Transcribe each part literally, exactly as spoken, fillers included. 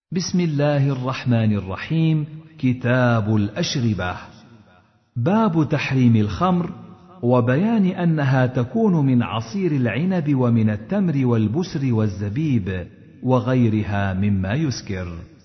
بسم الله الرحمن الرحيم. كتاب الأشربة. باب تحريم الخمر وبيان أنها تكون من عصير العنب ومن التمر والبسر والزبيب وغيرها مما يسكر.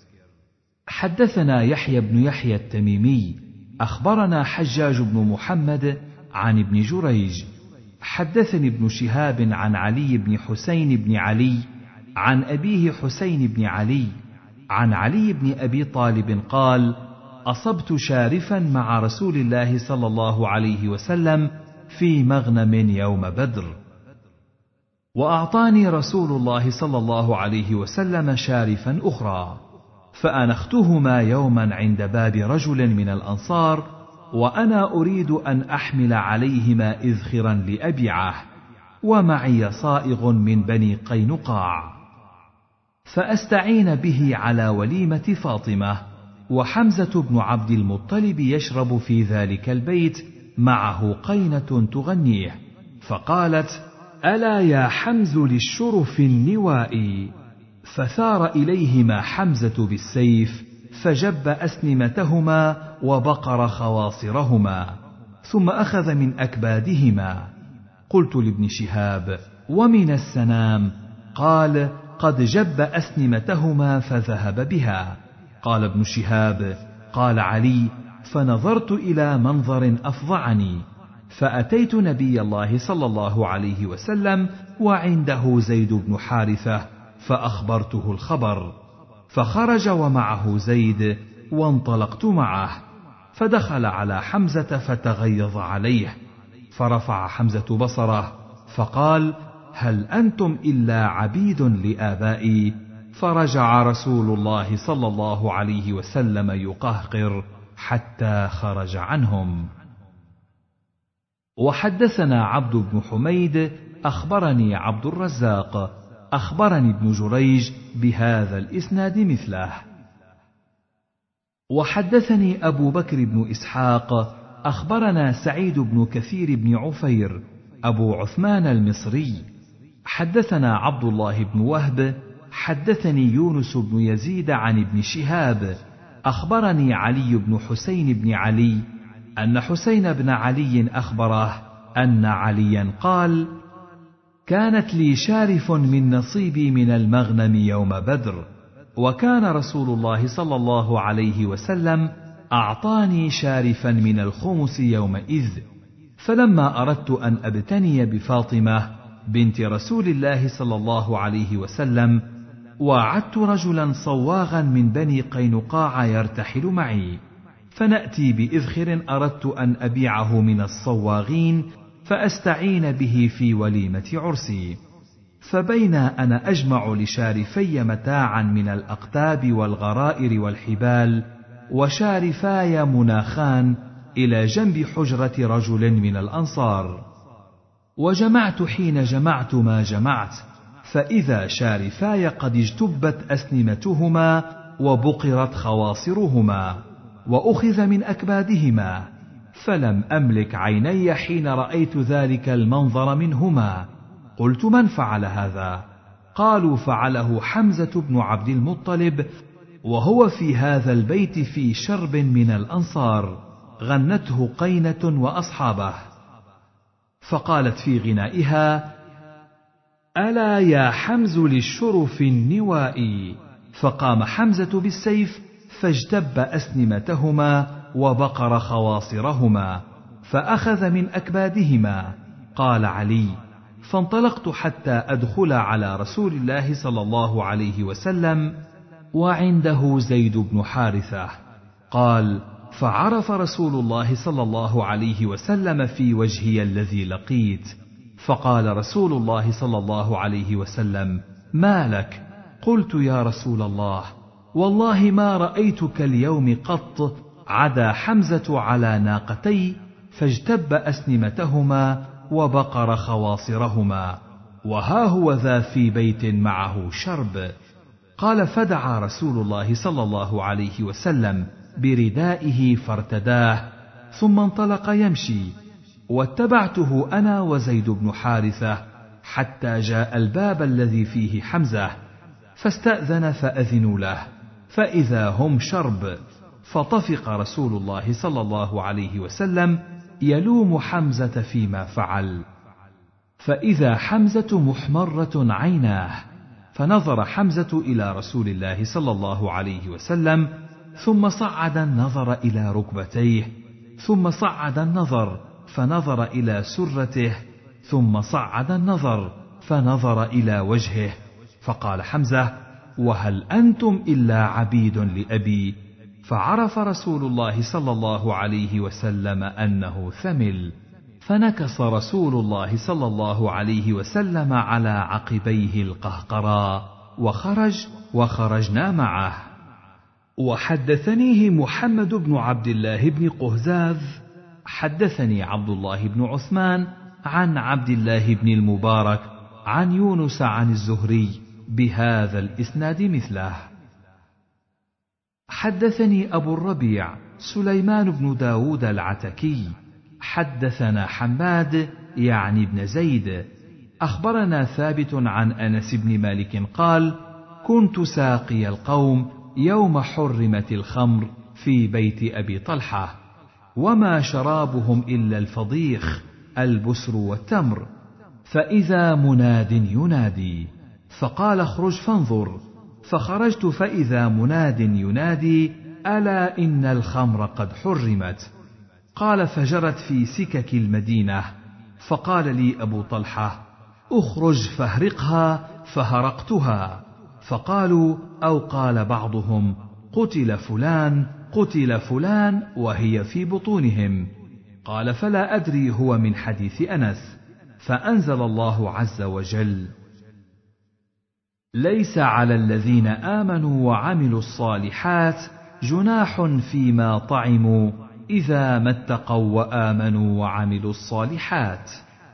حدثنا يحيى بن يحيى التميمي أخبرنا حجاج بن محمد عن ابن جريج حدثني ابن شهاب عن علي بن حسين بن علي عن أبيه حسين بن علي عن علي بن أبي طالب قال: أصبت شارفا مع رسول الله صلى الله عليه وسلم في مغنم يوم بدر، وأعطاني رسول الله صلى الله عليه وسلم شارفا أخرى، فأنختهما يوما عند باب رجل من الأنصار، وأنا أريد أن أحمل عليهما إذخرا لأبيعه، ومعي صائغ من بني قينقاع، فأستعين به على وليمة فاطمة، وحمزة بن عبد المطلب يشرب في ذلك البيت معه قينة تغنيه، فقالت: ألا يا حمز للشرف النوائي، فثار إليهما حمزة بالسيف فجب أسنمتهما وبقر خواصرهما، ثم أخذ من أكبادهما. قلت لابن شهاب: ومن السنام؟ قال: قد جب أسنمتهما فذهب بها. قال ابن شهاب: قال علي: فنظرت إلى منظر أفظعني، فأتيت نبي الله صلى الله عليه وسلم وعنده زيد بن حارثة، فأخبرته الخبر، فخرج ومعه زيد، وانطلقت معه، فدخل على حمزة فتغيظ عليه، فرفع حمزة بصره فقال: هل أنتم إلا عبيد لآبائي؟ فرجع رسول الله صلى الله عليه وسلم يقهقر حتى خرج عنهم. وحدثنا عبد بن حميد أخبرني عبد الرزاق أخبرني ابن جريج بهذا الإسناد مثله. وحدثني أبو بكر بن إسحاق أخبرنا سعيد بن كثير بن عفير أبو عثمان المصري حدثنا عبد الله بن وهب حدثني يونس بن يزيد عن ابن شهاب أخبرني علي بن حسين بن علي أن حسين بن علي أخبره أن عليا قال: كانت لي شارف من نصيبي من المغنم يوم بدر، وكان رسول الله صلى الله عليه وسلم أعطاني شارفا من الخمس يومئذ، فلما أردت أن أبتني بفاطمة بنت رسول الله صلى الله عليه وسلم، وعدت رجلا صواغا من بني قينقاع يرتحل معي، فنأتي بإذخر أردت أن أبيعه من الصواغين فأستعين به في وليمة عرسي، فبينا أنا أجمع لشارفي متاعا من الأقتاب والغرائر والحبال وشارفاي مناخان إلى جنب حجرة رجل من الأنصار، وجمعت حين جمعت ما جمعت، فإذا شارفاي قد اجتبت أسنمتهما وبقرت خواصرهما وأخذ من أكبادهما، فلم أملك عيني حين رأيت ذلك المنظر منهما. قلت: من فعل هذا؟ قالوا: فعله حمزة بن عبد المطلب، وهو في هذا البيت في شرب من الأنصار، غنته قينة وأصحابه. فقالت في غنائها: ألا يا حمز للشرف النوائي، فقام حمزة بالسيف فاجتب أسنمتهما وبقر خواصرهما، فأخذ من أكبادهما. قال علي: فانطلقت حتى أدخل على رسول الله صلى الله عليه وسلم وعنده زيد بن حارثة. قال: فعرف رسول الله صلى الله عليه وسلم في وجهي الذي لقيت، فقال رسول الله صلى الله عليه وسلم: ما لك؟ قلت: يا رسول الله، والله ما رأيتك اليوم قط عدا حمزة على ناقتي فاجتب أسنمتهما وبقر خواصرهما، وها هو ذا في بيت معه شرب. قال: فدعا رسول الله صلى الله عليه وسلم بردائه فارتداه، ثم انطلق يمشي، واتبعته أنا وزيد بن حارثة حتى جاء الباب الذي فيه حمزة، فاستأذن فأذنوا له، فإذا هم شرب، فطفق رسول الله صلى الله عليه وسلم يلوم حمزة فيما فعل، فإذا حمزة محمرة عيناه، فنظر حمزة إلى رسول الله صلى الله عليه وسلم، ثم صعد النظر إلى ركبتيه، ثم صعد النظر فنظر إلى سرته، ثم صعد النظر فنظر إلى وجهه، فقال حمزة: وهل أنتم إلا عبيد لأبي؟ فعرف رسول الله صلى الله عليه وسلم أنه ثمل، فنكص رسول الله صلى الله عليه وسلم على عقبيه القهقرا وخرج، وخرجنا معه. وحدثنيه محمد بن عبد الله بن قهزاذ حدثني عبد الله بن عثمان عن عبد الله بن المبارك عن يونس عن الزهري بهذا الإسناد مثله. حدثني أبو الربيع سليمان بن داود العتكي حدثنا حماد يعني بن زيد أخبرنا ثابت عن أنس بن مالك قال: كنت ساقي القوم يوم حرمت الخمر في بيت أبي طلحة، وما شرابهم إلا الفضيخ البسر والتمر، فإذا مناد ينادي، فقال: اخرج فانظر، فخرجت فإذا مناد ينادي: ألا إن الخمر قد حرمت. قال: فجرت في سكك المدينة، فقال لي أبو طلحة: اخرج فاهرقها، فهرقتها، فقالوا أو قال بعضهم: قتل فلان قتل فلان وهي في بطونهم. قال: فلا أدري هو من حديث أنس، فأنزل الله عز وجل: ليس على الذين آمنوا وعملوا الصالحات جناح فيما طعموا إذا ما اتقوا وآمنوا وعملوا الصالحات.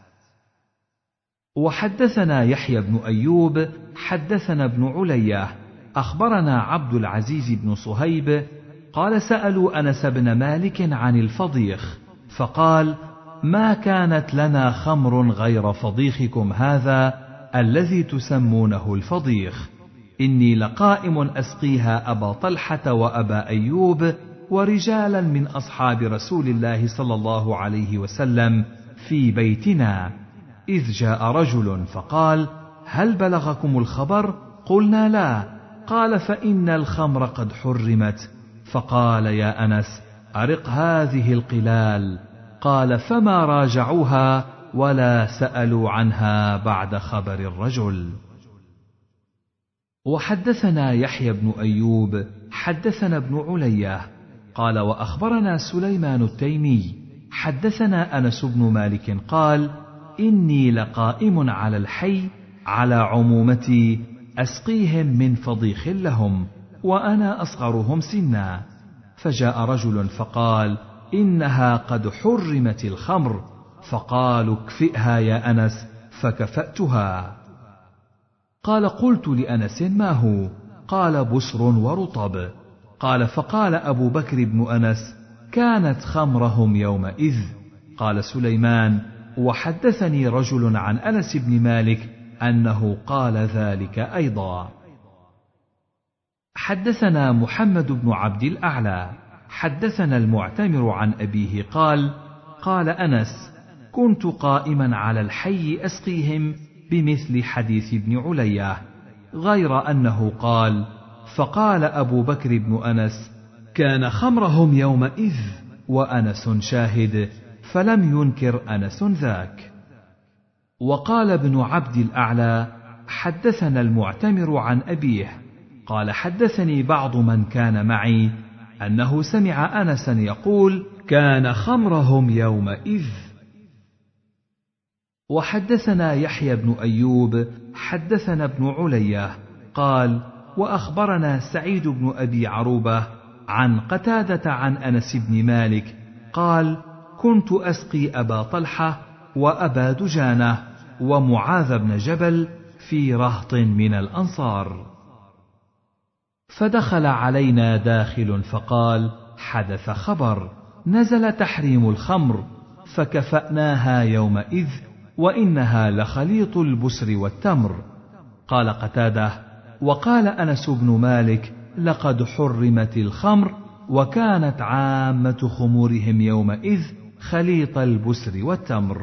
وحدثنا يحيى بن أيوب حدثنا ابن علية أخبرنا عبد العزيز بن صهيب قال: سألوا أنس بن مالك عن الفضيخ، فقال: ما كانت لنا خمر غير فضيخكم هذا الذي تسمونه الفضيخ، إني لقائم أسقيها أبا طلحة وأبا أيوب ورجالا من أصحاب رسول الله صلى الله عليه وسلم في بيتنا، إذ جاء رجل فقال: هل بلغكم الخبر؟ قلنا: لا. قال: فإن الخمر قد حرمت. فقال: يا أنس، أرق هذه القلال. قال: فما راجعوها ولا سألوا عنها بعد خبر الرجل. وحدثنا يحيى بن أيوب حدثنا ابن علية قال: وأخبرنا سليمان التيمي حدثنا أنس بن مالك قال: إني لقائم على الحي على عمومتي أسقيهم من فضيخ لهم، وأنا أصغرهم سنا، فجاء رجل فقال: إنها قد حرمت الخمر، فقالوا: اكفئها يا أنس، فكفأتها. قال: قلت لأنس: ما هو؟ قال: بسر ورطب. قال: فقال أبو بكر بن أنس: كانت خمرهم يومئذ. قال سليمان: وحدثني رجل عن أنس بن مالك أنه قال ذلك أيضا. حدثنا محمد بن عبد الأعلى حدثنا المعتمر عن أبيه قال: قال أنس: كنت قائما على الحي أسقيهم بمثل حديث ابن علية، غير أنه قال: فقال أبو بكر بن أنس: كان خمرهم يومئذ، وأنس شاهد، فلم ينكر أنس ذاك. وقال ابن عبد الأعلى: حدثنا المعتمر عن أبيه قال: حدثني بعض من كان معي أنه سمع أنسا يقول: كان خمرهم يومئذ. وحدثنا يحيى بن أيوب حدثنا ابن علية قال: وأخبرنا سعيد بن أبي عروبة عن قتادة عن أنس بن مالك قال: كنت أسقي أبا طلحة وأبا دجانة ومعاذ بن جبل في رهط من الأنصار، فدخل علينا داخل فقال: حدث خبر، نزل تحريم الخمر، فكفأناها يومئذ، وإنها لخليط البسر والتمر. قال قتادة: وقال أنس بن مالك: لقد حرمت الخمر، وكانت عامة خمورهم يومئذ خليط البسر والتمر.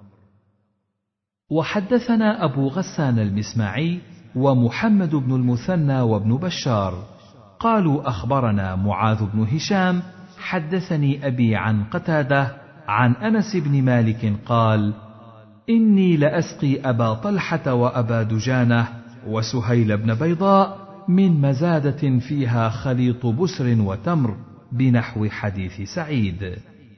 وحدثنا أبو غسان المسمعي ومحمد بن المثنى وابن بشار قالوا أخبرنا معاذ بن هشام حدثني أبي عن قتادة عن أنس بن مالك قال: إني لأسقي أبا طلحة وأبا دجانة وسهيل بن بيضاء من مزادة فيها خليط بسر وتمر بنحو حديث سعيد.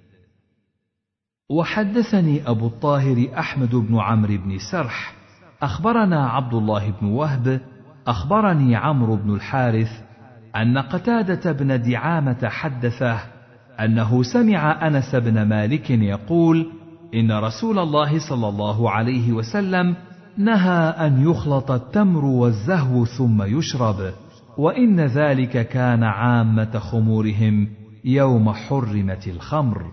وحدثني أبو الطاهر أحمد بن عمرو بن سرح أخبرنا عبد الله بن وهب أخبرني عمرو بن الحارث أن قتادة بن دعامة حدثه أنه سمع أنس بن مالك يقول: إن رسول الله صلى الله عليه وسلم نهى أن يخلط التمر والزهو ثم يشرب، وإن ذلك كان عامة خمورهم يوم حرمت الخمر.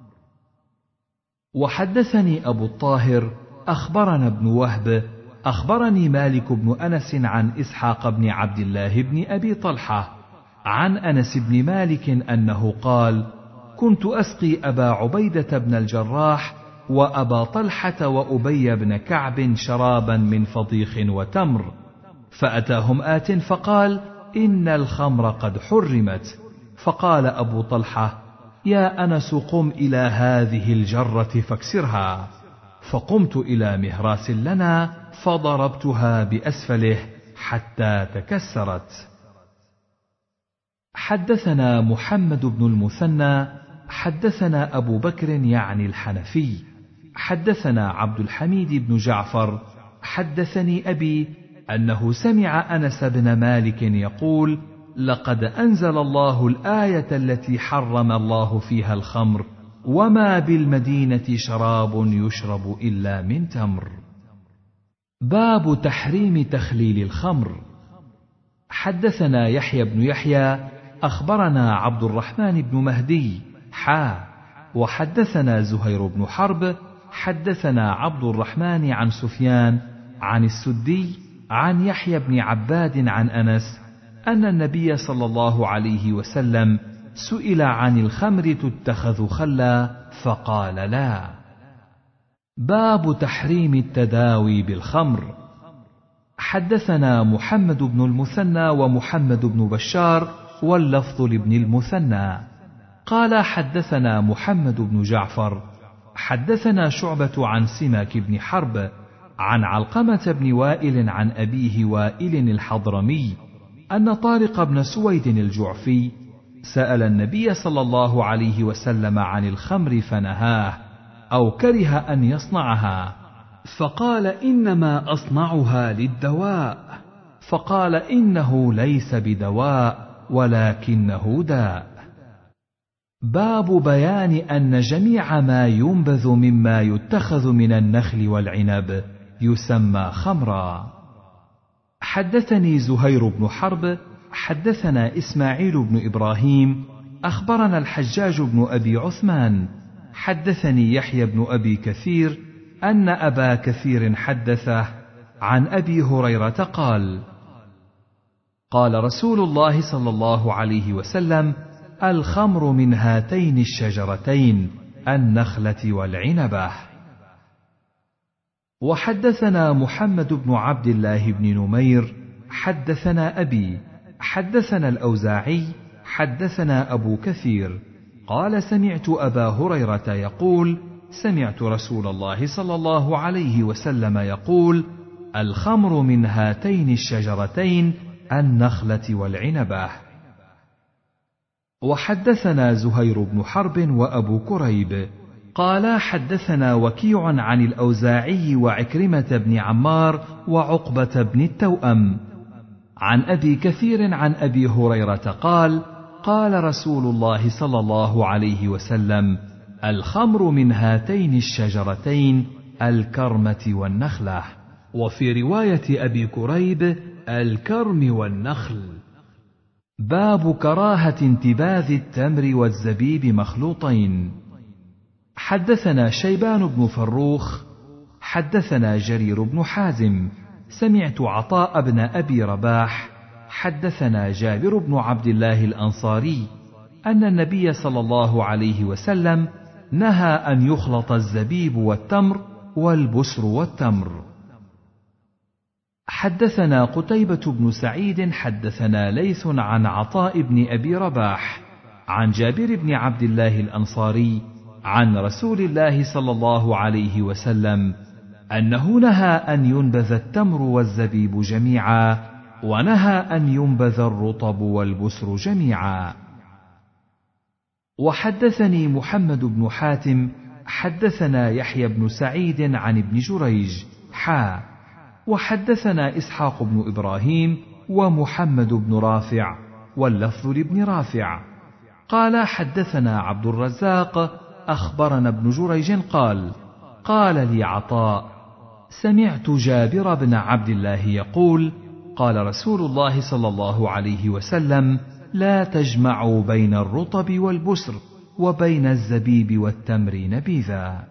وحدثني أبو الطاهر أخبرنا ابن وهب أخبرني مالك بن أنس عن إسحاق بن عبد الله بن أبي طلحة عن أنس بن مالك أنه قال: كنت أسقي أبا عبيدة بن الجراح وأبا طلحة وأبي بن كعب شرابا من فضيخ وتمر، فأتاهم آت فقال: إن الخمر قد حرمت. فقال أبو طلحة: يا أنس قم إلى هذه الجرة فاكسرها. فقمت إلى مهراس لنا فضربتها بأسفله حتى تكسرت. حدثنا محمد بن المثنى حدثنا أبو بكر يعني الحنفي حدثنا عبد الحميد بن جعفر حدثني أبي أنه سمع أنس بن مالك يقول: لقد أنزل الله الآية التي حرم الله فيها الخمر، وما بالمدينة شراب يشرب إلا من تمر. باب تحريم تخليل الخمر. حدثنا يحيى بن يحيى أخبرنا عبد الرحمن بن مهدي حا وحدثنا زهير بن حرب حدثنا عبد الرحمن عن سفيان عن السدي عن يحيى بن عباد عن أنس أن النبي صلى الله عليه وسلم سئل عن الخمر تتخذ خلا فقال: لا. باب تحريم التداوي بالخمر. حدثنا محمد بن المثنى ومحمد بن بشار واللفظ لابن المثنى قال: حدثنا محمد بن جعفر حدثنا شعبة عن سماك بن حرب عن علقمة بن وائل عن أبيه وائل الحضرمي أن طارق بن سويد الجعفي سأل النبي صلى الله عليه وسلم عن الخمر فنهاه أو كره أن يصنعها، فقال: إنما أصنعها للدواء. فقال: إنه ليس بدواء ولكنه داء. باب بيان أن جميع ما ينبذ مما يتخذ من النخل والعنب يسمى خمرا. حدثني زهير بن حرب حدثنا إسماعيل بن إبراهيم أخبرنا الحجاج بن أبي عثمان حدثني يحيى بن أبي كثير أن أبا كثير حدثه عن أبي هريرة قال: قال رسول الله صلى الله عليه وسلم: الخمر من هاتين الشجرتين النخلة والعنبة. وحدثنا محمد بن عبد الله بن نمير حدثنا أبي حدثنا الأوزاعي حدثنا أبو كثير قال: سمعت أبا هريرة يقول: سمعت رسول الله صلى الله عليه وسلم يقول: الخمر من هاتين الشجرتين النخلة والعنبة. وحدثنا زهير بن حرب وأبو كريب قال: حدثنا وكيع عن الأوزاعي وعكرمة بن عمار وعقبة بن التوأم عن أبي كثير عن أبي هريرة قال: قال رسول الله صلى الله عليه وسلم: الخمر من هاتين الشجرتين الكرمة والنخلة. وفي رواية أبي كريب: الكرم والنخل. باب كراهة انتباذ التمر والزبيب مخلوطين. حدثنا شيبان بن فروخ حدثنا جرير بن حازم سمعت عطاء بن أبي رباح حدثنا جابر بن عبد الله الأنصاري أن النبي صلى الله عليه وسلم نهى أن يخلط الزبيب والتمر والبسر والتمر. حدثنا قتيبة بن سعيد حدثنا ليث عن عطاء بن أبي رباح عن جابر بن عبد الله الأنصاري عن رسول الله صلى الله عليه وسلم أنه نهى أن ينبذ التمر والزبيب جميعا، ونهى أن ينبذ الرطب والبسر جميعا. وحدثني محمد بن حاتم حدثنا يحيى بن سعيد عن ابن جريج حا وحدثنا إسحاق بن إبراهيم ومحمد بن رافع واللفظ لابن رافع قال حدثنا عبد الرزاق أخبرنا ابن جريج قال قال لي عطاء سمعت جابر بن عبد الله يقول قال رسول الله صلى الله عليه وسلم لا تجمعوا بين الرطب والبسر وبين الزبيب والتمر نبيذا.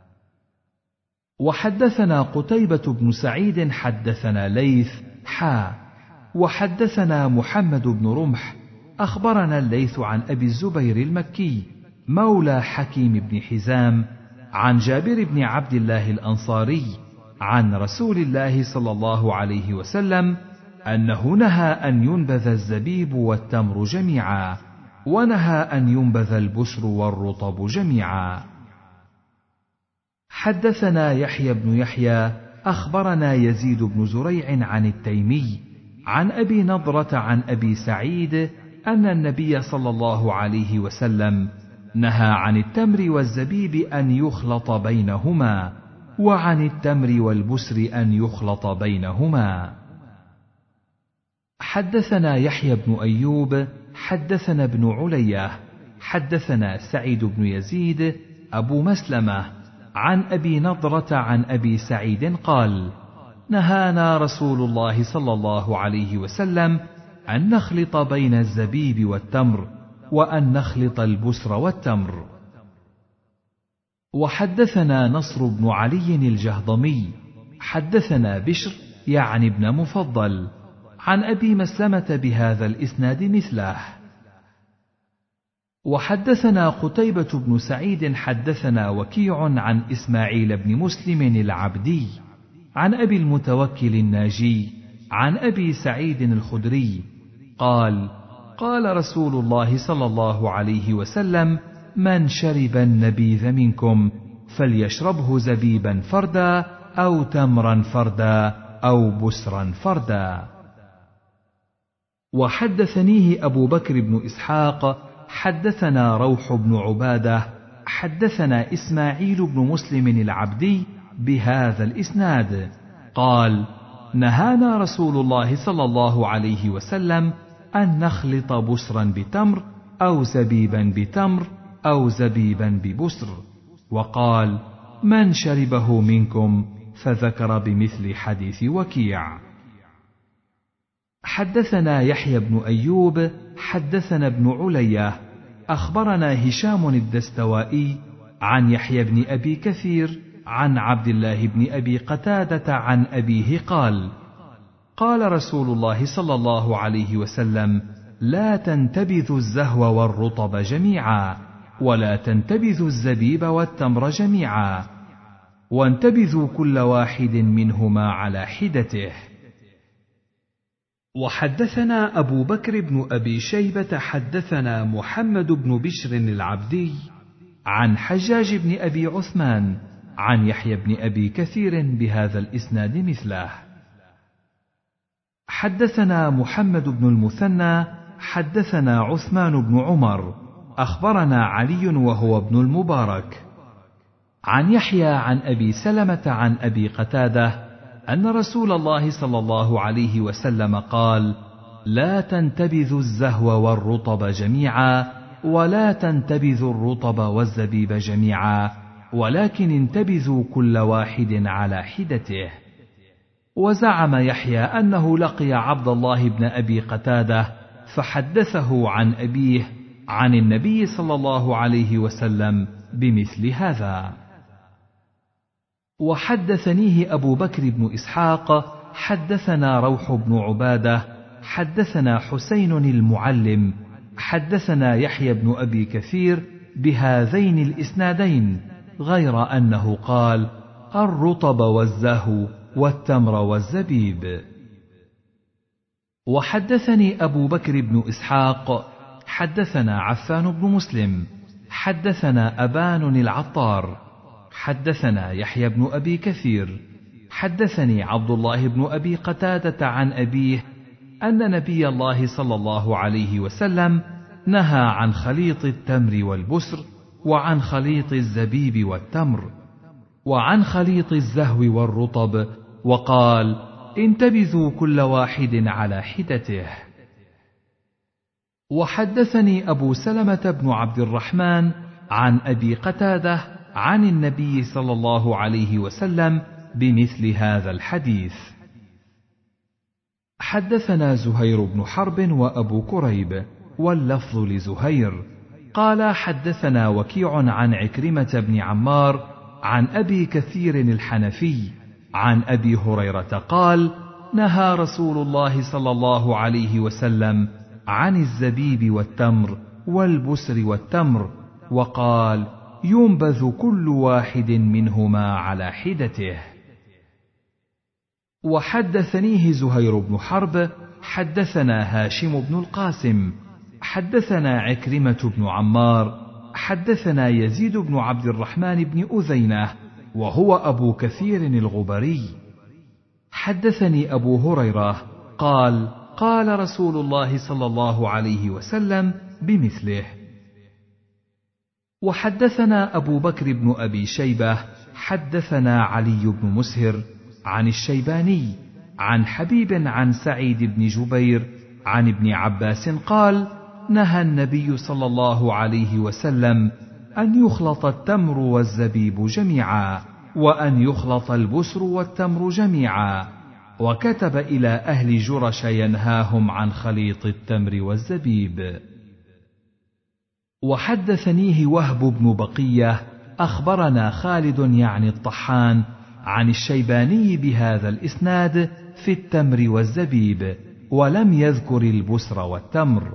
وحدثنا قتيبة بن سعيد حدثنا ليث حا وحدثنا محمد بن رمح أخبرنا الليث عن أبي الزبير المكي مولى حكيم بن حزام عن جابر بن عبد الله الأنصاري عن رسول الله صلى الله عليه وسلم أنه نهى أن ينبذ الزبيب والتمر جميعا، ونهى أن ينبذ البسر والرطب جميعا. حدثنا يحيى بن يحيى أخبرنا يزيد بن زريع عن التيمي عن أبي نضرة عن أبي سعيد أن النبي صلى الله عليه وسلم نهى عن التمر والزبيب أن يخلط بينهما، وعن التمر والبسر أن يخلط بينهما. حدثنا يحيى بن أيوب حدثنا ابن علية حدثنا سعيد بن يزيد أبو مسلمة عن أبي نضرة عن أبي سعيد قال نهانا رسول الله صلى الله عليه وسلم أن نخلط بين الزبيب والتمر، وأن نخلط البسر والتمر. وحدثنا نصر بن علي الجهضمي حدثنا بشر يعني ابن مفضل عن أبي مسلمة بهذا الإسناد مثله. وحدثنا قتيبة بن سعيد حدثنا وكيع عن إسماعيل بن مسلم العبدي عن أبي المتوكل الناجي عن أبي سعيد الخدري قال قال رسول الله صلى الله عليه وسلم من شرب النبيذ منكم فليشربه زبيبا فردا أو تمرا فردا أو بسرا فردا. وحدثنيه أبو بكر بن إسحاق حدثنا روح بن عبادة حدثنا إسماعيل بن مسلم العبدي بهذا الإسناد قال نهانا رسول الله صلى الله عليه وسلم أن نخلط بسرا بتمر أو زبيبا بتمر أو زبيبا ببسر، وقال من شربه منكم، فذكر بمثل حديث وكيع. حدثنا يحيى بن أيوب حدثنا ابن علية أخبرنا هشام الدستوائي عن يحيى بن أبي كثير عن عبد الله بن أبي قتادة عن أبيه قال قال رسول الله صلى الله عليه وسلم لا تنتبذوا الزهو والرطب جميعا، ولا تنتبذوا الزبيب والتمر جميعا، وانتبذوا كل واحد منهما على حدته. وحدثنا أبو بكر بن أبي شيبة حدثنا محمد بن بشر العبدي عن حجاج بن أبي عثمان عن يحيى بن أبي كثير بهذا الإسناد مثله. حدثنا محمد بن المثنى حدثنا عثمان بن عمر أخبرنا علي وهو ابن المبارك عن يحيى عن أبي سلمة عن أبي قتادة أن رسول الله صلى الله عليه وسلم قال لا تنتبذوا الزهو والرطب جميعا، ولا تنتبذوا الرطب والزبيب جميعا، ولكن انتبذوا كل واحد على حدته. وزعم يحيى أنه لقي عبد الله بن أبي قتادة فحدثه عن أبيه عن النبي صلى الله عليه وسلم بمثل هذا. وحدثنيه أبو بكر بن إسحاق حدثنا روح بن عبادة حدثنا حسين المعلم حدثنا يحيى بن أبي كثير بهذين الإسنادين، غير أنه قال الرطب والزهو والتمر والزبيب. وحدثني أبو بكر بن إسحاق حدثنا عفان بن مسلم حدثنا أبان العطار حدثنا يحيى بن أبي كثير حدثني عبد الله بن أبي قتادة عن أبيه أن نبي الله صلى الله عليه وسلم نهى عن خليط التمر والبسر، وعن خليط الزبيب والتمر، وعن خليط الزهو والرطب، وقال انتبذوا كل واحد على حدته. وحدثني أبو سلمة بن عبد الرحمن عن أبي قتادة عن النبي صلى الله عليه وسلم بمثل هذا الحديث. حدثنا زهير بن حرب وأبو كريب، واللفظ لزهير قال حدثنا وكيع عن عكرمة بن عمار عن أبي كثير الحنفي عن أبي هريرة قال نهى رسول الله صلى الله عليه وسلم عن الزبيب والتمر والبسر والتمر، وقال ينبذ كل واحد منهما على حدته. وحدثنيه زهير بن حرب حدثنا هاشم بن القاسم حدثنا عكرمة بن عمار حدثنا يزيد بن عبد الرحمن بن أذينة وهو أبو كثير الغبري حدثني أبو هريرة قال قال رسول الله صلى الله عليه وسلم بمثله. وحدثنا أبو بكر بن أبي شيبة حدثنا علي بن مسهر عن الشيباني عن حبيب عن سعيد بن جبير عن ابن عباس قال نهى النبي صلى الله عليه وسلم أن يخلط التمر والزبيب جميعا، وأن يخلط البسر والتمر جميعا، وكتب إلى أهل جرش ينهاهم عن خليط التمر والزبيب. وحدثنيه وهب بن بقية أخبرنا خالد يعني الطحان عن الشيباني بهذا الإسناد في التمر والزبيب، ولم يذكر البسر والتمر.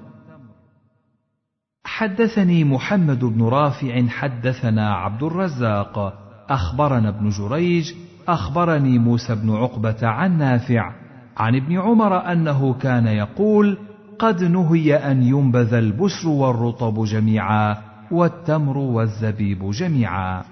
حدثني محمد بن رافع حدثنا عبد الرزاق أخبرنا ابن جريج أخبرني موسى بن عقبة عن نافع عن ابن عمر أنه كان يقول قد نهي أن ينبذ البسر والرطب جميعا والتمر والزبيب جميعا.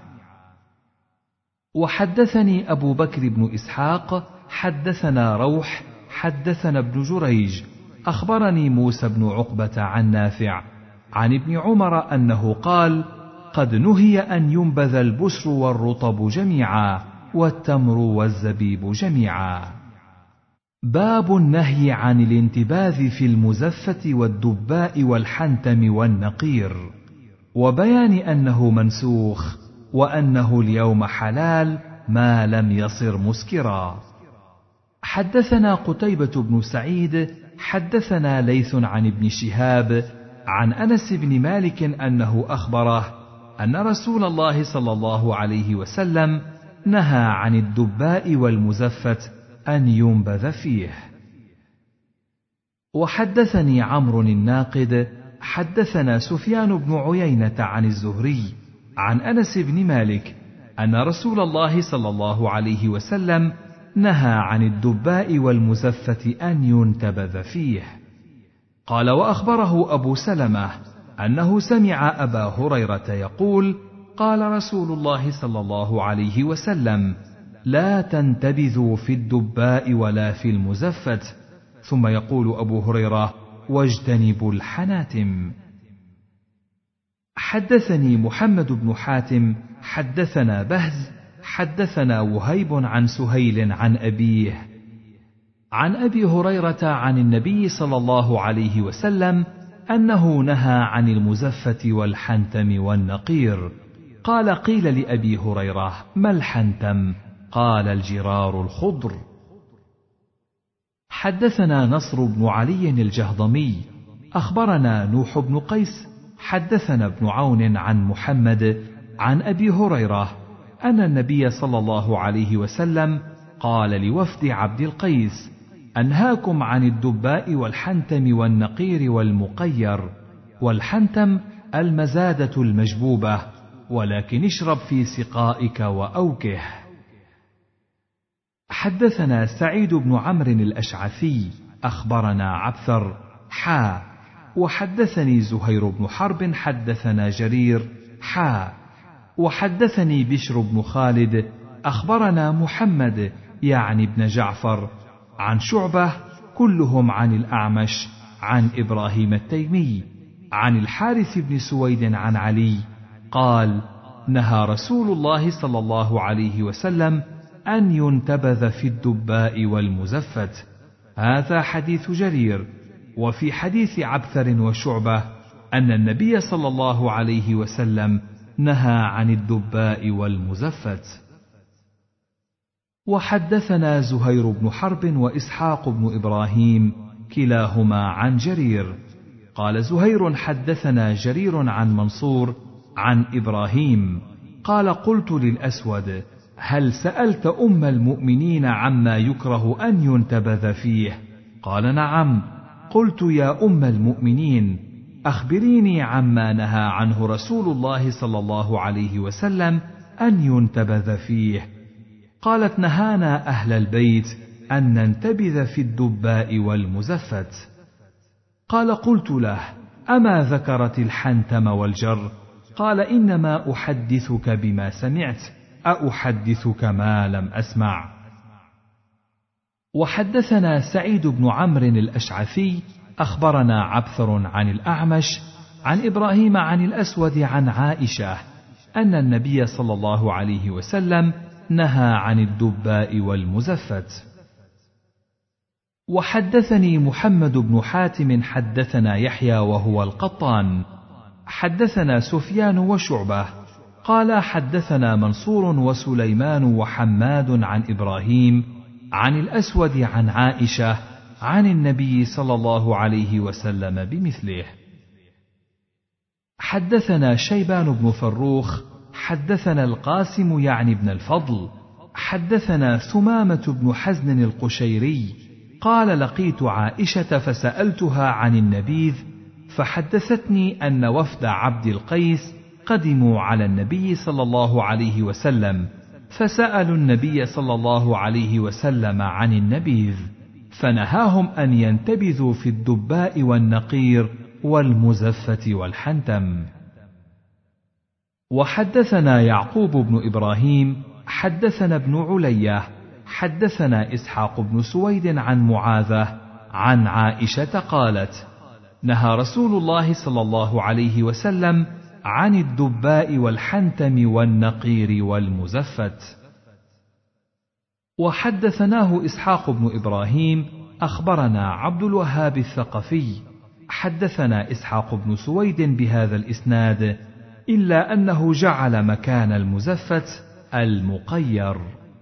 وحدثني أبو بكر بن إسحاق حدثنا روح حدثنا ابن جريج أخبرني موسى بن عقبة عن نافع عن ابن عمر أنه قال قد نهي أن ينبذ البسر والرطب جميعا والتمر والزبيب جميعا. باب النهي عن الانتباذ في المزفة والدباء والحنتم والنقير، وبيان أنه منسوخ، وأنه اليوم حلال ما لم يصر مسكرا. حدثنا قتيبة بن سعيد حدثنا ليث عن ابن شهاب عن أنس بن مالك أنه أخبره أن رسول الله صلى الله عليه وسلم نهى عن الدباء والمزفة أن ينبذ فيه. وحدثني عمرو الناقد حدثنا سفيان بن عيينة عن الزهري عن أنس بن مالك أن رسول الله صلى الله عليه وسلم نهى عن الدباء والمزفة أن ينتبذ فيه. قال وأخبره أبو سلمة أنه سمع أبا هريرة يقول قال رسول الله صلى الله عليه وسلم لا تنتبذوا في الدباء ولا في المزفة، ثم يقول أبو هريرة واجتنبوا الحناتم. حدثني محمد بن حاتم حدثنا بهز حدثنا وهيب عن سهيل عن أبيه عن أبي هريرة عن النبي صلى الله عليه وسلم أنه نهى عن المزفة والحنتم والنقير. قال قيل لأبي هريرة ما الحنتم؟ قال الجرار الخضر. حدثنا نصر بن علي الجهضمي أخبرنا نوح بن قيس حدثنا ابن عون عن محمد عن أبي هريرة أن النبي صلى الله عليه وسلم قال لوفد عبد القيس أنهاكم عن الدباء والحنتم والنقير والمقير. والحنتم المزادة المجبوبة، ولكن اشرب في سقائك وأوكه. حدثنا سعيد بن عمرو الأشعثي أخبرنا عبثر حا وحدثني زهير بن حرب حدثنا جرير حا وحدثني بشر بن خالد أخبرنا محمد يعني ابن جعفر عن شعبة كلهم عن الأعمش عن إبراهيم التيمي عن الحارث بن سويد عن علي قال: نهى رسول الله صلى الله عليه وسلم أن ينتبذ في الدباء والمزفت. هذا حديث جرير. وفي حديث عبثر وشعبة أن النبي صلى الله عليه وسلم نهى عن الدباء والمزفت. وحدثنا زهير بن حرب وإسحاق بن إبراهيم كلاهما عن جرير قال زهير: حدثنا جرير عن منصور عن إبراهيم قال: قلت للأسود: هل سألت أم المؤمنين عما يكره أن ينتبذ فيه؟ قال: نعم. قلت: يا أم المؤمنين، أخبريني عما نهى عنه رسول الله صلى الله عليه وسلم أن ينتبذ فيه. قالت: نهانا أهل البيت أن ننتبذ في الدباء والمزفت. قال: قلت له: أما ذكرت الحنتم والجر؟ قال: إنما أحدثك بما سمعت، أحدثك ما لم أسمع. وحدثنا سعيد بن عمرو الأشعثي أخبرنا عبثر عن الأعمش عن إبراهيم عن الأسود عن عائشة أن النبي صلى الله عليه وسلم نهى عن الدباء والمزفت. وحدثني محمد بن حاتم حدثنا يحيى وهو القطان حدثنا سفيان وشعبة قال: حدثنا منصور وسليمان وحماد عن إبراهيم عن الأسود عن عائشة عن النبي صلى الله عليه وسلم بمثله. حدثنا شيبان بن فروخ حدثنا القاسم يعني بن الفضل حدثنا ثمامة بن حزن القشيري قال: لقيت عائشة فسألتها عن النبيذ فحدثتني أن وفد عبد القيس قدموا على النبي صلى الله عليه وسلم فسألوا النبي صلى الله عليه وسلم عن النبيذ فنهاهم أن ينتبذوا في الدباء والنقير والمزفة والحنتم. وحدثنا يعقوب بن إبراهيم حدثنا ابن علية حدثنا إسحاق بن سويد عن معاذة عن عائشة قالت: نهى رسول الله صلى الله عليه وسلم عن الدباء والحنتم والنقير والمزفت. وحدثناه إسحاق بن إبراهيم أخبرنا عبد الوهاب الثقفي حدثنا إسحاق بن سويد بهذا الإسناد إلا أنه جعل مكان المزفت المقير.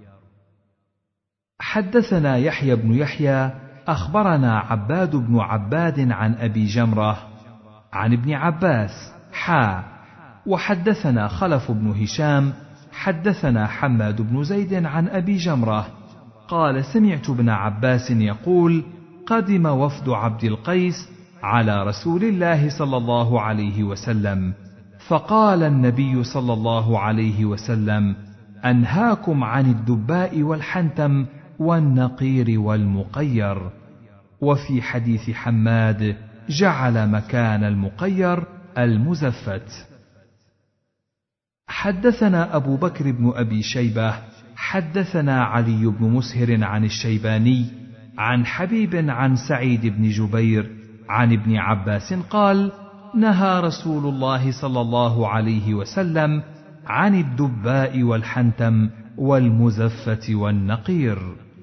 حدثنا يحيى بن يحيى أخبرنا عباد بن عباد عن أبي جمرة عن ابن عباس حا وحدثنا خلف بن هشام حدثنا حماد بن زيد عن أبي جمرة قال: سمعت ابن عباس يقول: قدم وفد عبد القيس على رسول الله صلى الله عليه وسلم فقال النبي صلى الله عليه وسلم: أنهاكم عن الدباء والحنتم والنقير والمقير. وفي حديث حماد جعل مكان المقير المزفت. حدثنا أبو بكر بن أبي شيبة حدثنا علي بن مسهر عن الشيباني عن حبيب عن سعيد بن جبير عن ابن عباس قال: نهى رسول الله صلى الله عليه وسلم عن الدباء والحنتم والمزفة والنقير.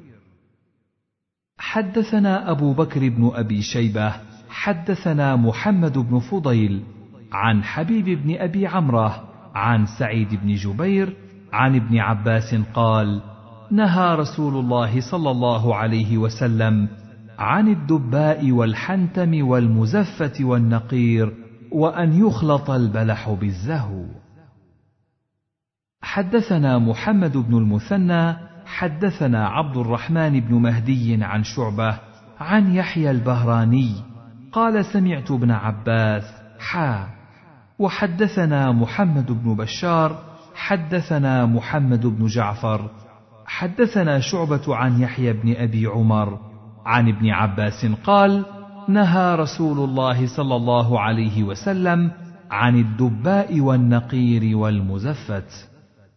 حدثنا أبو بكر بن أبي شيبة حدثنا محمد بن فضيل عن حبيب بن أبي عمرة عن سعيد بن جبير عن ابن عباس قال: نهى رسول الله صلى الله عليه وسلم عن الدباء والحنتم والمزفة والنقير وأن يخلط البلح بالزهو. حدثنا محمد بن المثنى حدثنا عبد الرحمن بن مهدي عن شعبة عن يحيى البهراني قال سمعت ابن عباس حا وحدثنا محمد بن بشار حدثنا محمد بن جعفر حدثنا شعبة عن يحيى بن أبي عمر عن ابن عباس قال نهى رسول الله صلى الله عليه وسلم عن الدباء والنقير والمزفت.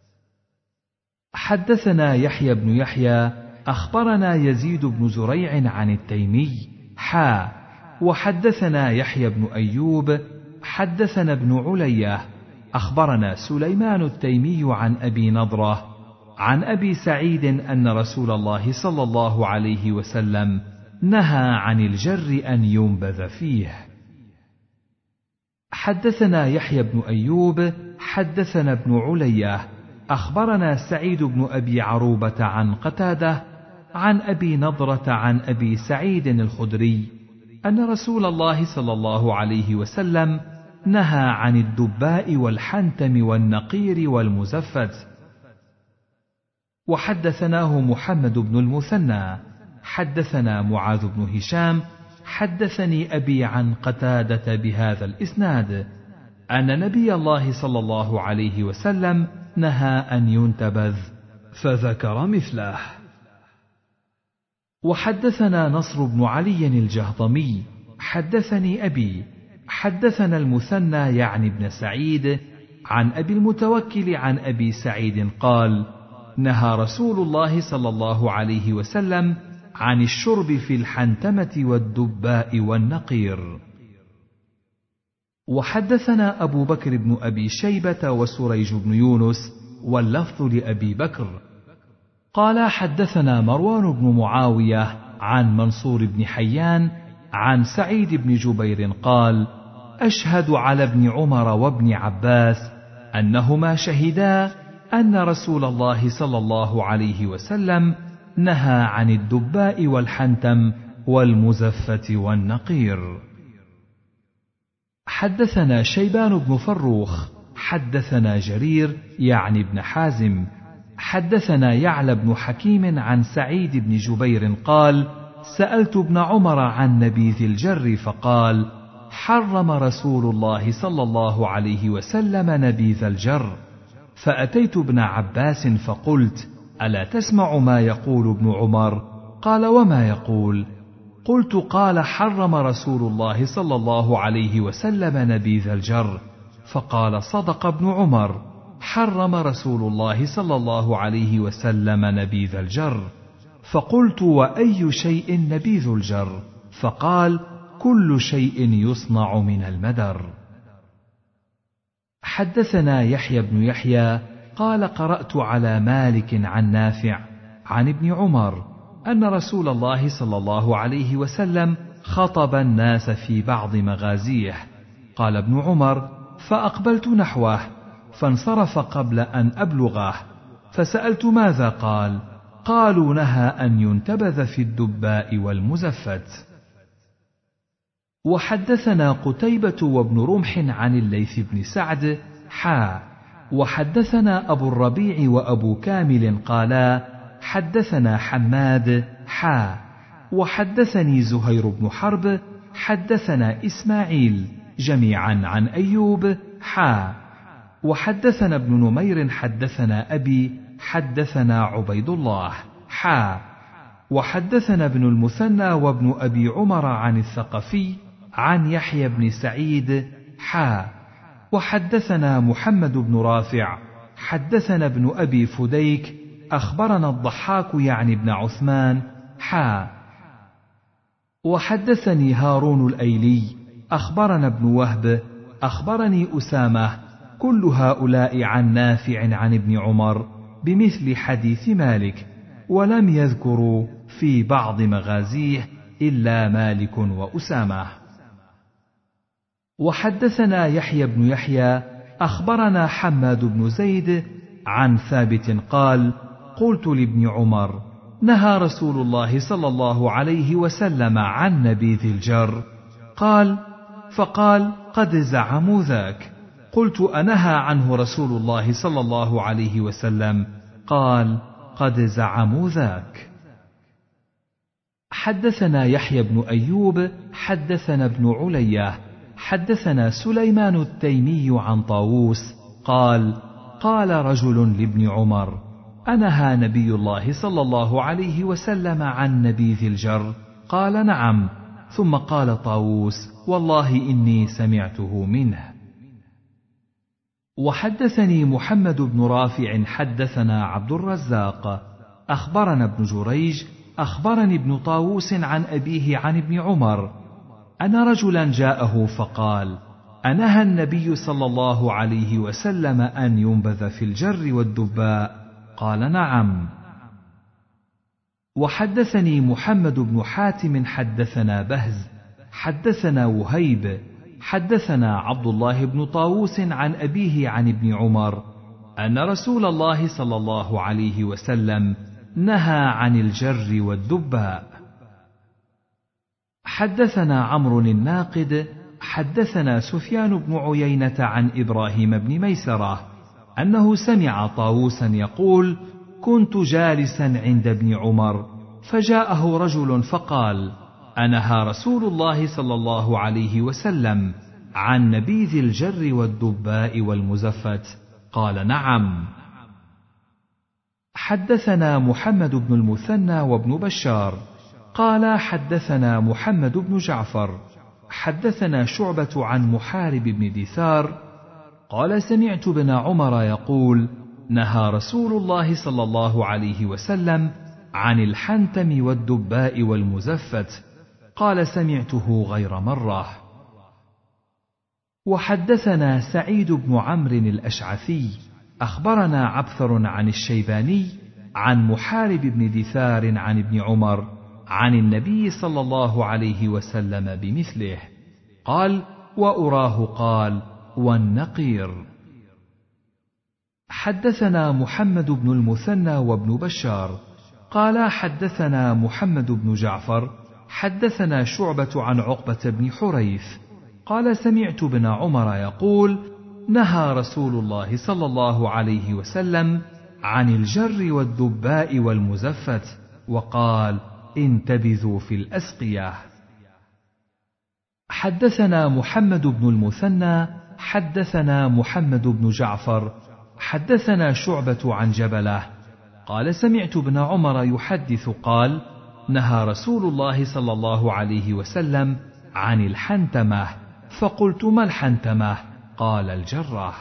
حدثنا يحيى بن يحيى أخبرنا يزيد بن زريع عن التيمي حا وحدثنا يحيى بن أيوب حدثنا ابن علية أخبرنا سليمان التيمي عن أبي نضرة عن أبي سعيد أن رسول الله صلى الله عليه وسلم نهى عن الجر أن ينبذ فيه. حدثنا يحيى بن أيوب حدثنا ابن علية أخبرنا سعيد بن أبي عروبة عن قتادة عن أبي نضرة عن أبي سعيد الخدري أن رسول الله صلى الله عليه وسلم نهى عن الدباء والحنتم والنقير والمزفت. وحدثناه محمد بن المثنى حدثنا معاذ بن هشام حدثني أبي عن قتادة بهذا الإسناد أن نبي الله صلى الله عليه وسلم نهى أن ينتبذ فذكر مثله. وحدثنا نصر بن علي الجهضمي حدثني أبي حدثنا المثنى يعني ابن سعيد عن أبي المتوكل عن أبي سعيد قال نهى رسول الله صلى الله عليه وسلم عن الشرب في الحنتمة والدباء والنقير. وحدثنا أبو بكر بن أبي شيبة وسريج بن يونس واللفظ لأبي بكر قال حدثنا مروان بن معاوية عن منصور بن حيان عن سعيد بن جبير قال أشهد على ابن عمر وابن عباس أنهما شهدا أن رسول الله صلى الله عليه وسلم نهى عن الدباء والحنتم والمزفة والنقير. حدثنا شيبان بن فروخ حدثنا جرير يعني ابن حازم حدثنا يعلى بن حكيم عن سعيد بن جبير قال سألت ابن عمر عن نبيذ الجر فقال حرم رسول الله صلى الله عليه وسلم نبيذ الجر. فأتيت ابن عباس فقلت ألا تسمع ما يقول ابن عمر؟ قال وما يقول؟ قلت قال حرم رسول الله صلى الله عليه وسلم نبيذ الجر. فقال صدق ابن عمر حرم رسول الله صلى الله عليه وسلم نبيذ الجر. فقلت وأي شيء نبيذ الجر؟ فقال كل شيء يصنع من المدر. حدثنا يحيى بن يحيى قال قرأت على مالك عن نافع عن ابن عمر أن رسول الله صلى الله عليه وسلم خطب الناس في بعض مغازيه. قال ابن عمر فأقبلت نحوه فانصرف قبل أن أبلغه فسألت ماذا قال؟ قالوا نهى أن ينتبذ في الدباء والمزفت. وحدثنا قتيبة وابن رمح عن الليث بن سعد حا وحدثنا أبو الربيع وأبو كامل قالا حدثنا حماد حا وحدثني زهير بن حرب حدثنا إسماعيل جميعا عن أيوب حا وحدثنا ابن نمير حدثنا أبي حدثنا عبيد الله حا وحدثنا ابن المثنى وابن أبي عمر عن الثقفي عن يحيى بن سعيد حا وحدثنا محمد بن رافع حدثنا ابن أبي فديك أخبرنا الضحاك يعني ابن عثمان حا وحدثني هارون الأيلي أخبرنا ابن وهب أخبرني أسامة كل هؤلاء عن نافع عن ابن عمر بمثل حديث مالك ولم يذكروا في بعض مغازيه إلا مالك وأسامة. وحدثنا يحيى بن يحيى أخبرنا حماد بن زيد عن ثابت قال قلت لابن عمر نهى رسول الله صلى الله عليه وسلم عن نبيذ الجر. قال فقال قد زعموا ذاك. قلت أنهى عنه رسول الله صلى الله عليه وسلم؟ قال قد زعموا ذاك. حدثنا يحيى بن أيوب حدثنا ابن علية حدثنا سليمان التيمي عن طاووس قال قال رجل لابن عمر: أنهى نبي الله صلى الله عليه وسلم عن نبيذ الجر؟ قال: نعم. ثم قال طاووس: والله إني سمعته منه. وحدثني محمد بن رافع حدثنا عبد الرزاق أخبرنا ابن جريج أخبرني ابن طاووس عن أبيه عن ابن عمر أن رجلا جاءه فقال: أنهى النبي صلى الله عليه وسلم أن ينبذ في الجر والدباء؟ قال: نعم. وحدثني محمد بن حاتم حدثنا بهز حدثنا وهيب حدثنا عبد الله بن طاووس عن أبيه عن ابن عمر أن رسول الله صلى الله عليه وسلم نهى عن الجر والدباء. حدثنا عمرو الناقد حدثنا سفيان بن عيينة عن إبراهيم بن ميسرة أنه سمع طاووسا يقول: كنت جالسا عند ابن عمر فجاءه رجل فقال: أنهى رسول الله صلى الله عليه وسلم عن نبيذ الجر والدباء والمزفت؟ قال: نعم. حدثنا محمد بن المثنى وابن بشار قال حدثنا محمد بن جعفر حدثنا شعبة عن محارب بن دثار قال: سمعت ابن عمر يقول: نهى رسول الله صلى الله عليه وسلم عن الحنتم والدباء والمزفت. قال: سمعته غير مرة. وحدثنا سعيد بن عمرو الأشعثي أخبرنا عبثر عن الشيباني عن محارب بن دثار عن ابن عمر عن النبي صلى الله عليه وسلم بمثله. قال: وأراه قال: والنقير. حدثنا محمد بن المثنى وابن بشار قال حدثنا محمد بن جعفر حدثنا شعبة عن عقبة بن حريث قال: سمعت ابن عمر يقول: نهى رسول الله صلى الله عليه وسلم عن الجر والدباء والمزفت، وقال: انتبذوا في الأسقية. حدثنا محمد بن المثنى حدثنا محمد بن جعفر حدثنا شعبة عن جبلة قال: سمعت ابن عمر يحدث قال: نهى رسول الله صلى الله عليه وسلم عن الحنتمة. فقلت: ما الحنتمة؟ قال: الجرة.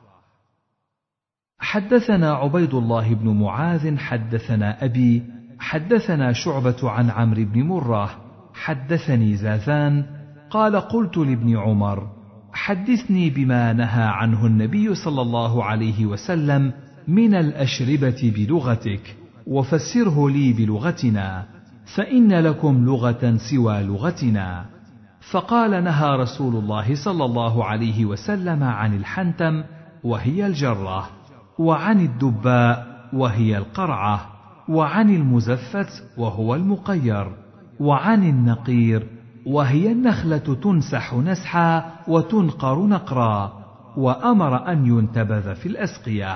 حدثنا عبيد الله بن معاذ حدثنا أبي حدثنا شعبة عن عمرو بن مرة حدثني زاذان قال: قلت لابن عمر: حدثني بما نهى عنه النبي صلى الله عليه وسلم من الأشربة بلغتك، وفسره لي بلغتنا، فإن لكم لغة سوى لغتنا. فقال: نهى رسول الله صلى الله عليه وسلم عن الحنتم وهي الجرة، وعن الدباء وهي القرعة، وعن المزفت وهو المقير، وعن النقير وهي النخلة تنسح نسحا وتنقر نقرا، وأمر أن ينتبذ في الأسقية.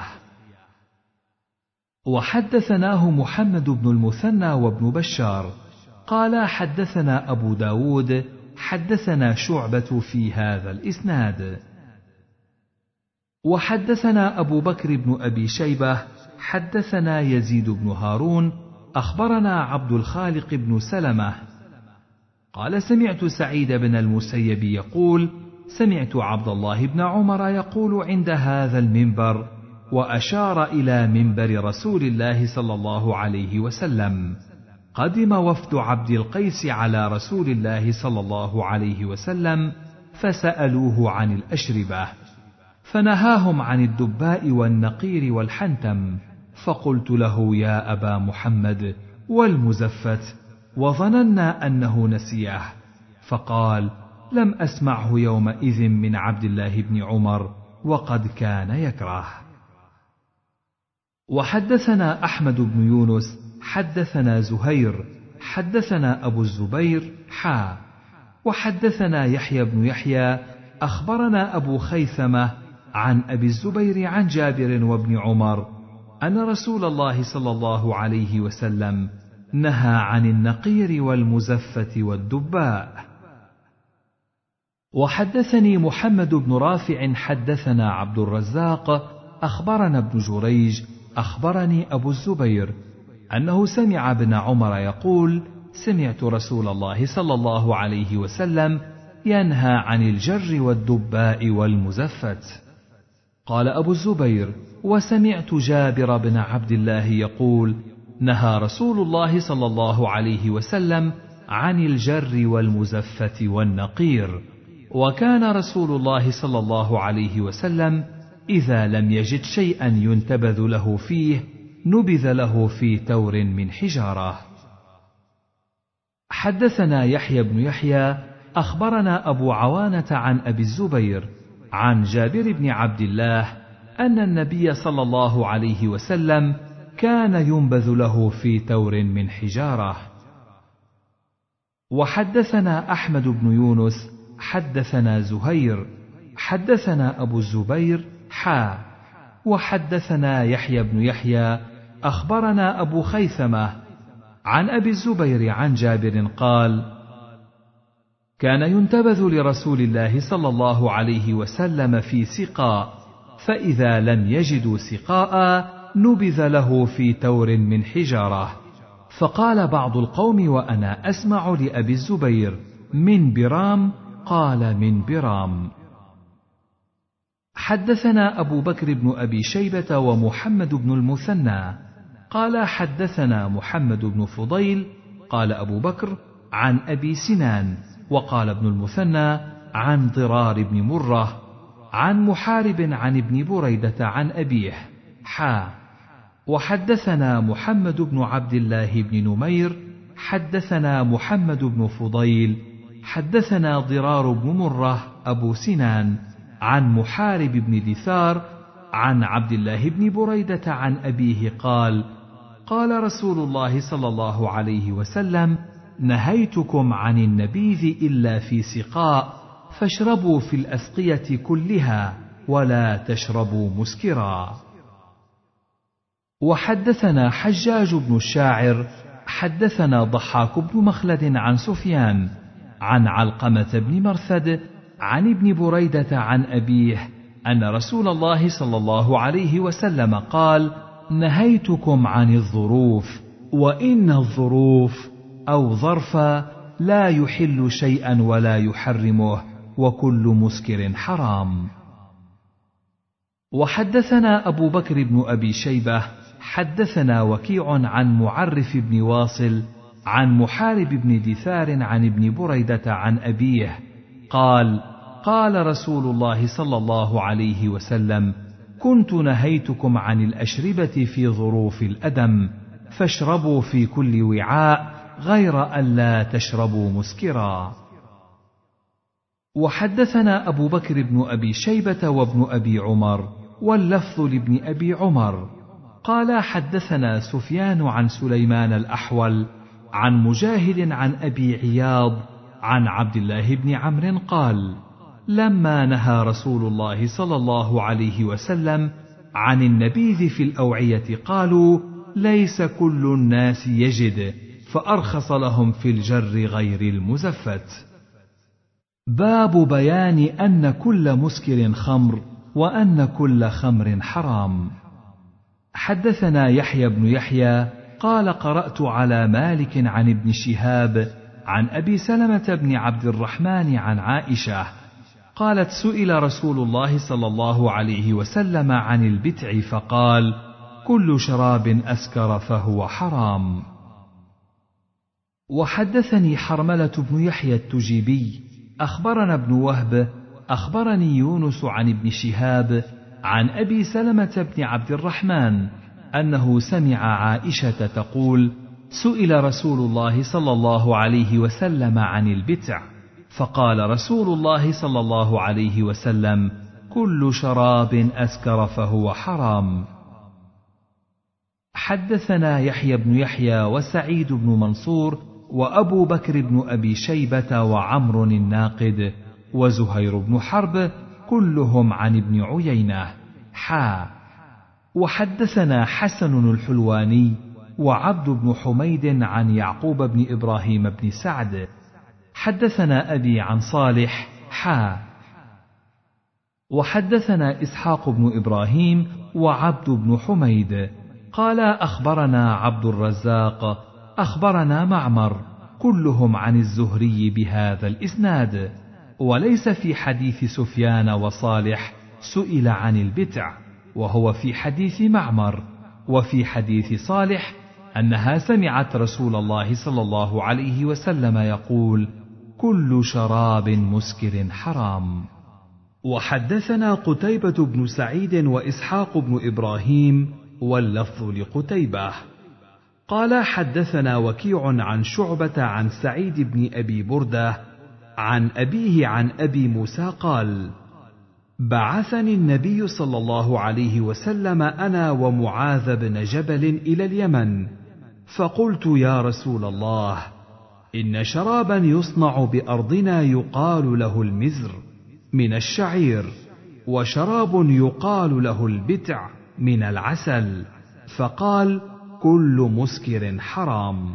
وحدثناه محمد بن المثنى وابن بشار قال حدثنا أبو داود حدثنا شعبة في هذا الإسناد. وحدثنا أبو بكر بن أبي شيبة حدثنا يزيد بن هارون أخبرنا عبد الخالق بن سلمة قال: سمعت سعيد بن المسيب يقول: سمعت عبد الله بن عمر يقول عند هذا المنبر، وأشار إلى منبر رسول الله صلى الله عليه وسلم: قدم وفد عبد القيس على رسول الله صلى الله عليه وسلم فسألوه عن الأشربة، فنهاهم عن الدباء والنقير والحنتم. فقلت له: يا أبا محمد، والمزفت؟ وظننا أنه نسيه. فقال: لم أسمعه يومئذ من عبد الله بن عمر، وقد كان يكره. وحدثنا أحمد بن يونس حدثنا زهير حدثنا أبو الزبير حا وحدثنا يحيى بن يحيى أخبرنا أبو خيثمة عن أبي الزبير عن جابر وابن عمر أن رسول الله صلى الله عليه وسلم نهى عن النقير والمزفة والدباء. وحدثني محمد بن رافع حدثنا عبد الرزاق أخبرنا ابن جريج أخبرني أبو الزبير أنه سمع ابن عمر يقول: سمعت رسول الله صلى الله عليه وسلم ينهى عن الجر والدباء والمزفة. قال أبو الزبير: وسمعت جابر بن عبد الله يقول: نهى رسول الله صلى الله عليه وسلم عن الجر والمزفة والنقير، وكان رسول الله صلى الله عليه وسلم إذا لم يجد شيئا ينتبذ له فيه نبذ له في تور من حجارة. حدثنا يحيى بن يحيى أخبرنا أبو عوانة عن أبي الزبير عن جابر بن عبد الله أن النبي صلى الله عليه وسلم كان ينبذ له في تور من حجارة. وحدثنا أحمد بن يونس حدثنا زهير حدثنا أبو الزبير حا وحدثنا يحيى بن يحيى أخبرنا أبو خيثمة عن أبي الزبير عن جابر قال: كان ينتبذ لرسول الله صلى الله عليه وسلم في سقاء، فإذا لم يجدوا سقاء نبذ له في تور من حجارة. فقال بعض القوم وأنا أسمع لأبي الزبير: من برام؟ قال: من برام. حدثنا أبو بكر بن أبي شيبة ومحمد بن المثنى قال: حدثنا محمد بن فضيل قال أبو بكر عن أبي سنان، وقال ابن المثنى عن ضرار بن مرة عن محارب عن ابن بريدة عن أبيه حا. وحدثنا محمد بن عبد الله بن نمير حدثنا محمد بن فضيل حدثنا ضرار بن مرة أبو سنان عن محارب بن دثار عن عبد الله بن بريدة عن أبيه قال: قال رسول الله صلى الله عليه وسلم: نهيتكم عن النبيذ إلا في سقاء، فاشربوا في الأسقية كلها ولا تشربوا مسكرا. وحدثنا حجاج بن الشاعر حدثنا ضحاك بن مخلد عن سفيان عن علقمة بن مرثد عن ابن بريدة عن أبيه أن رسول الله صلى الله عليه وسلم قال: نهيتكم عن الظروف، وإن الظروف أو ظرفا لا يحل شيئا ولا يحرمه، وكل مسكر حرام. وحدثنا أبو بكر بن أبي شيبة حدثنا وكيع عن معرف بن واصل عن محارب بن دثار عن ابن بريدة عن أبيه قال: قال رسول الله صلى الله عليه وسلم: كنت نهيتكم عن الأشربة في ظروف الأدم، فاشربوا في كل وعاء غير أن لا تشربوا مسكرا. وحدثنا أبو بكر بن أبي شيبة وابن أبي عمر واللفظ لابن أبي عمر قال: حدثنا سفيان عن سليمان الأحول عن مجاهد عن أبي عياض عن عبد الله بن عمرو قال: لما نهى رسول الله صلى الله عليه وسلم عن النبيذ في الأوعية قالوا: ليس كل الناس يجد، فأرخص لهم في الجر غير المزفت. باب بيان أن كل مسكر خمر، وأن كل خمر حرام. حدثنا يحيى بن يحيى قال: قرأت على مالك عن ابن شهاب عن أبي سلمة بن عبد الرحمن عن عائشة قالت: سئل رسول الله صلى الله عليه وسلم عن البتع فقال: كل شراب أسكر فهو حرام. وحدثني حرملة بن يحيى التجيبي أخبرنا ابن وهب أخبرني يونس عن ابن شهاب عن أبي سلمة بن عبد الرحمن أنه سمع عائشة تقول: سئل رسول الله صلى الله عليه وسلم عن البتع، فقال رسول الله صلى الله عليه وسلم: كل شراب أسكر فهو حرام. حدثنا يحيى بن يحيى وسعيد بن منصور وأبو بكر بن أبي شيبة وعمر الناقد وزهير بن حرب كلهم عن ابن عيينة حا. وحدثنا حسن الحلواني وعبد بن حميد عن يعقوب بن إبراهيم بن سعد حدثنا أبي عن صالح حا وحدثنا إسحاق بن إبراهيم وعبد بن حميد قال أخبرنا عبد الرزاق أخبرنا معمر كلهم عن الزهري بهذا الإسناد، وليس في حديث سفيان وصالح سئل عن البتع، وهو في حديث معمر. وفي حديث صالح أنها سمعت رسول الله صلى الله عليه وسلم يقول: كل شراب مسكر حرام. وحدثنا قتيبة بن سعيد وإسحاق بن إبراهيم واللفظ لقتيبة قال حدثنا وكيع عن شعبة عن سعيد بن أبي بردة عن أبيه عن أبي موسى قال: بعثني النبي صلى الله عليه وسلم أنا ومعاذ بن جبل إلى اليمن، فقلت: يا رسول الله، إن شرابا يصنع بأرضنا يقال له المزر من الشعير، وشراب يقال له البتع من العسل، فقال: كل مسكر حرام.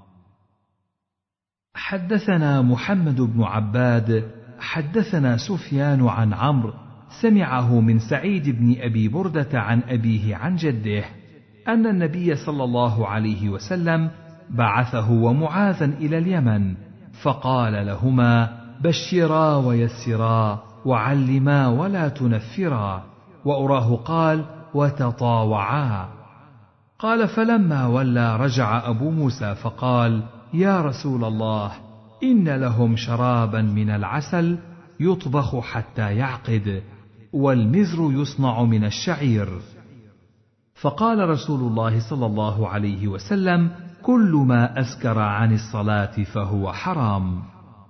حدثنا محمد بن عباد حدثنا سفيان عن عمرو سمعه من سعيد بن أبي بردة عن أبيه عن جده أن النبي صلى الله عليه وسلم بعثه ومعاذا إلى اليمن، فقال لهما: بشرا ويسرا وعلما ولا تنفرا، وأراه قال: وتطاوعا. قال: فلما ولى رجع أبو موسى فقال: يا رسول الله، إن لهم شرابا من العسل يطبخ حتى يعقد، والمزر يصنع من الشعير. فقال رسول الله صلى الله عليه وسلم: كل ما أسكر عن الصلاة فهو حرام.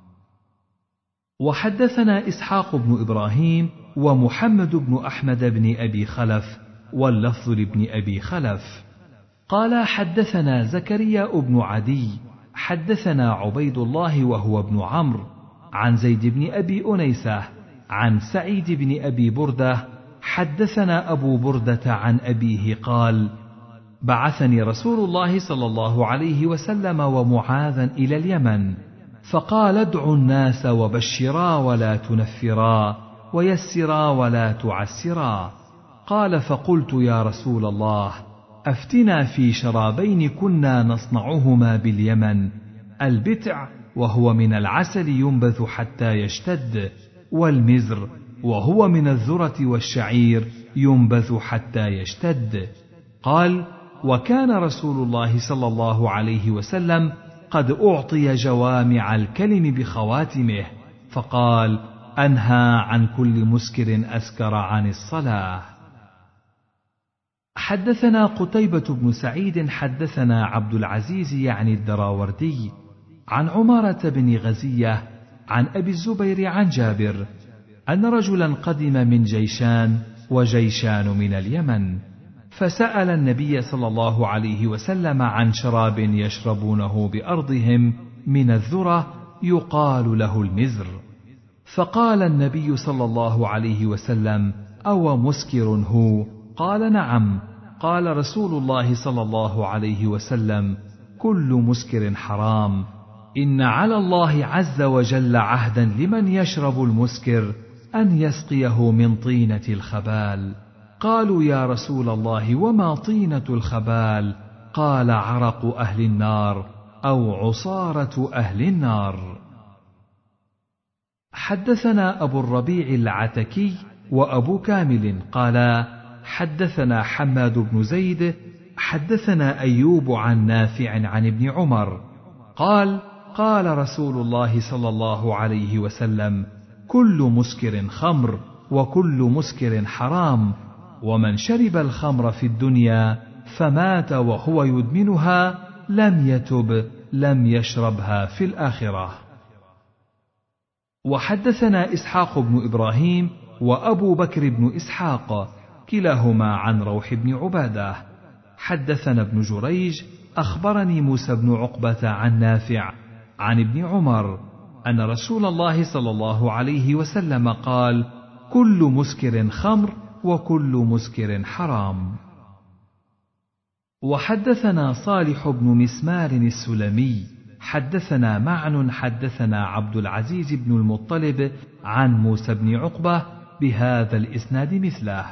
وحدثنا إسحاق بن إبراهيم ومحمد بن أحمد بن أبي خلف واللفظ لابن أبي خلف قال حدثنا زكريا بن عدي حدثنا عبيد الله وهو ابن عمرو عن زيد بن أبي أنيسة عن سعيد بن أبي بردة حدثنا أبو بردة عن أبيه قال: بعثني رسول الله صلى الله عليه وسلم ومعاذا إلى اليمن، فقال: ادعوا الناس وبشرا ولا تنفرا ويسرا ولا تعسرا. قال: فقلت: يا رسول الله، أفتنا في شرابين كنا نصنعهما باليمن، البتع وهو من العسل ينبذ حتى يشتد، والمزر وهو من الذرة والشعير ينبذ حتى يشتد. قال: وكان رسول الله صلى الله عليه وسلم قد أعطي جوامع الكلم بخواتمه، فقال: أنهى عن كل مسكر أسكر عن الصلاة. حدثنا قتيبة بن سعيد حدثنا عبد العزيز يعني الدراوردي عن عمارة بن غزية عن أبي الزبير عن جابر أن رجلا قدم من جيشان وجيشان من اليمن، فسأل النبي صلى الله عليه وسلم عن شراب يشربونه بأرضهم من الذرة يقال له المزر، فقال النبي صلى الله عليه وسلم: أو مسكر هو؟ قال: نعم. قال رسول الله صلى الله عليه وسلم: كل مسكر حرام، إن على الله عز وجل عهدا لمن يشرب المسكر أن يسقيه من طينة الخبال. قالوا: يا رسول الله، وما طينة الخبال؟ قال: عرق أهل النار أو عصارة أهل النار. حدثنا أبو الربيع العتكي وأبو كامل قالا حدثنا حماد بن زيد حدثنا أيوب عن نافع عن ابن عمر قال: قال رسول الله صلى الله عليه وسلم: كل مسكر خمر، وكل مسكر حرام، ومن شرب الخمر في الدنيا فمات وهو يدمنها لم يتب لم يشربها في الآخرة. وحدثنا إسحاق بن إبراهيم وأبو بكر بن إسحاق كلاهما عن روح بن عبادة حدثنا ابن جريج أخبرني موسى بن عقبة عن نافع عن ابن عمر أن رسول الله صلى الله عليه وسلم قال: كل مسكر خمر، وكل مسكر حرام. وحدثنا صالح بن مسمار السلمي حدثنا معن حدثنا عبد العزيز بن المطلب عن موسى بن عقبة بهذا الإسناد مثله.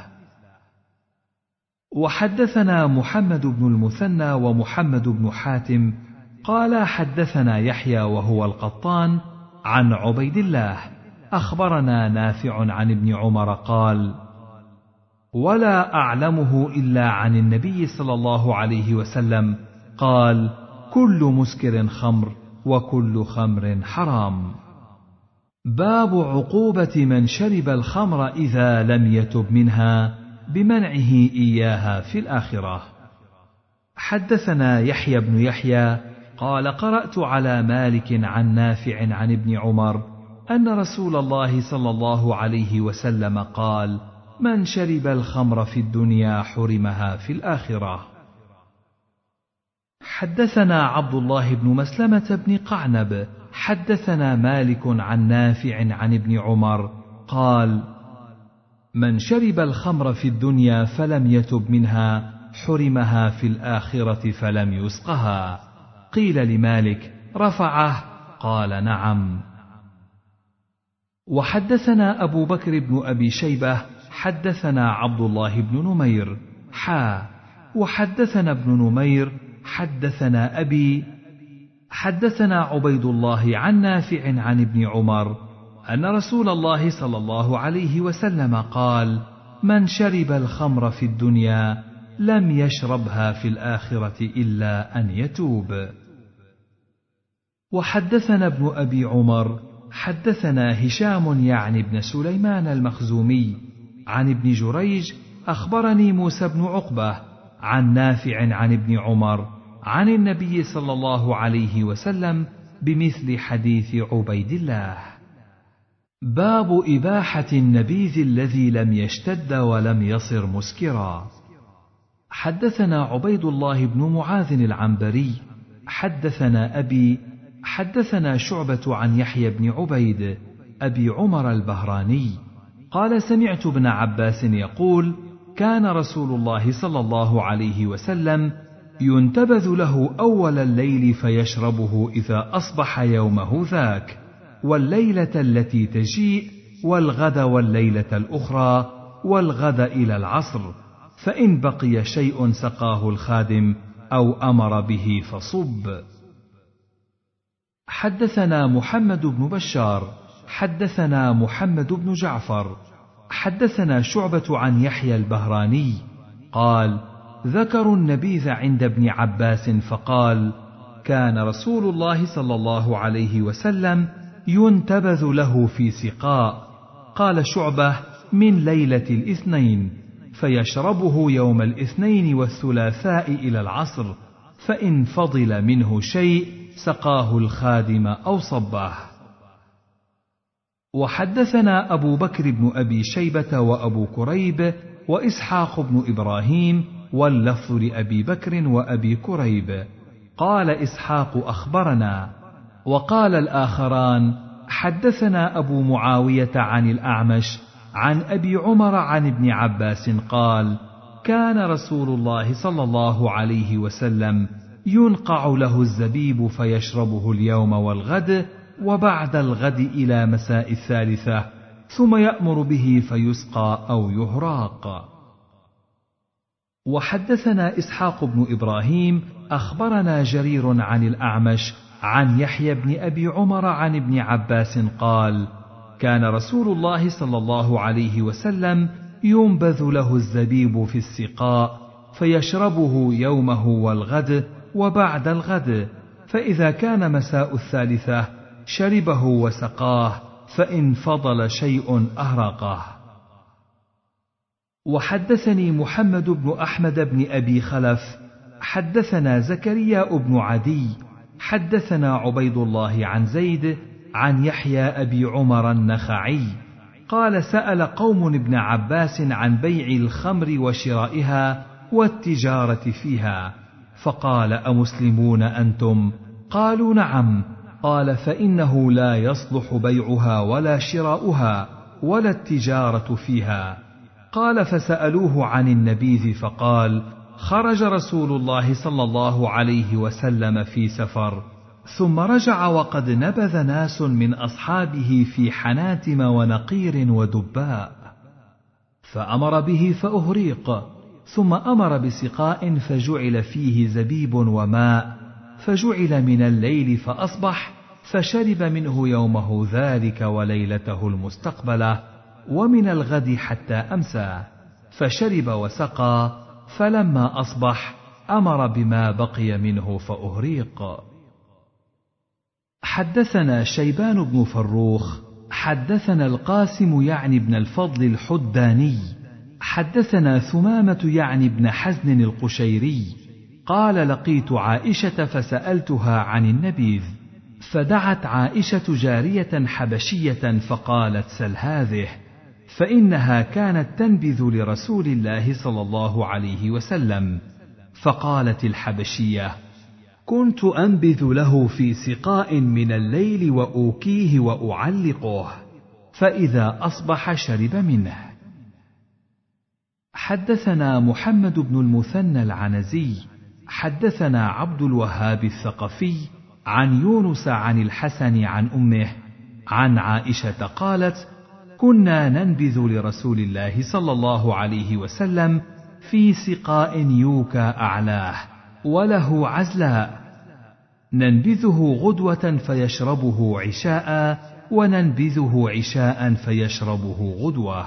وحدثنا محمد بن المثنى ومحمد بن حاتم قال حدثنا يحيى وهو القطان عن عبيد الله أخبرنا نافع عن ابن عمر قال: ولا أعلمه إلا عن النبي صلى الله عليه وسلم قال: كل مسكر خمر وكل خمر حرام. باب عقوبة من شرب الخمر إذا لم يتب منها بمنعه إياها في الآخرة. حدثنا يحيى بن يحيى قال: قرأت على مالك عن نافع عن ابن عمر أن رسول الله صلى الله عليه وسلم قال: من شرب الخمر في الدنيا حرمها في الآخرة. حدثنا عبد الله بن مسلمة بن قعنب حدثنا مالك عن نافع عن ابن عمر قال: من شرب الخمر في الدنيا فلم يتب منها حرمها في الآخرة فلم يسقها. قيل لمالك: رفعه؟ قال: نعم. وحدثنا أبو بكر بن أبي شيبة حدثنا عبد الله بن نمير حا وحدثنا ابن نمير حدثنا أبي حدثنا عبيد الله عن نافع عن ابن عمر أن رسول الله صلى الله عليه وسلم قال: من شرب الخمر في الدنيا لم يشربها في الآخرة إلا أن يتوب. وحدثنا ابن أبي عمر حدثنا هشام يعني ابن سليمان المخزومي عن ابن جريج أخبرني موسى بن عقبة عن نافع عن ابن عمر عن النبي صلى الله عليه وسلم بمثل حديث عبيد الله. باب إباحة النبيذ الذي لم يشتد ولم يصر مسكرا. حدثنا عبيد الله بن معاذ العنبري حدثنا أبي حدثنا شعبة عن يحيى بن عبيد أبي عمر البهراني قال: سمعت ابن عباس يقول: كان رسول الله صلى الله عليه وسلم ينتبذ له أول الليل فيشربه إذا أصبح يومه ذاك، والليلة التي تجيء، والغد والليلة الأخرى، والغد إلى العصر، فإن بقي شيء سقاه الخادم أو أمر به فصب. حدثنا محمد بن بشار حدثنا محمد بن جعفر حدثنا شعبة عن يحيى البهراني قال: ذكروا النبيذ عند ابن عباس فقال: كان رسول الله صلى الله عليه وسلم ينتبذ له في سقاء. قال شعبة: من ليلة الاثنين، فيشربه يوم الاثنين والثلاثاء إلى العصر، فإن فضل منه شيء سقاه الخادم أو صبه. وحدثنا أبو بكر بن أبي شيبة وأبو كريب وإسحاق بن إبراهيم واللفظ لأبي بكر وأبي كريب. قال إسحاق: أخبرنا. وقال الآخران: حدثنا أبو معاوية عن الأعمش عن أبي عمر عن ابن عباس قال: كان رسول الله صلى الله عليه وسلم ينقع له الزبيب فيشربه اليوم والغد وبعد الغد إلى مساء الثالثة، ثم يأمر به فيسقى أو يهراق. وحدثنا إسحاق بن إبراهيم أخبرنا جرير عن الأعمش عن يحيى بن أبي عمر عن ابن عباس قال: كان رسول الله صلى الله عليه وسلم ينبذ له الزبيب في السقاء فيشربه يومه والغد وبعد الغد، فإذا كان مساء الثالثة شربه وسقاه، فإن فضل شيء أهرقه. وحدثني محمد بن أحمد بن أبي خلف حدثنا زكريا بن عدي حدثنا عبيد الله عن زيد عن يحيى أبي عمر النخعي قال: سأل قوم ابن عباس عن بيع الخمر وشرائها والتجارة فيها، فقال: أمسلمون أنتم؟ قالوا: نعم. قال: فإنه لا يصلح بيعها ولا شراؤها ولا التجارة فيها. قال: فسألوه عن النبيذ فقال: خرج رسول الله صلى الله عليه وسلم في سفر، ثم رجع وقد نبذ ناس من أصحابه في حناتم ونقير ودباء، فأمر به فأهريق، ثم أمر بسقاء فجعل فيه زبيب وماء، فجعل من الليل فأصبح، فشرب منه يومه ذلك وليلته المستقبلة، ومن الغد حتى أمسى، فشرب وسقى، فلما أصبح أمر بما بقي منه فأهريق. حدثنا شيبان بن فروخ حدثنا القاسم يعني بن الفضل الحداني حدثنا ثمامة يعني بن حزن القشيري قال لقيت عائشة فسألتها عن النبيذ، فدعت عائشة جارية حبشية فقالت سل هذه، فإنها كانت تنبذ لرسول الله صلى الله عليه وسلم. فقالت الحبشية: كنت أنبذ له في سقاء من الليل وأوكيه وأعلقه، فإذا أصبح شرب منه. حدثنا محمد بن المثنى العنزي حدثنا عبد الوهاب الثقفي عن يونس عن الحسن عن أمه عن عائشة قالت: كنا ننبذ لرسول الله صلى الله عليه وسلم في سقاء يوكى أعلاه وله عزلاء، ننبذه غدوة فيشربه عشاء، وننبذه عشاء فيشربه غدوة.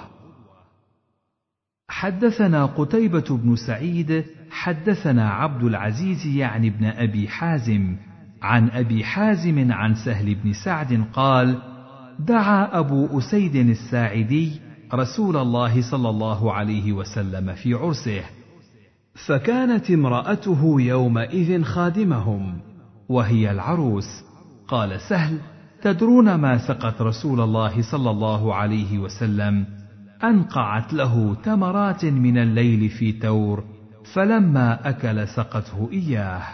حدثنا قتيبة بن سعيد حدثنا عبد العزيز يعني بن أبي حازم عن أبي حازم عن سهل بن سعد قال: دعا أبو أسيد الساعدي رسول الله صلى الله عليه وسلم في عرسه، فكانت امرأته يومئذ خادمهم وهي العروس. قال سهل: تدرون ما سقت رسول الله صلى الله عليه وسلم؟ أنقعت له تمرات من الليل في تور، فلما أكل سقته إياه.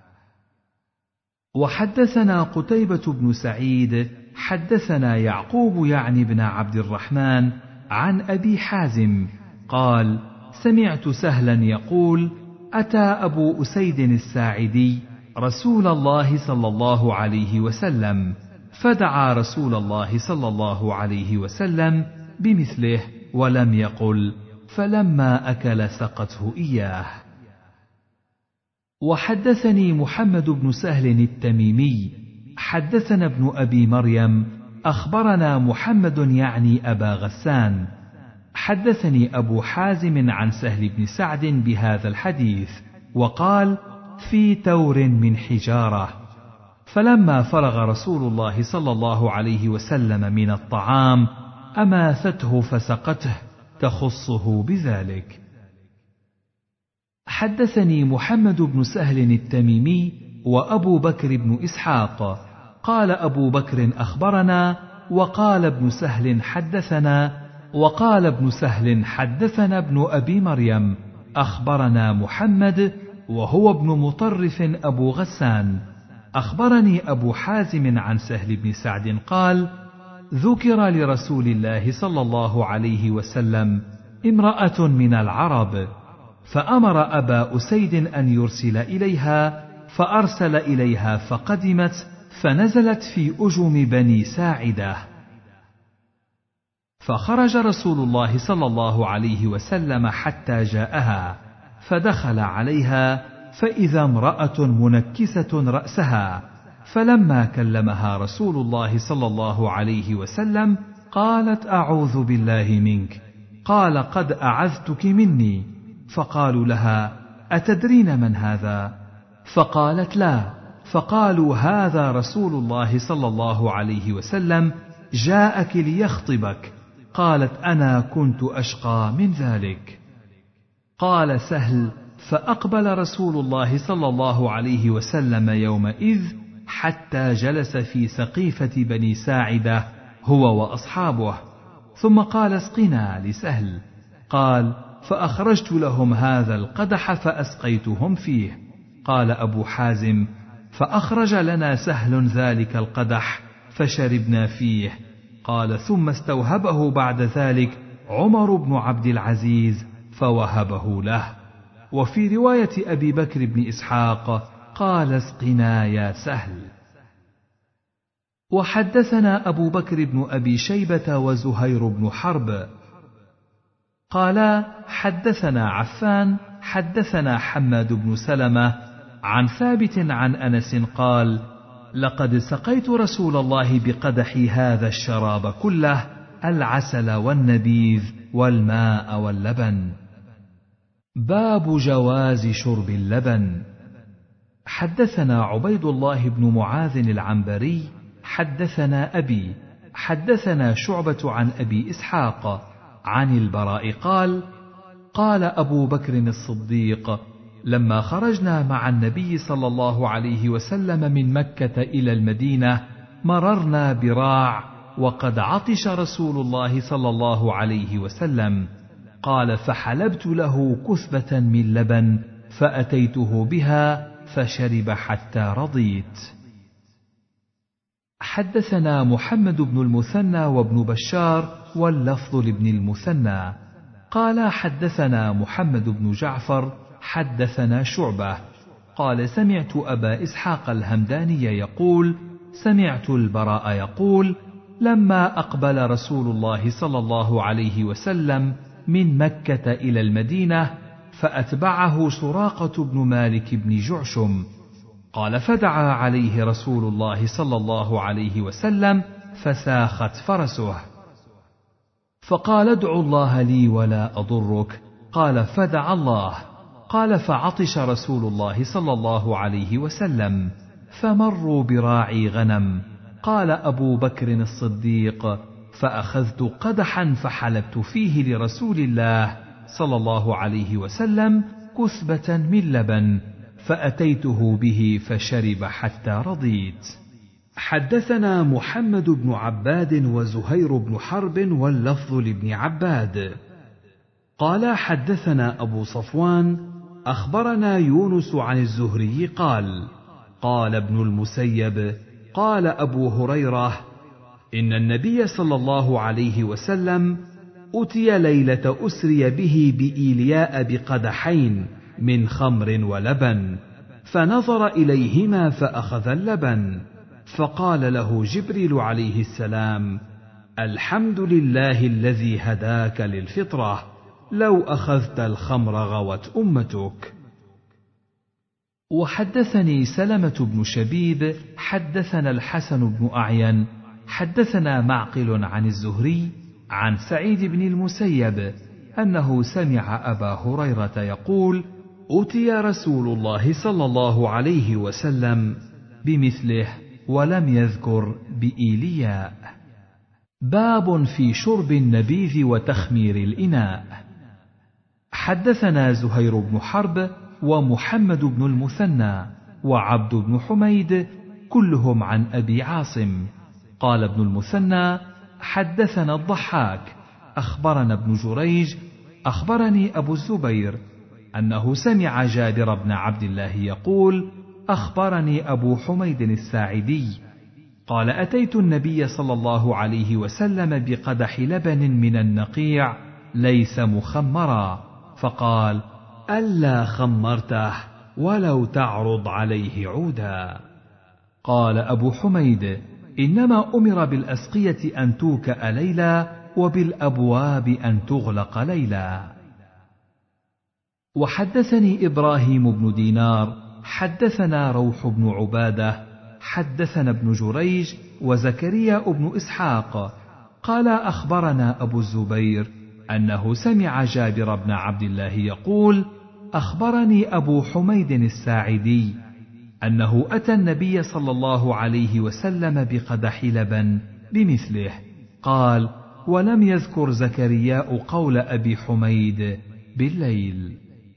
وحدثنا قتيبة بن سعيد حدثنا يعقوب يعني بن عبد الرحمن عن أبي حازم قال: سمعت سهلا يقول: أتى أبو أسيد الساعدي رسول الله صلى الله عليه وسلم، فدعا رسول الله صلى الله عليه وسلم بمثله، ولم يقل: فلما أكل سقته إياه. وحدثني محمد بن سهل التميمي حدثنا ابن أبي مريم أخبرنا محمد يعني أبا غسان حدثني أبو حازم عن سهل بن سعد بهذا الحديث، وقال: في تور من حجارة. فلما فرغ رسول الله صلى الله عليه وسلم من الطعام أماثته فسقته تخصه بذلك. حدثني محمد بن سهل التميمي وأبو بكر بن إسحاق قال أبو بكر أخبرنا، وقال ابن سهل حدثنا، وقال ابن سهل حدثنا ابن أبي مريم أخبرنا محمد وهو ابن مطرف أبو غسان أخبرني أبو حازم عن سهل بن سعد قال: ذكر لرسول الله صلى الله عليه وسلم امرأة من العرب، فأمر أبا أسيد أن يرسل إليها، فأرسل إليها فقدمت، فنزلت في أجم بني ساعدة. فخرج رسول الله صلى الله عليه وسلم حتى جاءها، فدخل عليها فإذا امرأة منكسة رأسها، فلما كلمها رسول الله صلى الله عليه وسلم قالت: أعوذ بالله منك. قال: قد أعذتك مني. فقالوا لها: أتدرين من هذا؟ فقالت: لا. فقالوا: هذا رسول الله صلى الله عليه وسلم جاءك ليخطبك. قالت: أنا كنت أشقى من ذلك. قال سهل: فأقبل رسول الله صلى الله عليه وسلم يومئذ حتى جلس في سقيفة بني ساعدة هو وأصحابه، ثم قال: اسقنا لسهل. قال: فأخرجت لهم هذا القدح فأسقيتهم فيه. قال أبو حازم: فأخرج لنا سهل ذلك القدح فشربنا فيه. قال: ثم استوهبه بعد ذلك عمر بن عبد العزيز فوهبه له. وفي رواية أبي بكر بن إسحاق قال اسقنا يا سهل. وحدثنا أبو بكر بن أبي شيبة وزهير بن حرب قالا حدثنا عفان حدثنا حماد بن سلمة عن ثابت عن أنس قال لقد سقيت رسول الله بقدحي هذا الشراب كله، العسل والنبيذ والماء واللبن. باب جواز شرب اللبن. حدثنا عبيد الله بن معاذ العنبري حدثنا أبي حدثنا شعبة عن أبي إسحاق عن البراء قال قال أبو بكر الصديق لما خرجنا مع النبي صلى الله عليه وسلم من مكة إلى المدينة مررنا براع وقد عطش رسول الله صلى الله عليه وسلم، قال فحلبت له كثبة من لبن فأتيته بها فشرب حتى رضيت. حدثنا محمد بن المثنى وابن بشار واللفظ لابن المثنى قال حدثنا محمد بن جعفر حدثنا شعبة قال سمعت أبا إسحاق الهمداني يقول سمعت البراء يقول لما أقبل رسول الله صلى الله عليه وسلم من مكة إلى المدينة فأتبعه سراقة بن مالك بن جعشم، قال فدعا عليه رسول الله صلى الله عليه وسلم فساخت فرسه، فقال ادع الله لي ولا أضرك، قال فدعا الله، قال فعطش رسول الله صلى الله عليه وسلم فمروا براعي غنم، قال أبو بكر الصديق فأخذت قدحا فحلبت فيه لرسول الله صلى الله عليه وسلم كثبة من لبن فأتيته به فشرب حتى رضيت. حدثنا محمد بن عباد وزهير بن حرب واللفظ لابن عباد قال حدثنا أبو صفوان أخبرنا يونس عن الزهري قال قال ابن المسيب قال أبو هريرة إن النبي صلى الله عليه وسلم أتي ليلة أسري به بإيلياء بقدحين من خمر ولبن، فنظر إليهما فأخذ اللبن، فقال له جبريل عليه السلام الحمد لله الذي هداك للفطرة، لو أخذت الخمر غوت أمتك. وحدثني سلمة بن شبيب حدثنا الحسن بن أعين حدثنا معقل عن الزهري عن سعيد بن المسيب أنه سمع أبا هريرة يقول أتي رسول الله صلى الله عليه وسلم بمثله ولم يذكر بإيلياء. باب في شرب النبيذ وتخمير الإناء. حدثنا زهير بن حرب ومحمد بن المثنى وعبد بن حميد كلهم عن أبي عاصم قال ابن المثنى حدثنا الضحاك أخبرنا ابن جريج أخبرني أبو الزبير أنه سمع جابر بن عبد الله يقول أخبرني أبو حميد الساعدي قال أتيت النبي صلى الله عليه وسلم بقدح لبن من النقيع ليس مخمرا، فقال ألا خمرته ولو تعرض عليه عودا. قال أبو حميد إنما أمر بالأسقية أن توكأ ليلا وبالأبواب أن تغلق ليلا. وحدثني إبراهيم بن دينار حدثنا روح بن عبادة حدثنا ابن جريج وزكريا بن إسحاق قال أخبرنا أبو الزبير أنه سمع جابر بن عبد الله يقول أخبرني أبو حميد الساعدي أنه أتى النبي صلى الله عليه وسلم بقدح لبن بمثله، قال ولم يذكر زكرياء قول أبي حميد بالليل.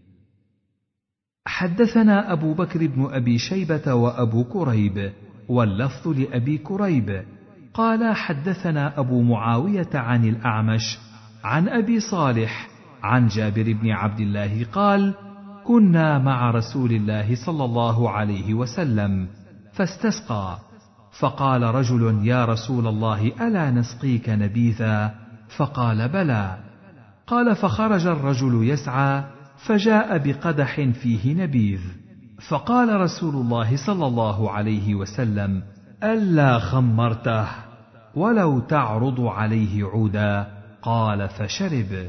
حدثنا أبو بكر بن أبي شيبة وأبو كريب واللفظ لأبي كريب قال حدثنا أبو معاوية عن الأعمش عن أبي صالح عن جابر بن عبد الله قال كنا مع رسول الله صلى الله عليه وسلم فاستسقى، فقال رجل يا رسول الله ألا نسقيك نبيذا؟ فقال بلى. قال فخرج الرجل يسعى فجاء بقدح فيه نبيذ، فقال رسول الله صلى الله عليه وسلم: ألا خمرته ولو تعرض عليه عودا؟ قال: فشرب.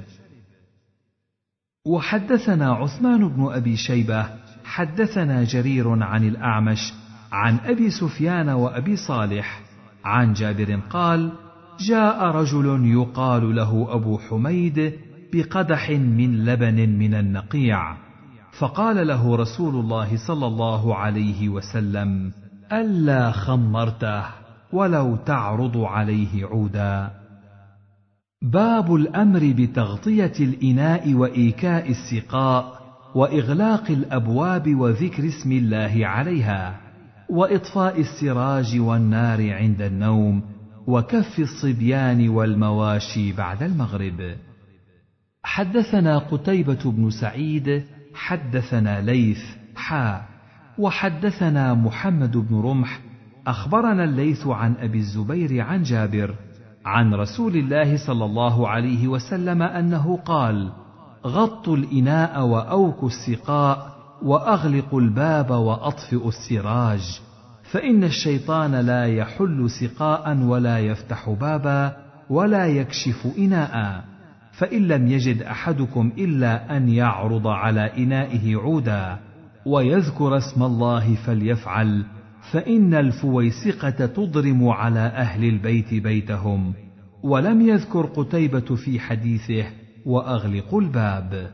وحدثنا عثمان بن أبي شيبة حدثنا جرير عن الأعمش عن أبي سفيان وأبي صالح عن جابر قال: جاء رجل يقال له أبو حميد بقدح من لبن من النقيع، فقال له رسول الله صلى الله عليه وسلم: ألا خمرته ولو تعرض عليه عودا. باب الأمر بتغطية الإناء وإيكاء السقاء وإغلاق الأبواب وذكر اسم الله عليها، وإطفاء السراج والنار عند النوم، وكف الصبيان والمواشي بعد المغرب. حدثنا قتيبة بن سعيد حدثنا ليث حا وحدثنا محمد بن رمح أخبرنا الليث عن أبي الزبير عن جابر عن رسول الله صلى الله عليه وسلم أنه قال: غطوا الإناء وأوكوا السقاء وأغلقوا الباب وأطفئوا السراج، فإن الشيطان لا يحل سقاء ولا يفتح بابا ولا يكشف إناء، فإن لم يجد أحدكم إلا أن يعرض على إنائه عودا ويذكر اسم الله فليفعل، فإن الفويسقة تضرم على أهل البيت بيتهم. ولم يذكر قتيبة في حديثه: وأغلقوا الباب.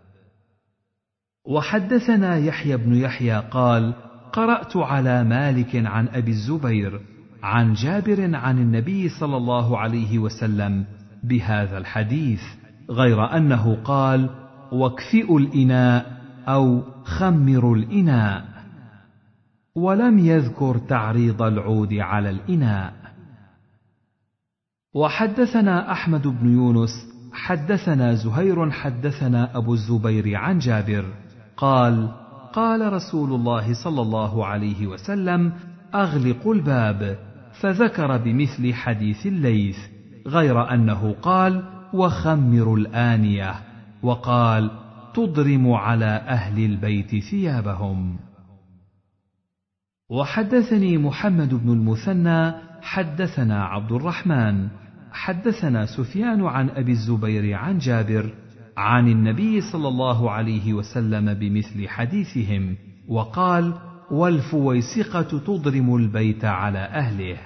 وحدثنا يحيى بن يحيى قال: قرأت على مالك عن أبي الزبير عن جابر عن النبي صلى الله عليه وسلم بهذا الحديث، غير أنه قال: واكفئوا الإناء أو خمروا الإناء، ولم يذكر تعريض العود على الإناء. وحدثنا أحمد بن يونس حدثنا زهير حدثنا أبو الزبير عن جابر قال: قال رسول الله صلى الله عليه وسلم: أغلقوا الباب، فذكر بمثل حديث الليث، غير أنه قال: وخمروا الآنية، وقال: تضرم على أهل البيت ثيابهم. وحدثني محمد بن المثنى حدثنا عبد الرحمن حدثنا سفيان عن أبي الزبير عن جابر عن النبي صلى الله عليه وسلم بمثل حديثهم، وقال: والفويسقة تضرم البيت على أهله.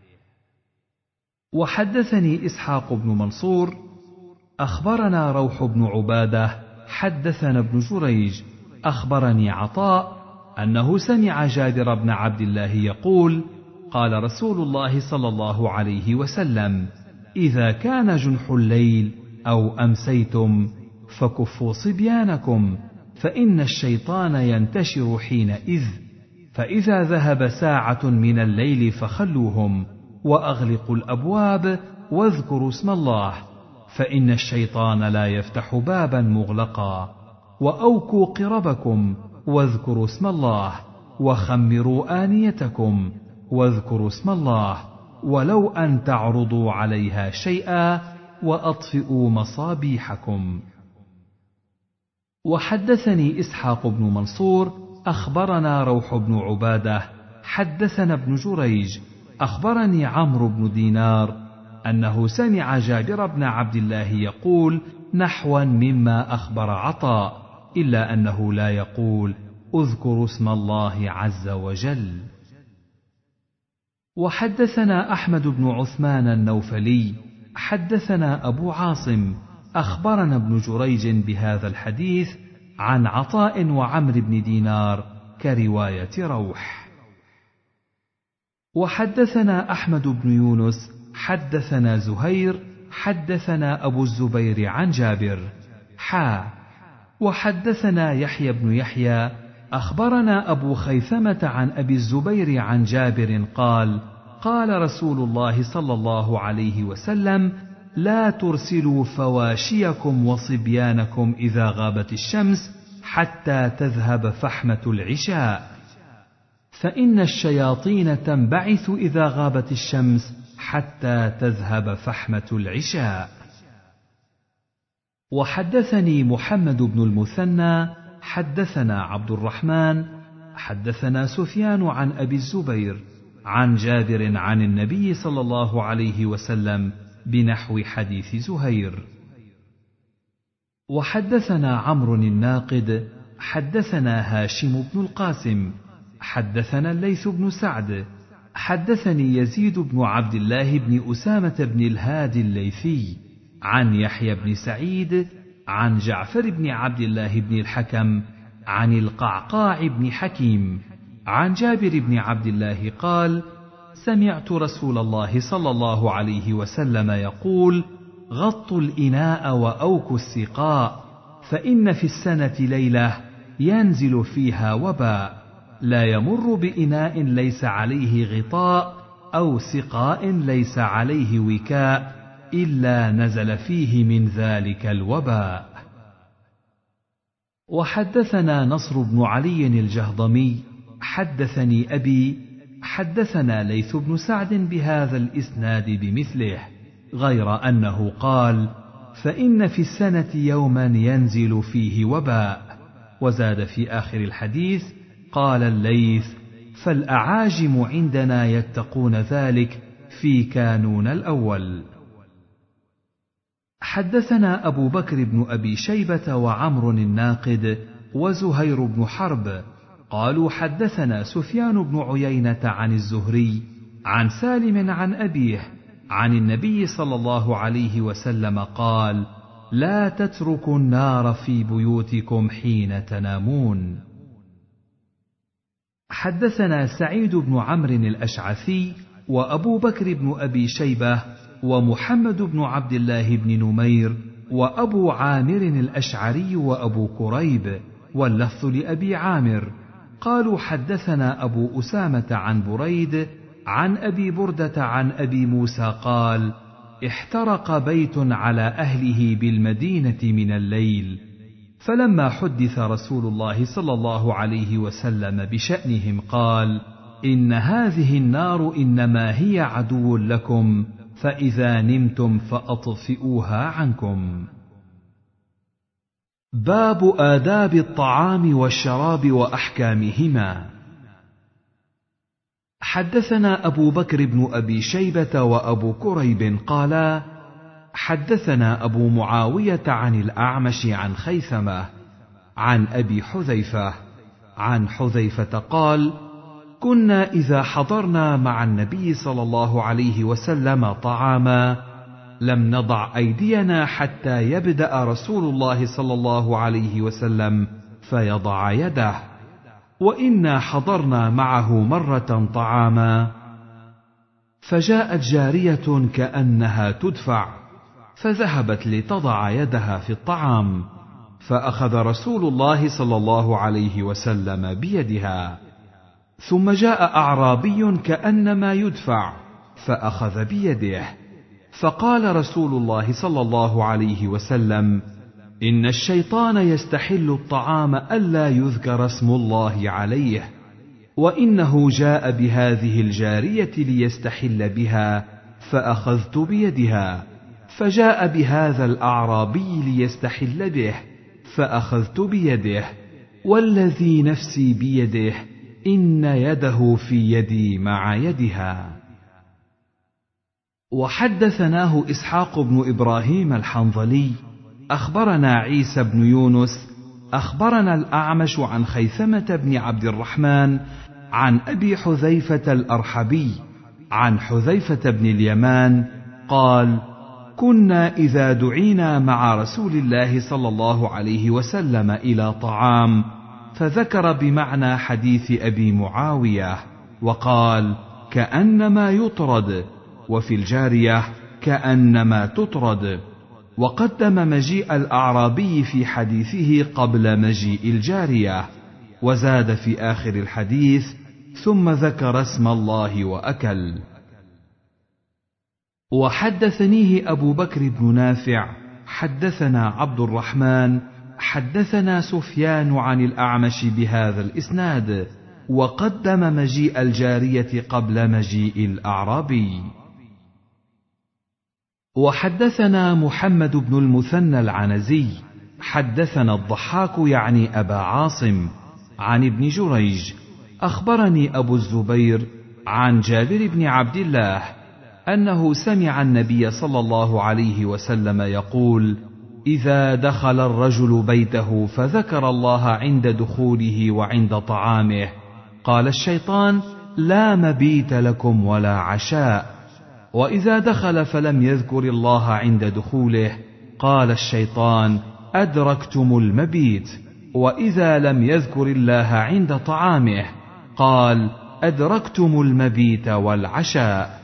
وحدثني إسحاق بن منصور أخبرنا روح بن عبادة حدثنا ابن جريج أخبرني عطاء أنه سمع جابر بن عبد الله يقول: قال رسول الله صلى الله عليه وسلم: إذا كان جنح الليل أو أمسيتم فكفوا صبيانكم، فإن الشيطان ينتشر حينئذ، فإذا ذهب ساعة من الليل فخلوهم، وأغلقوا الأبواب واذكروا اسم الله، فإن الشيطان لا يفتح بابا مغلقا، وأوكوا قربكم واذكروا اسم الله، وخمروا آنيتكم واذكروا اسم الله، ولو أن تعرضوا عليها شيئا، وأطفئوا مصابيحكم. وحدثني إسحاق بن منصور أخبرنا روح بن عبادة حدثنا ابن جريج أخبرني عمرو بن دينار أنه سمع جابر بن عبد الله يقول نحوا مما أخبر عطاء، إلا أنه لا يقول: اذكروا اسم الله عز وجل. وحدثنا أحمد بن عثمان النوفلي حدثنا أبو عاصم أخبرنا ابن جريج بهذا الحديث عن عطاء وعمرو بن دينار كرواية روح. وحدثنا أحمد بن يونس حدثنا زهير حدثنا أبو الزبير عن جابر حا وحدثنا يحيى بن يحيى أخبرنا أبو خيثمة عن أبي الزبير عن جابر قال: قال رسول الله صلى الله عليه وسلم: لا ترسلوا فواشيكم وصبيانكم إذا غابت الشمس حتى تذهب فحمة العشاء، فإن الشياطين تنبعث إذا غابت الشمس حتى تذهب فحمة العشاء. وحدثني محمد بن المثنى حدثنا عبد الرحمن حدثنا سفيان عن أبي الزبير عن جابر عن النبي صلى الله عليه وسلم بنحو حديث زهير. وحدثنا عمرو الناقد حدثنا هاشم بن القاسم حدثنا الليث بن سعد حدثني يزيد بن عبد الله بن أسامة بن الهادي الليثي عن يحيى بن سعيد عن جعفر بن عبد الله بن الحكم عن القعقاع بن حكيم عن جابر بن عبد الله قال: سمعت رسول الله صلى الله عليه وسلم يقول: غطوا الإناء وأوكوا السقاء، فإن في السنة ليلة ينزل فيها وباء، لا يمر بإناء ليس عليه غطاء أو سقاء ليس عليه وكاء إلا نزل فيه من ذلك الوباء. وحدثنا نصر بن علي الجهضمي حدثني أبي حدثنا ليث بن سعد بهذا الإسناد بمثله، غير أنه قال: فإن في السنة يوما ينزل فيه وباء. وزاد في آخر الحديث: قال الليث: فالأعاجم عندنا يتقون ذلك في كانون الأول. حدثنا أبو بكر بن أبي شيبة وعمر الناقد وزهير بن حرب قالوا حدثنا سفيان بن عيينة عن الزهري عن سالم عن أبيه عن النبي صلى الله عليه وسلم قال: لا تتركوا النار في بيوتكم حين تنامون. حدثنا سعيد بن عمرو الأشعثي وأبو بكر بن أبي شيبة ومحمد بن عبد الله بن نمير وأبو عامر الأشعري وأبو كريب، واللفظ لأبي عامر، قالوا حدثنا أبو أسامة عن بريد عن أبي بردة عن أبي موسى قال: احترق بيت على أهله بالمدينة من الليل، فلما حدث رسول الله صلى الله عليه وسلم بشأنهم قال: إن هذه النار إنما هي عدو لكم، فإذا نمتم فأطفئوها عنكم. باب آداب الطعام والشراب وأحكامهما. حدثنا أبو بكر بن أبي شيبة وأبو كريب قالا: حدثنا أبو معاوية عن الأعمش عن خيثمة عن أبي حذيفة عن حذيفة قال: كنا إذا حضرنا مع النبي صلى الله عليه وسلم طعاما لم نضع أيدينا حتى يبدأ رسول الله صلى الله عليه وسلم فيضع يده، وإنا حضرنا معه مرة طعاما فجاءت جارية كأنها تدفع فذهبت لتضع يدها في الطعام، فأخذ رسول الله صلى الله عليه وسلم بيدها، ثم جاء أعرابي كأنما يدفع فأخذ بيده، فقال رسول الله صلى الله عليه وسلم: إن الشيطان يستحل الطعام ألا يذكر اسم الله عليه، وإنه جاء بهذه الجارية ليستحل بها فأخذت بيدها، فجاء بهذا الأعرابي ليستحل به فأخذت بيده، والذي نفسي بيده إن يده في يدي مع يدها. وحدثناه إسحاق بن إبراهيم الحنظلي أخبرنا عيسى بن يونس أخبرنا الأعمش عن خيثمة بن عبد الرحمن عن أبي حذيفة الأرحبي عن حذيفة بن اليمان قال: كنا إذا دعينا مع رسول الله صلى الله عليه وسلم إلى طعام فذكر بمعنى حديث أبي معاوية وقال: كأنما يطرد، وفي الجارية كأنما تطرد، وقدم مجيء الأعرابي في حديثه قبل مجيء الجارية، وزاد في آخر الحديث: ثم ذكر اسم الله وأكل. وحدثنيه أبو بكر بن نافع حدثنا عبد الرحمن حدثنا سفيان عن الأعمش بهذا الإسناد، وقدم مجيء الجارية قبل مجيء الأعرابي. وحدثنا محمد بن المثنى العنزي حدثنا الضحاك يعني أبا عاصم عن ابن جريج أخبرني أبو الزبير عن جابر بن عبد الله أنه سمع النبي صلى الله عليه وسلم يقول: إذا دخل الرجل بيته فذكر الله عند دخوله وعند طعامه قال الشيطان: لا مبيت لكم ولا عشاء. وإذا دخل فلم يذكر الله عند دخوله قال الشيطان: أدركتم المبيت. وإذا لم يذكر الله عند طعامه قال: أدركتم المبيت والعشاء.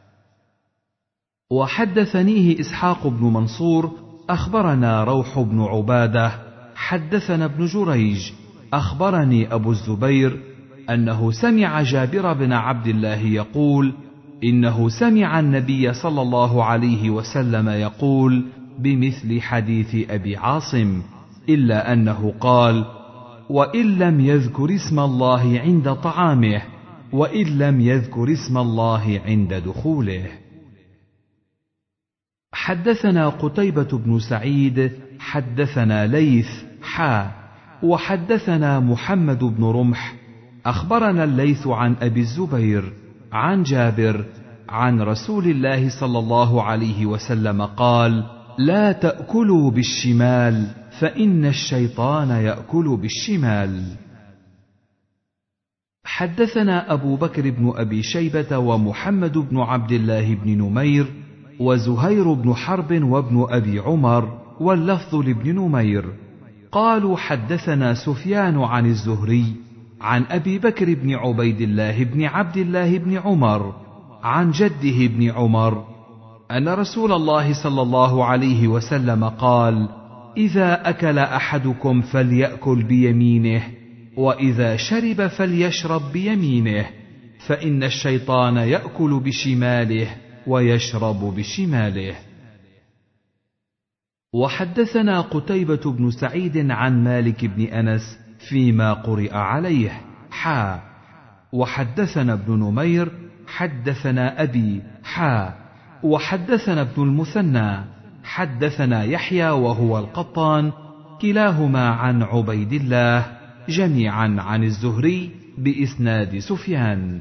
وحدثنيه إسحاق بن منصور أخبرنا روح بن عبادة حدثنا ابن جريج أخبرني أبو الزبير أنه سمع جابر بن عبد الله يقول: إنه سمع النبي صلى الله عليه وسلم يقول بمثل حديث أبي عاصم، إلا أنه قال: وإن لم يذكر اسم الله عند طعامه وإن لم يذكر اسم الله عند دخوله. حدثنا قتيبة بن سعيد حدثنا ليث حا وحدثنا محمد بن رمح أخبرنا الليث عن أبي الزبير عن جابر عن رسول الله صلى الله عليه وسلم قال: لا تأكلوا بالشمال فإن الشيطان يأكل بالشمال. حدثنا أبو بكر بن أبي شيبة ومحمد بن عبد الله بن نمير وزهير بن حرب وابن أبي عمر واللفظ لابن نمير قالوا: حدثنا سفيان عن الزهري عن أبي بكر بن عبيد الله بن عبد الله بن عمر عن جده بن عمر أن رسول الله صلى الله عليه وسلم قال: إذا أكل أحدكم فليأكل بيمينه وإذا شرب فليشرب بيمينه فإن الشيطان يأكل بشماله ويشرب بشماله. وحدثنا قتيبة بن سعيد عن مالك بن أنس فيما قرئ عليه حا وحدثنا ابن نمير حدثنا أبي حا وحدثنا ابن المثنى حدثنا يحيى وهو القطان كلاهما عن عبيد الله جميعا عن الزهري بإسناد سفيان.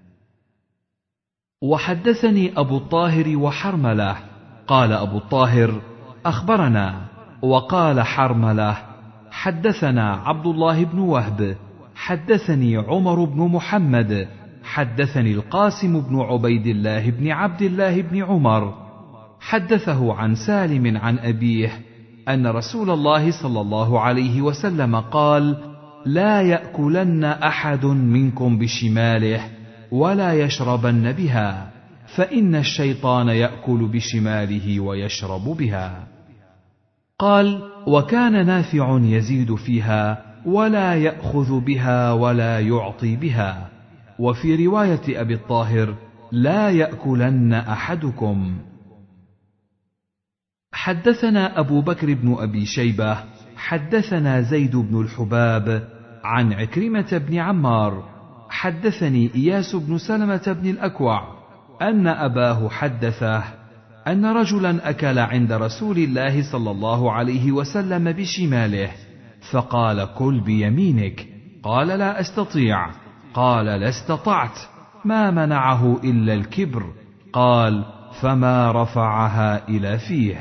وحدثني أبو الطاهر وحرملة قال أبو الطاهر: أخبرنا، وقال حرملة: حدثنا عبد الله بن وهب حدثني عمر بن محمد حدثني القاسم بن عبيد الله بن عبد الله بن عمر حدثه عن سالم عن أبيه أن رسول الله صلى الله عليه وسلم قال: لا يأكلن أحد منكم بشماله ولا يشربن بها فإن الشيطان يأكل بشماله ويشرب بها. قال: وكان نافع يزيد فيها ولا يأخذ بها ولا يعطي بها. وفي رواية أبي الطاهر: لا يأكلن أحدكم. حدثنا أبو بكر بن أبي شيبة حدثنا زيد بن الحباب عن عكرمة بن عمار حدثني إياس بن سلمة بن الأكوع أن أباه حدثه أن رجلا أكل عند رسول الله صلى الله عليه وسلم بشماله فقال: كل بيمينك. قال: لا أستطيع. قال: لا استطعت. ما منعه إلا الكبر. قال: فما رفعها إلى فيه.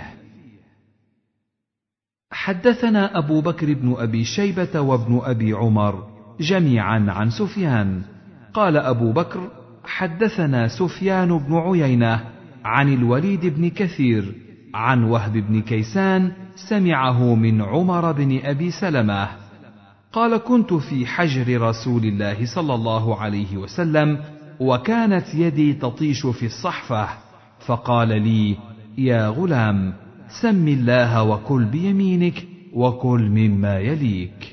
حدثنا أبو بكر بن أبي شيبة وابن أبي عمر جميعا عن سفيان قال أبو بكر: حدثنا سفيان بن عيينة عن الوليد بن كثير عن وهب بن كيسان سمعه من عمر بن أبي سلمة قال: كنت في حجر رسول الله صلى الله عليه وسلم وكانت يدي تطيش في الصحفة فقال لي: يا غلام، سم الله وكل بيمينك وكل مما يليك.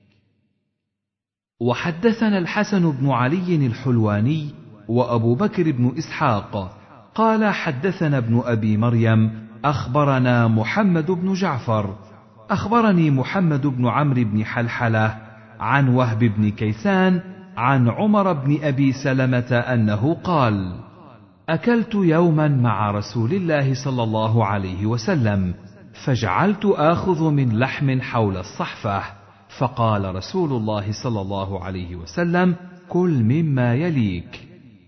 وحدثنا الحسن بن علي الحلواني وأبو بكر بن إسحاق قال: حدثنا ابن أبي مريم أخبرنا محمد بن جعفر أخبرني محمد بن عمرو بن حلحلة عن وهب بن كيسان عن عمر بن أبي سلمة أنه قال: أكلت يوما مع رسول الله صلى الله عليه وسلم، فجعلت آخذ من لحم حول الصحفة، فقال رسول الله صلى الله عليه وسلم: كل مما يليك.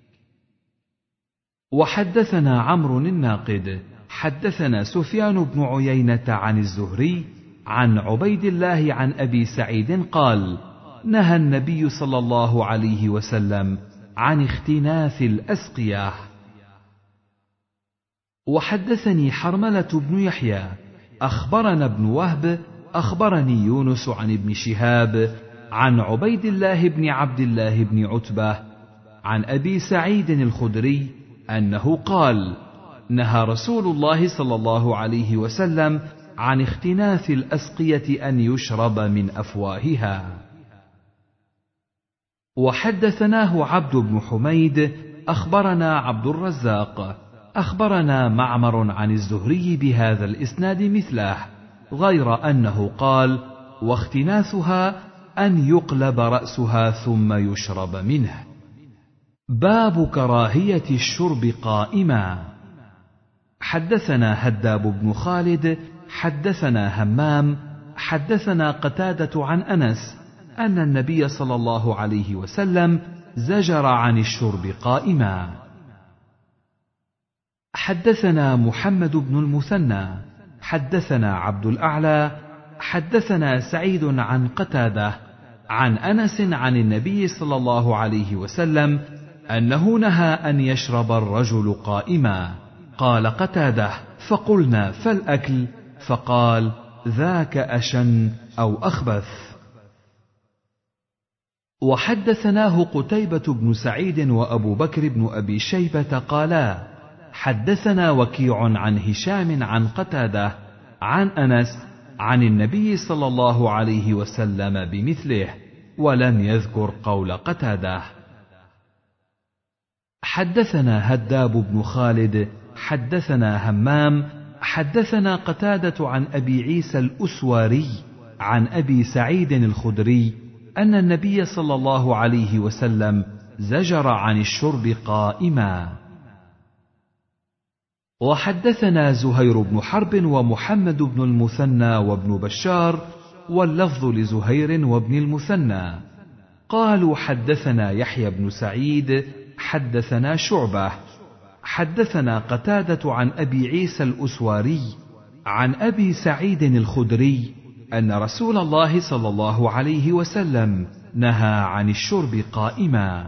وحدثنا عمرو الناقد حدثنا سفيان بن عيينة عن الزهري عن عبيد الله عن أبي سعيد قال: نهى النبي صلى الله عليه وسلم عن اختناث الأسقية. وحدثني حرملة بن يحيى أخبرنا ابن وهب أخبرني يونس عن ابن شهاب عن عبيد الله بن عبد الله بن عتبة عن أبي سعيد الخدري أنه قال: نهى رسول الله صلى الله عليه وسلم عن اختناث الأسقية أن يشرب من أفواهها. وحدثناه عبد بن حميد أخبرنا عبد الرزاق أخبرنا معمر عن الزهري بهذا الإسناد مثله، غير أنه قال: واختناثها أن يقلب رأسها ثم يشرب منه. باب كراهية الشرب قائما. حدثنا هداب بن خالد حدثنا همام حدثنا قتادة عن أنس أن النبي صلى الله عليه وسلم زجر عن الشرب قائما. حدثنا محمد بن المثنى حدثنا عبد الأعلى حدثنا سعيد عن قتادة عن أنس عن النبي صلى الله عليه وسلم أنه نهى أن يشرب الرجل قائما. قال قتادة: فقلنا: فالأكل؟ فقال: ذاك أشن أو أخبث. وحدثناه قتيبة بن سعيد وأبو بكر بن أبي شيبة قالا: حدثنا وكيع عن هشام عن قتادة عن أنس عن النبي صلى الله عليه وسلم بمثله، ولم يذكر قول قتادة. حدثنا هداب بن خالد حدثنا همام حدثنا قتادة عن أبي عيسى الأسواري عن أبي سعيد الخدري أن النبي صلى الله عليه وسلم زجر عن الشرب قائما. وحدثنا زهير بن حرب ومحمد بن المثنى وابن بشار، واللفظ لزهير وابن المثنى، قالوا: حدثنا يحيى بن سعيد حدثنا شعبة حدثنا قتادة عن أبي عيسى الأسواري عن أبي سعيد الخدري أن رسول الله صلى الله عليه وسلم نهى عن الشرب قائما.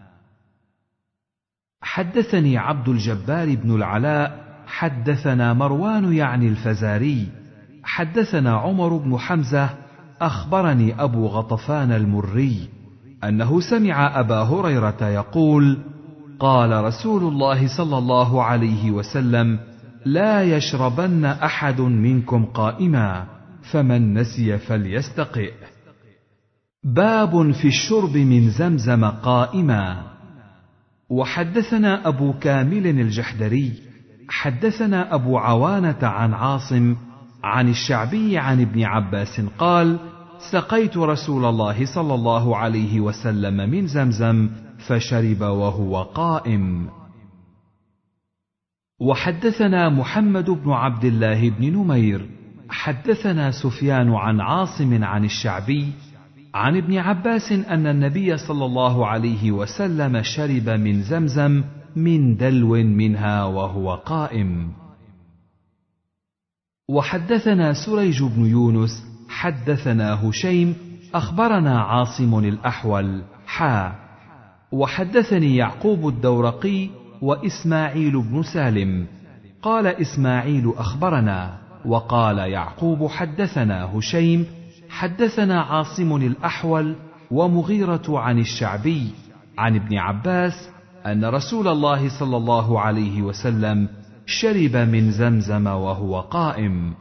حدثني عبد الجبار بن العلاء حدثنا مروان يعني الفزاري حدثنا عمر بن حمزة أخبرني أبو غطفان المري أنه سمع أبا هريرة يقول: قال رسول الله صلى الله عليه وسلم: لا يشربن أحد منكم قائما، فمن نسي فليستقئ. باب في الشرب من زمزم قائما. وحدثنا أبو كامل الجحدري حدثنا أبو عوانة عن عاصم عن الشعبي عن ابن عباس قال: سقيت رسول الله صلى الله عليه وسلم من زمزم فشرب وهو قائم. وحدثنا محمد بن عبد الله بن نمير حدثنا سفيان عن عاصم عن الشعبي عن ابن عباس أن النبي صلى الله عليه وسلم شرب من زمزم من دلو منها وهو قائم. وحدثنا سريج بن يونس حدثنا هشيم أخبرنا عاصم الأحول حا. وحدثني يعقوب الدورقي وإسماعيل بن سالم قال إسماعيل أخبرنا، وقال يعقوب حدثنا هشيم حدثنا عاصم الأحول ومغيرة عن الشعبي عن ابن عباس أن رسول الله صلى الله عليه وسلم شرب من زمزم وهو قائم.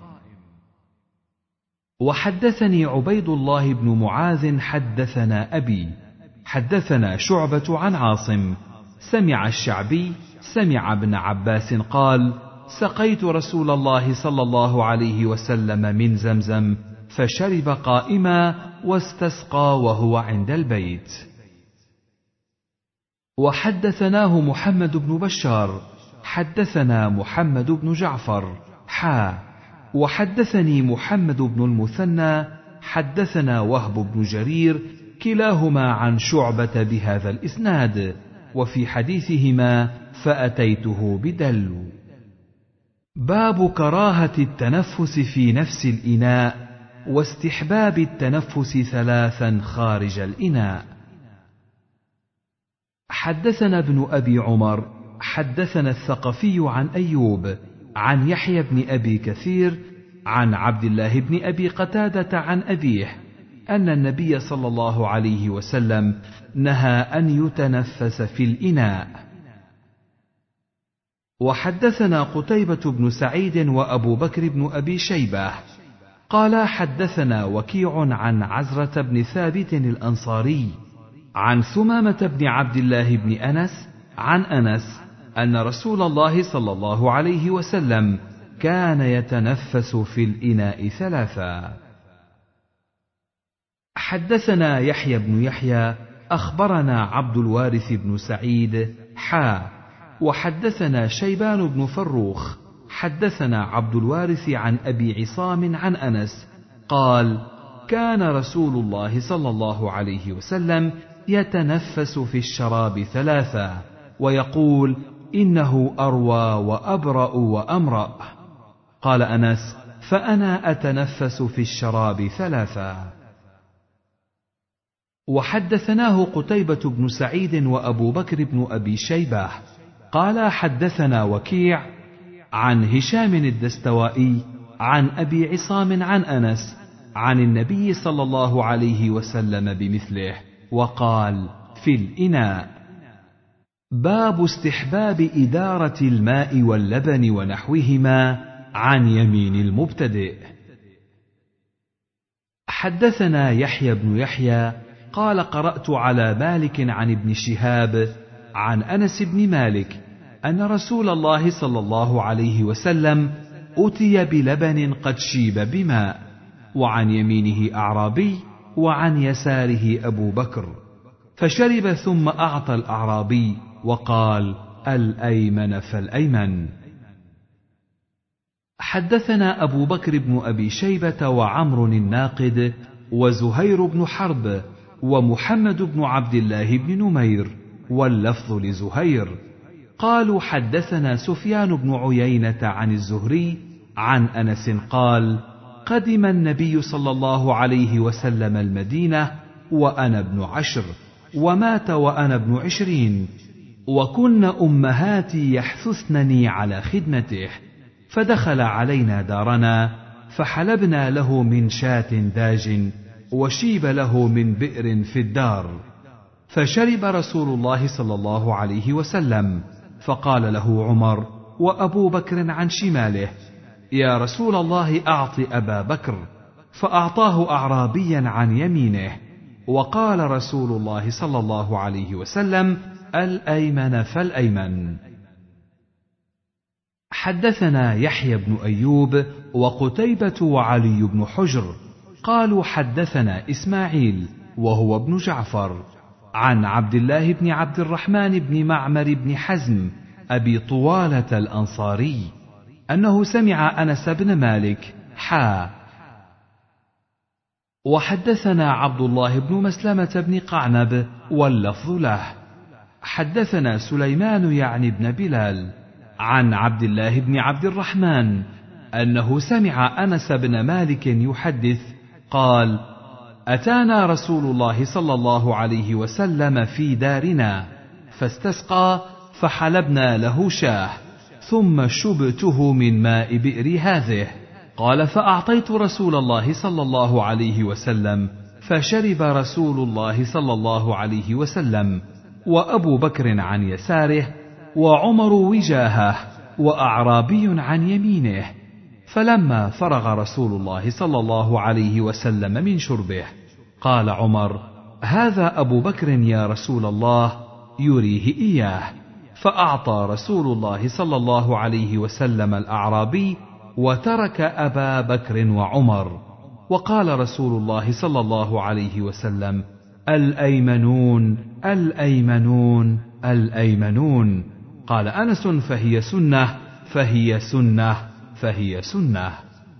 وحدثني عبيد الله بن معاذ حدثنا أبي حدثنا شعبة عن عاصم سمع الشعبي سمع ابن عباس قال: سقيت رسول الله صلى الله عليه وسلم من زمزم فشرب قائما واستسقى وهو عند البيت. وحدثناه محمد بن بشار حدثنا محمد بن جعفر حا وحدثني محمد بن المثنى حدثنا وهب بن جرير كلاهما عن شعبة بهذا الإسناد، وفي حديثهما فأتيته بدلو. باب كراهة التنفس في نفس الإناء واستحباب التنفس ثلاثا خارج الإناء. حدثنا ابن أبي عمر حدثنا الثقفي عن أيوب عن يحيى بن أبي كثير عن عبد الله بن أبي قتادة عن أبيه أن النبي صلى الله عليه وسلم نهى أن يتنفس في الإناء. وحدثنا قتيبة بن سعيد وأبو بكر بن أبي شيبة قال حدثنا وكيع عن عزرة بن ثابت الأنصاري عن ثمامة بن عبد الله بن أنس عن أنس أن رسول الله صلى الله عليه وسلم كان يتنفس في الإناء ثلاثا. حدثنا يحيى بن يحيى أخبرنا عبد الوارث بن سعيد حا وحدثنا شيبان بن فروخ حدثنا عبد الوارث عن أبي عصام عن أنس قال كان رسول الله صلى الله عليه وسلم يتنفس في الشراب ثلاثا ويقول إنه أروى وأبرأ وأمرأ. قال أنس فأنا أتنفس في الشراب ثلاثا. وحدثناه قتيبة بن سعيد وأبو بكر بن أبي شيبة قال حدثنا وكيع عن هشام الدستوائي عن أبي عصام عن أنس عن النبي صلى الله عليه وسلم بمثله وقال في الإناء. باب استحباب إدارة الماء واللبن ونحوهما عن يمين المبتدئ. حدثنا يحيى بن يحيى قال قرأت على مالك عن ابن شهاب عن أنس بن مالك أن رسول الله صلى الله عليه وسلم أتي بلبن قد شيب بماء، وعن يمينه أعرابي وعن يساره أبو بكر، فشرب ثم أعطى الأعرابي وقال الأيمن فالأيمن. حدثنا أبو بكر بن أبي شيبة وعمر الناقد وزهير بن حرب ومحمد بن عبد الله بن نمير واللفظ لزهير قالوا حدثنا سفيان بن عيينة عن الزهري عن أنس قال قدم النبي صلى الله عليه وسلم المدينة وأنا ابن عشر ومات وأنا ابن عشرين، وكن أمهاتي يحثثنني على خدمته، فدخل علينا دارنا فحلبنا له من شاة داج وشيب له من بئر في الدار، فشرب رسول الله صلى الله عليه وسلم، فقال له عمر وأبو بكر عن شماله يا رسول الله أعط أبا بكر، فأعطاه أعرابيا عن يمينه، وقال رسول الله صلى الله عليه وسلم الأيمن فالأيمن. حدثنا يحيى بن أيوب وقتيبة وعلي بن حجر قالوا حدثنا إسماعيل وهو ابن جعفر عن عبد الله بن عبد الرحمن بن معمر بن حزم أبي طوالة الأنصاري أنه سمع أنس بن مالك حا. وحدثنا عبد الله بن مسلمة بن قعنب واللفظ له. حدثنا سليمان يعني بن بلال عن عبد الله بن عبد الرحمن أنه سمع أنس بن مالك يحدث قال أتانا رسول الله صلى الله عليه وسلم في دارنا فاستسقى فحلبنا له شاه ثم شبته من ماء بئر هذه، قال فأعطيت رسول الله صلى الله عليه وسلم فشرب رسول الله صلى الله عليه وسلم وأبو بكر عن يساره وعمر وجاهه وأعرابي عن يمينه، فلما فرغ رسول الله صلى الله عليه وسلم من شربه قال عمر هذا أبو بكر يا رسول الله يريه إياه، فأعطى رسول الله صلى الله عليه وسلم الأعرابي وترك أبا بكر وعمر، وقال رسول الله صلى الله عليه وسلم الأيمنون الأيمنون الأيمنون. قال أنس: فهي سنة فهي سنة فهي سنة.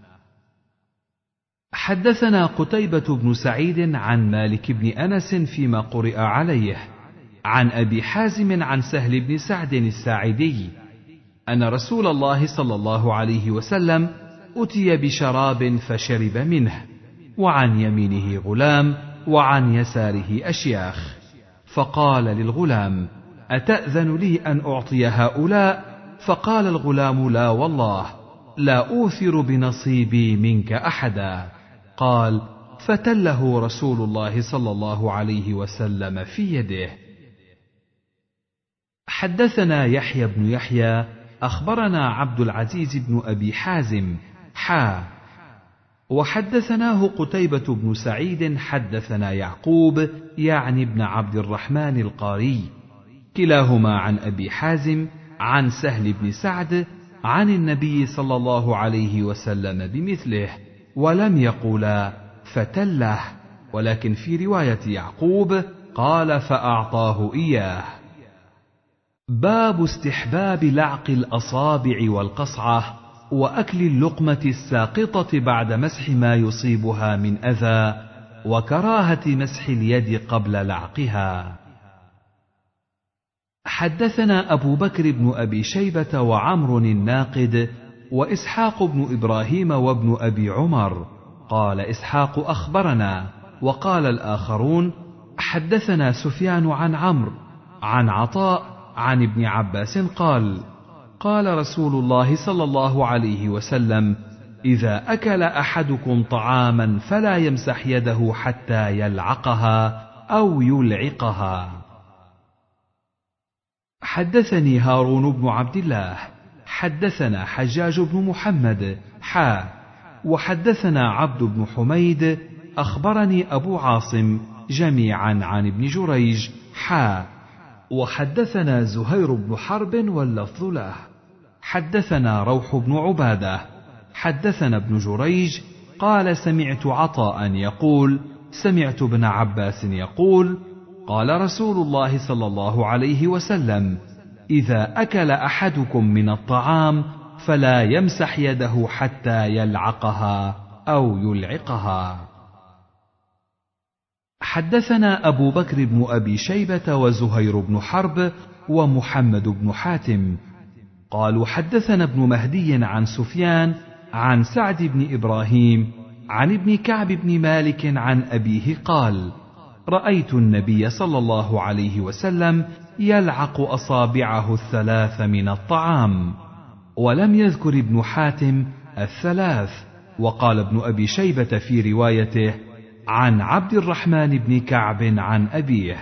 حدثنا قتيبة بن سعيد عن مالك بن أنس فيما قرئ عليه عن أبي حازم عن سهل بن سعد الساعدي أن رسول الله صلى الله عليه وسلم أتي بشراب فشرب منه، وعن يمينه غلام وعن يساره أشياخ، فقال للغلام: أتأذن لي أن أعطي هؤلاء؟ فقال الغلام: لا والله، لا أوثر بنصيبي منك أحدا. قال: فتله رسول الله صلى الله عليه وسلم في يده. حدثنا يحيى بن يحيى أخبرنا عبد العزيز بن أبي حازم حا وحدثناه قتيبة بن سعيد حدثنا يعقوب يعني ابن عبد الرحمن القاري كلاهما عن أبي حازم عن سهل بن سعد عن النبي صلى الله عليه وسلم بمثله، ولم يقولا فتله، ولكن في رواية يعقوب قال: فأعطاه إياه. باب استحباب لعق الأصابع والقصعة وأكل اللقمة الساقطة بعد مسح ما يصيبها من أذى، وكراهة مسح اليد قبل لعقها. حدثنا أبو بكر بن أبي شيبة وعمر الناقد وإسحاق بن إبراهيم وابن أبي عمر. قال إسحاق: أخبرنا، وقال الآخرون: حدثنا سفيان عن عمرو عن عطاء عن ابن عباس قال: قال رسول الله صلى الله عليه وسلم: إذا أكل أحدكم طعاما فلا يمسح يده حتى يلعقها أو يلعقها. حدثني هارون بن عبد الله حدثنا حجاج بن محمد حا وحدثنا عبد بن حميد أخبرني أبو عاصم جميعا عن ابن جريج حا وحدثنا زهير بن حرب واللفظ له. حدثنا روح بن عبادة حدثنا ابن جريج قال: سمعت عطاء يقول: سمعت ابن عباس يقول: قال رسول الله صلى الله عليه وسلم: إذا أكل أحدكم من الطعام فلا يمسح يده حتى يلعقها أو يلعقها. حدثنا أبو بكر بن أبي شيبة وزهير بن حرب ومحمد بن حاتم قالوا: حدثنا ابن مهدي عن سفيان عن سعد بن إبراهيم عن ابن كعب بن مالك عن أبيه قال: رأيت النبي صلى الله عليه وسلم يلعق أصابعه الثلاث من الطعام. ولم يذكر ابن حاتم الثلاث، وقال ابن أبي شيبة في روايته عن عبد الرحمن بن كعب عن أبيه.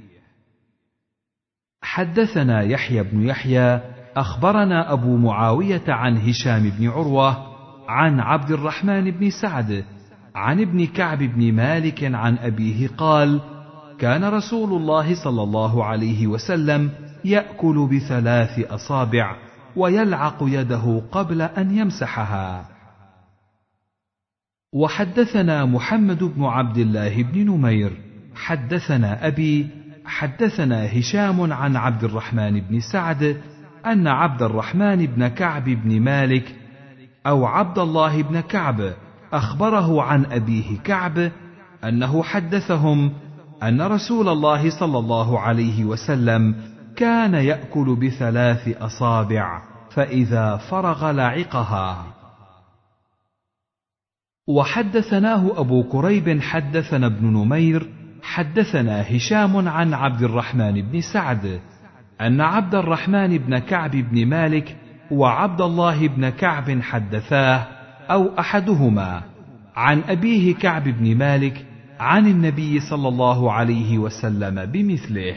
حدثنا يحيى بن يحيى أخبرنا أبو معاوية عن هشام بن عروة عن عبد الرحمن بن سعد عن ابن كعب بن مالك عن أبيه قال: كان رسول الله صلى الله عليه وسلم يأكل بثلاث أصابع ويلعق يده قبل أن يمسحها. وحدثنا محمد بن عبد الله بن نمير حدثنا أبي حدثنا هشام عن عبد الرحمن بن سعد أن عبد الرحمن بن كعب بن مالك أو عبد الله بن كعب أخبره عن أبيه كعب أنه حدثهم أن رسول الله صلى الله عليه وسلم كان يأكل بثلاث أصابع فإذا فرغ لعقها. وحدثناه أبو كريب حدثنا ابن نمير حدثنا هشام عن عبد الرحمن بن سعد أن عبد الرحمن بن كعب بن مالك وعبد الله بن كعب حدثاه أو أحدهما عن أبيه كعب بن مالك عن النبي صلى الله عليه وسلم بمثله.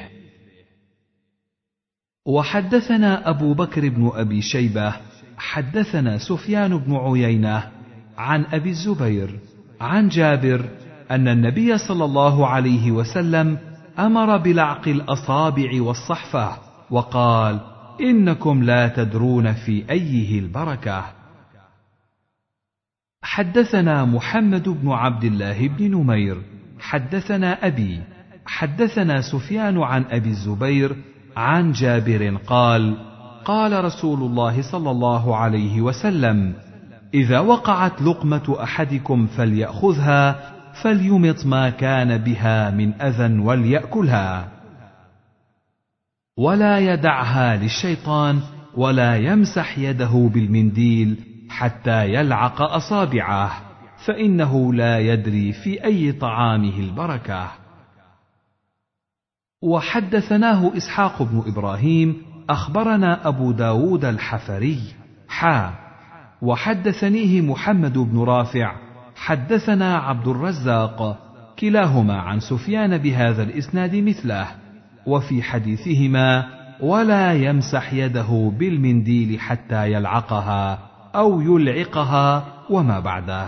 وحدثنا أبو بكر بن أبي شيبة حدثنا سفيان بن عيينة عن أبي الزبير عن جابر أن النبي صلى الله عليه وسلم أمر بلعق الأصابع والصحفة وقال: إنكم لا تدرون في أيه البركة. حدثنا محمد بن عبد الله بن نمير حدثنا أبي حدثنا سفيان عن أبي الزبير عن جابر قال: قال رسول الله صلى الله عليه وسلم: إذا وقعت لقمة أحدكم فليأخذها فليمط ما كان بها من أذى وليأكلها، ولا يدعها للشيطان، ولا يمسح يده بالمنديل حتى يلعق أصابعه، فإنه لا يدري في أي طعامه البركة. وحدثناه إسحاق بن إبراهيم أخبرنا أبو داود الحفري حا وحدثنيه محمد بن رافع حدثنا عبد الرزاق كلاهما عن سفيان بهذا الإسناد مثله، وفي حديثهما: ولا يمسح يده بالمنديل حتى يلعقها أو يلعقها وما بعده.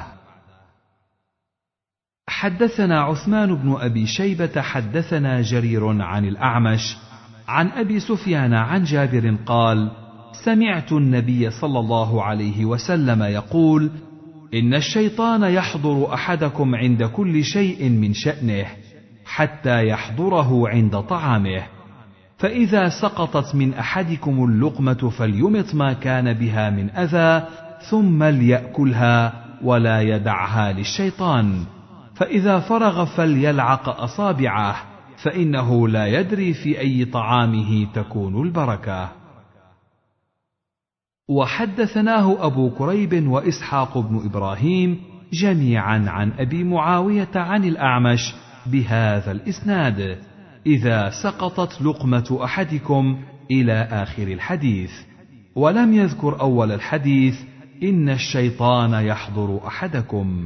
حدثنا عثمان بن أبي شيبة حدثنا جرير عن الأعمش عن أبي سفيان عن جابر قال: سمعت النبي صلى الله عليه وسلم يقول: إن الشيطان يحضر أحدكم عند كل شيء من شأنه حتى يحضره عند طعامه، فإذا سقطت من أحدكم اللقمة فليمط ما كان بها من أذى ثم ليأكلها ولا يدعها للشيطان، فإذا فرغ فليلعق أصابعه، فإنه لا يدري في أي طعامه تكون البركة. وحدثناه أبو كريب وإسحاق بن إبراهيم جميعا عن أبي معاوية عن الأعمش بهذا الإسناد: إذا سقطت لقمة أحدكم إلى آخر الحديث، ولم يذكر أول الحديث: إن الشيطان يحضر أحدكم.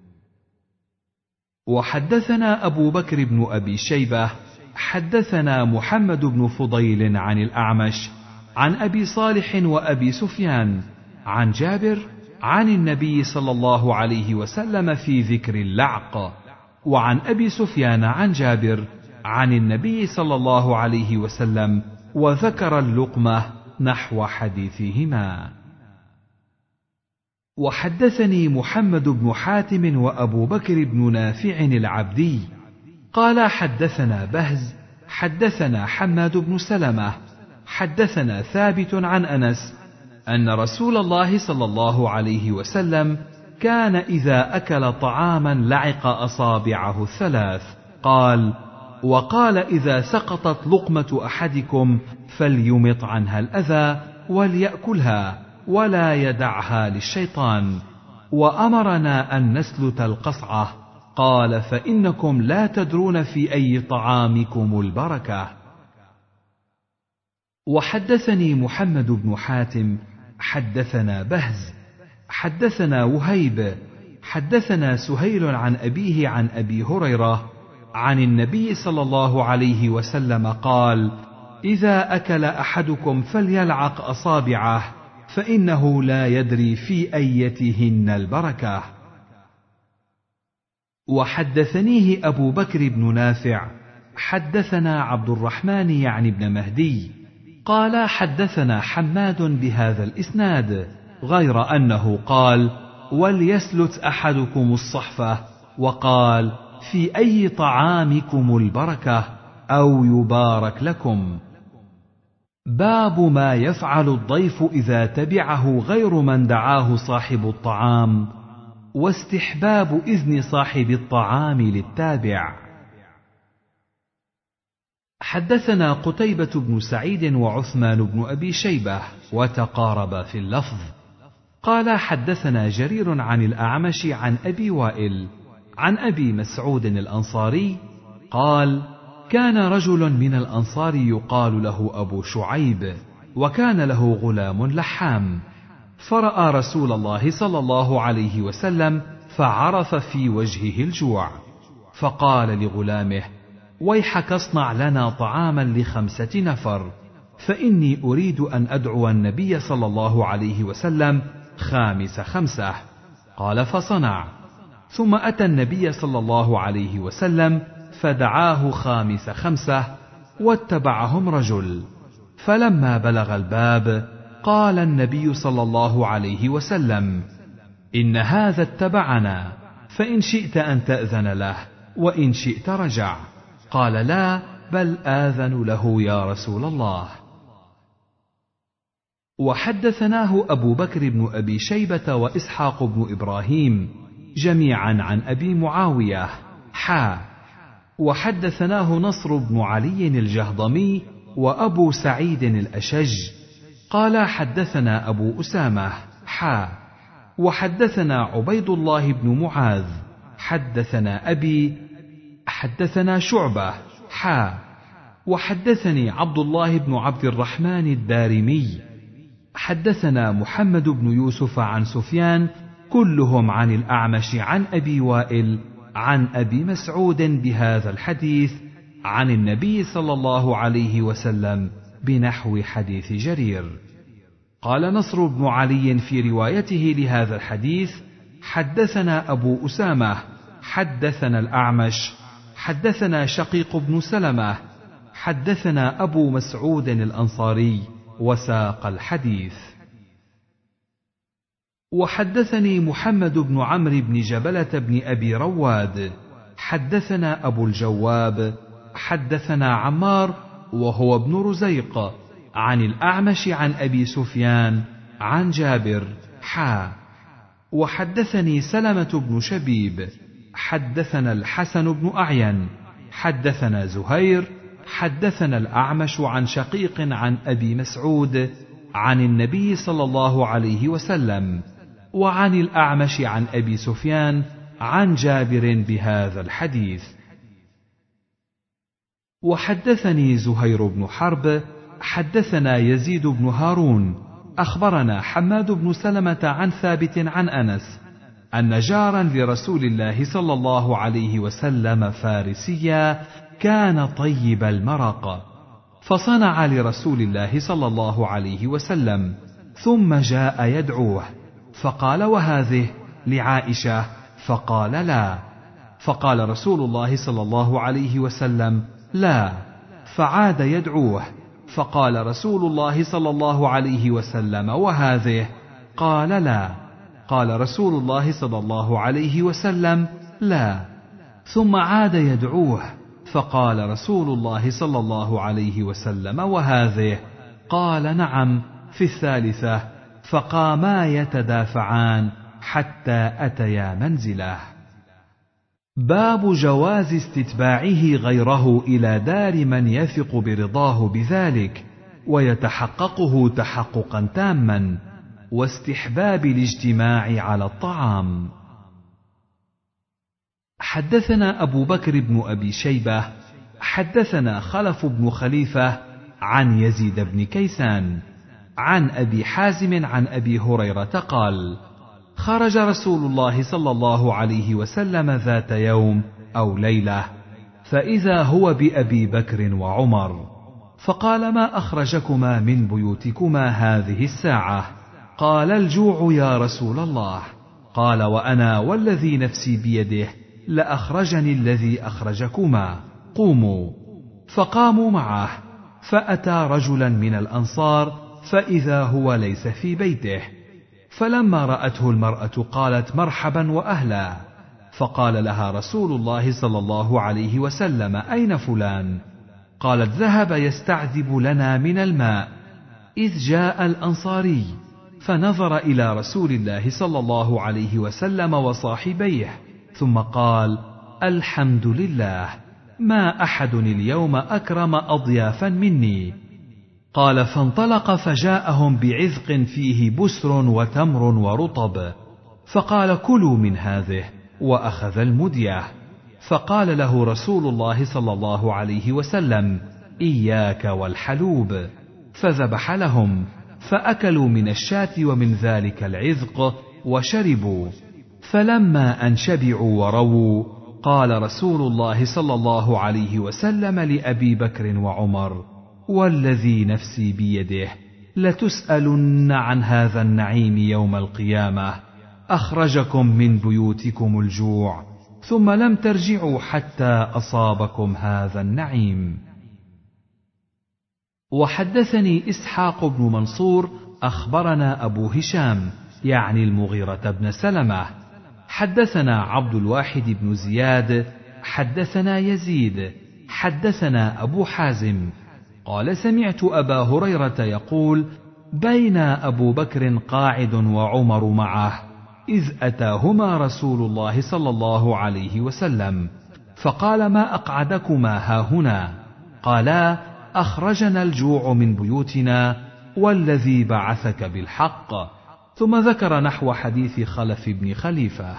وحدثنا أبو بكر بن أبي شيبة حدثنا محمد بن فضيل عن الأعمش عن أبي صالح وأبي سفيان عن جابر عن النبي صلى الله عليه وسلم في ذكر اللعق، وعن أبي سفيان عن جابر عن النبي صلى الله عليه وسلم، وذكر اللقمة نحو حديثهما. وحدثني محمد بن حاتم وأبو بكر بن نافع العبدي قال: حدثنا بهز حدثنا حماد بن سلمة حدثنا ثابت عن أنس أن رسول الله صلى الله عليه وسلم كان إذا أكل طعاما لعق أصابعه الثلاث. قال: وقال: إذا سقطت لقمة أحدكم فليمط عنها الأذى وليأكلها ولا يدعها للشيطان، وأمرنا أن نسلت القصعة. قال: فإنكم لا تدرون في أي طعامكم البركة. وحدثني محمد بن حاتم حدثنا بهز حدثنا وهيب حدثنا سهيل عن أبيه عن أبي هريرة عن النبي صلى الله عليه وسلم قال: إذا أكل أحدكم فليلعق أصابعه، فإنه لا يدري في أيتهن البركة. وحدثنيه أبو بكر بن نافع حدثنا عبد الرحمن يعني بن مهدي قال: حدثنا حماد بهذا الإسناد، غير أنه قال: وليسلت أحدكم الصحفة، وقال: في أي طعامكم البركة أو يبارك لكم. باب ما يفعل الضيف إذا تبعه غير من دعاه صاحب الطعام، واستحباب إذن صاحب الطعام للتابع. حدثنا قتيبة بن سعيد وعثمان بن أبي شيبة وتقاربا في اللفظ. قال: حدثنا جرير عن الأعمش عن أبي وائل عن أبي مسعود الأنصاري قال: كان رجل من الأنصار يقال له أبو شعيب، وكان له غلام لحام، فرأى رسول الله صلى الله عليه وسلم فعرف في وجهه الجوع، فقال لغلامه: ويحك اصنع لنا طعاما لخمسة نفر، فإني أريد أن أدعو النبي صلى الله عليه وسلم خامس خمسة. قال: فصنع، ثم أتى النبي صلى الله عليه وسلم فدعاه خامس خمسة، واتبعهم رجل، فلما بلغ الباب قال النبي صلى الله عليه وسلم: إن هذا اتبعنا، فإن شئت أن تأذن له، وإن شئت رجع. قال: لا، بل آذن له يا رسول الله. وحدثناه أبو بكر بن أبي شيبة وإسحاق بن إبراهيم جميعا عن أبي معاوية حا وحدثناه نصر بن علي الجهضمي وأبو سعيد الأشج قال حدثنا أبو أسامة حا وحدثنا عبيد الله بن معاذ حدثنا أبي حدثنا شعبة حا وحدثني عبد الله بن عبد الرحمن الدارمي حدثنا محمد بن يوسف عن سفيان كلهم عن الأعمش عن أبي وائل عن أبي مسعود بهذا الحديث عن النبي صلى الله عليه وسلم بنحو حديث جرير. قال نصر بن علي في روايته لهذا الحديث حدثنا أبو أسامة حدثنا الأعمش حدثنا شقيق بن سلمة حدثنا أبو مسعود الأنصاري وساق الحديث. وحدثني محمد بن عمرو بن جبلة بن أبي رواد حدثنا أبو الجواب حدثنا عمار وهو ابن رزيق عن الأعمش عن أبي سفيان عن جابر حا وحدثني سلمة بن شبيب حدثنا الحسن بن أعين حدثنا زهير حدثنا الأعمش عن شقيق عن أبي مسعود عن النبي صلى الله عليه وسلم وعن الأعمش عن أبي سفيان عن جابر بهذا الحديث. وحدثني زهير بن حرب حدثنا يزيد بن هارون أخبرنا حماد بن سلمة عن ثابت عن أنس أن جارا لرسول الله صلى الله عليه وسلم فارسيا كان طيب المرق فصنع لرسول الله صلى الله عليه وسلم ثم جاء يدعوه فقال وهذه لعائشة فقال لا فقال رسول الله صلى الله عليه وسلم لا فعاد يدعوه فقال رسول الله صلى الله عليه وسلم وهذه قال لا قال رسول الله صلى الله عليه وسلم لا ثم عاد يدعوه فقال رسول الله صلى الله عليه وسلم وهذه قال نعم في الثالثة فقاما يتدافعان حتى أتيا منزله. باب جواز استتباعه غيره إلى دار من يثق برضاه بذلك ويتحققه تحققا تاما واستحباب الاجتماع على الطعام. حدثنا أبو بكر بن أبي شيبة حدثنا خلف بن خليفة عن يزيد بن كيسان عن أبي حازم عن أبي هريرة قال خرج رسول الله صلى الله عليه وسلم ذات يوم أو ليلة فإذا هو بأبي بكر وعمر فقال ما أخرجكما من بيوتكما هذه الساعة؟ قال الجوع يا رسول الله. قال وأنا والذي نفسي بيده لأخرجني الذي أخرجكما قوموا. فقاموا معه فأتى رجلا من الأنصار فإذا هو ليس في بيته فلما رأته المرأة قالت مرحبا وأهلا فقال لها رسول الله صلى الله عليه وسلم أين فلان؟ قالت ذهب يستعذب لنا من الماء. إذ جاء الأنصاري فنظر إلى رسول الله صلى الله عليه وسلم وصاحبيه ثم قال الحمد لله ما أحد اليوم أكرم أضيافا مني. قال فانطلق فجاءهم بعذق فيه بسر وتمر ورطب فقال كلوا من هذه وأخذ المدية. فقال له رسول الله صلى الله عليه وسلم إياك والحلوب فذبح لهم فأكلوا من الشاة ومن ذلك العذق وشربوا. فلما أن شبعوا ورووا قال رسول الله صلى الله عليه وسلم لأبي بكر وعمر والذي نفسي بيده لتسألن عن هذا النعيم يوم القيامة أخرجكم من بيوتكم الجوع ثم لم ترجعوا حتى أصابكم هذا النعيم. وحدثني إسحاق بن منصور أخبرنا أبو هشام يعني المغيرة بن سلمة حدثنا عبد الواحد بن زياد حدثنا يزيد حدثنا أبو حازم قال سمعت أبا هريرة يقول بين أبو بكر قاعد وعمر معه إذ أتاهما رسول الله صلى الله عليه وسلم فقال ما أقعدكما هاهنا؟ قالا أخرجنا الجوع من بيوتنا والذي بعثك بالحق. ثم ذكر نحو حديث خلف بن خليفة.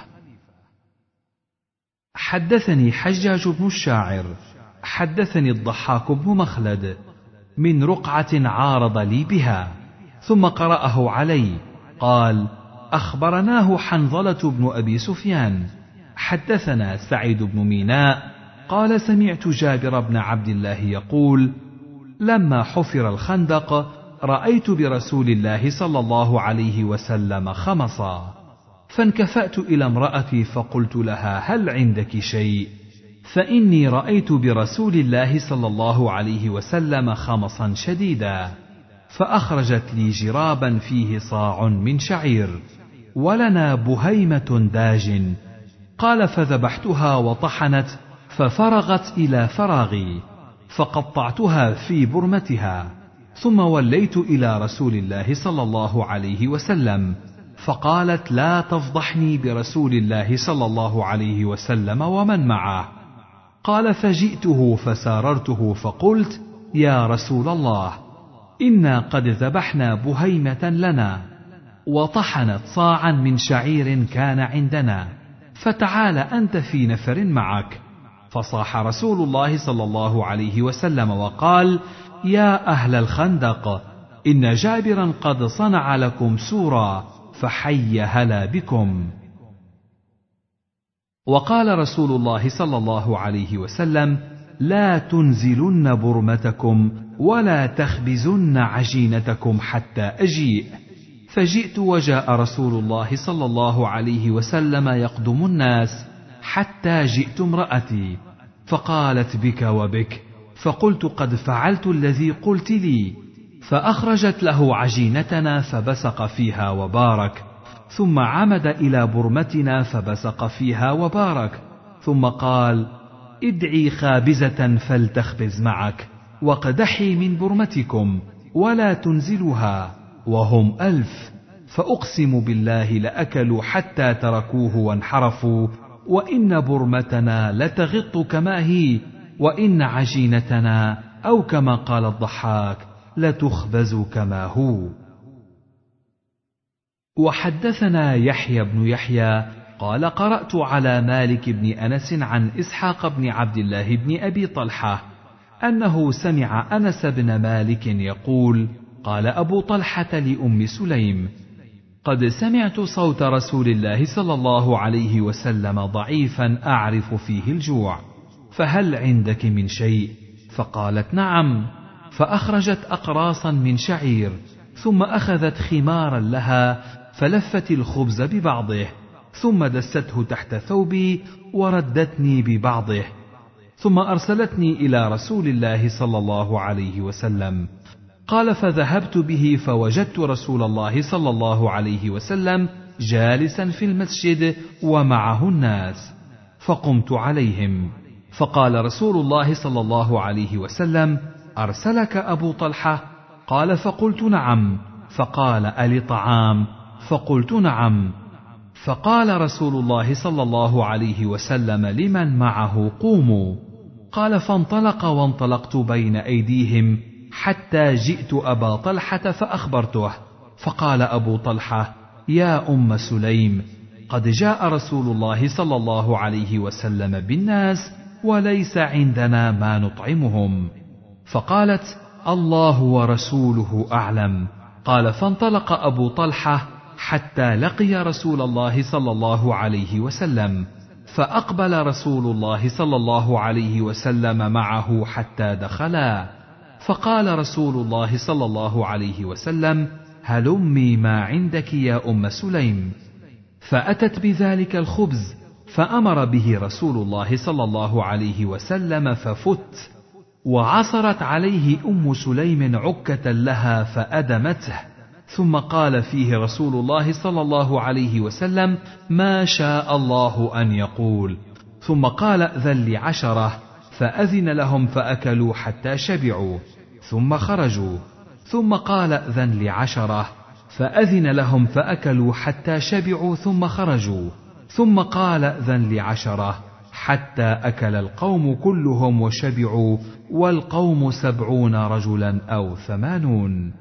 حدثني حجاج بن الشاعر حدثني الضحاك بن مخلد من رقعة عارض لي بها ثم قرأه علي قال أخبرناه حنظلة بن أبي سفيان حدثنا سعيد بن ميناء قال سمعت جابر بن عبد الله يقول لما حفر الخندق رأيت برسول الله صلى الله عليه وسلم خمصا فانكفأت إلى امرأتي فقلت لها هل عندك شيء؟ فإني رأيت برسول الله صلى الله عليه وسلم خمصا شديدا. فأخرجت لي جرابا فيه صاع من شعير ولنا بهيمة داج. قال فذبحتها وطحنت ففرغت إلى فراغي فقطعتها في برمتها ثم وليت إلى رسول الله صلى الله عليه وسلم فقالت لا تفضحني برسول الله صلى الله عليه وسلم ومن معه. قال فجئته فساررته فقلت يا رسول الله إنا قد ذبحنا بهيمة لنا وطحنت صاعا من شعير كان عندنا فتعال أنت في نفر معك. فصاح رسول الله صلى الله عليه وسلم وقال يا أهل الخندق إن جابرا قد صنع لكم سورا فحي هلا بكم. وقال رسول الله صلى الله عليه وسلم لا تنزلن برمتكم ولا تخبزن عجينتكم حتى أجيء. فجئت وجاء رسول الله صلى الله عليه وسلم يقدم الناس حتى جئت امرأتي فقالت بك وبك فقلت قد فعلت الذي قلت لي. فأخرجت له عجينتنا فبسق فيها وبارك ثم عمد إلى برمتنا فبسق فيها وبارك ثم قال ادعي خابزة فلتخبز معك وقدحي من برمتكم ولا تنزلها وهم ألف فأقسم بالله لأكلوا حتى تركوه وانحرفوا وإن برمتنا لتغط كما هي وإن عجينتنا أو كما قال الضحاك لتخبز كما هو. وحدثنا يحيى بن يحيى قال قرأت على مالك بن أنس عن إسحاق بن عبد الله بن أبي طلحة أنه سمع أنس بن مالك يقول قال أبو طلحة لأم سليم قد سمعت صوت رسول الله صلى الله عليه وسلم ضعيفا أعرف فيه الجوع فهل عندك من شيء؟ فقالت نعم. فأخرجت أقراصا من شعير ثم أخذت خمارا لها فلفت الخبز ببعضه ثم دسته تحت ثوبي وردتني ببعضه ثم أرسلتني إلى رسول الله صلى الله عليه وسلم. قال فذهبت به فوجدت رسول الله صلى الله عليه وسلم جالسا في المسجد ومعه الناس فقمت عليهم فقال رسول الله صلى الله عليه وسلم أرسلك أبو طلحة؟ قال فقلت نعم. فقال ألي طعام؟ فقلت نعم. فقال رسول الله صلى الله عليه وسلم لمن معه قوموا. قال فانطلق وانطلقت بين أيديهم حتى جئت أبا طلحة فأخبرته فقال أبو طلحة يا أم سليم قد جاء رسول الله صلى الله عليه وسلم بالناس وليس عندنا ما نطعمهم. فقالت الله ورسوله أعلم. قال فانطلق أبو طلحة حتى لقي رسول الله صلى الله عليه وسلم فأقبل رسول الله صلى الله عليه وسلم معه حتى دخلا فقال رسول الله صلى الله عليه وسلم هلمي ما عندك يا أم سليم. فأتت بذلك الخبز فأمر به رسول الله صلى الله عليه وسلم ففت وعصرت عليه أم سليم عكة لها فأدمته ثم قال فيه رسول الله صلى الله عليه وسلم ما شاء الله أن يقول ثم قال ائذن لعشرة فأذن لهم فأكلوا حتى شبعوا ثم خرجوا، ثم قال ائذن لعشرة، فأذن لهم فأكلوا حتى شبعوا ثم خرجوا، ثم قال ائذن لعشرة، حتى أكل القوم كلهم وشبعوا، والقوم سبعون رجلا أو ثمانون.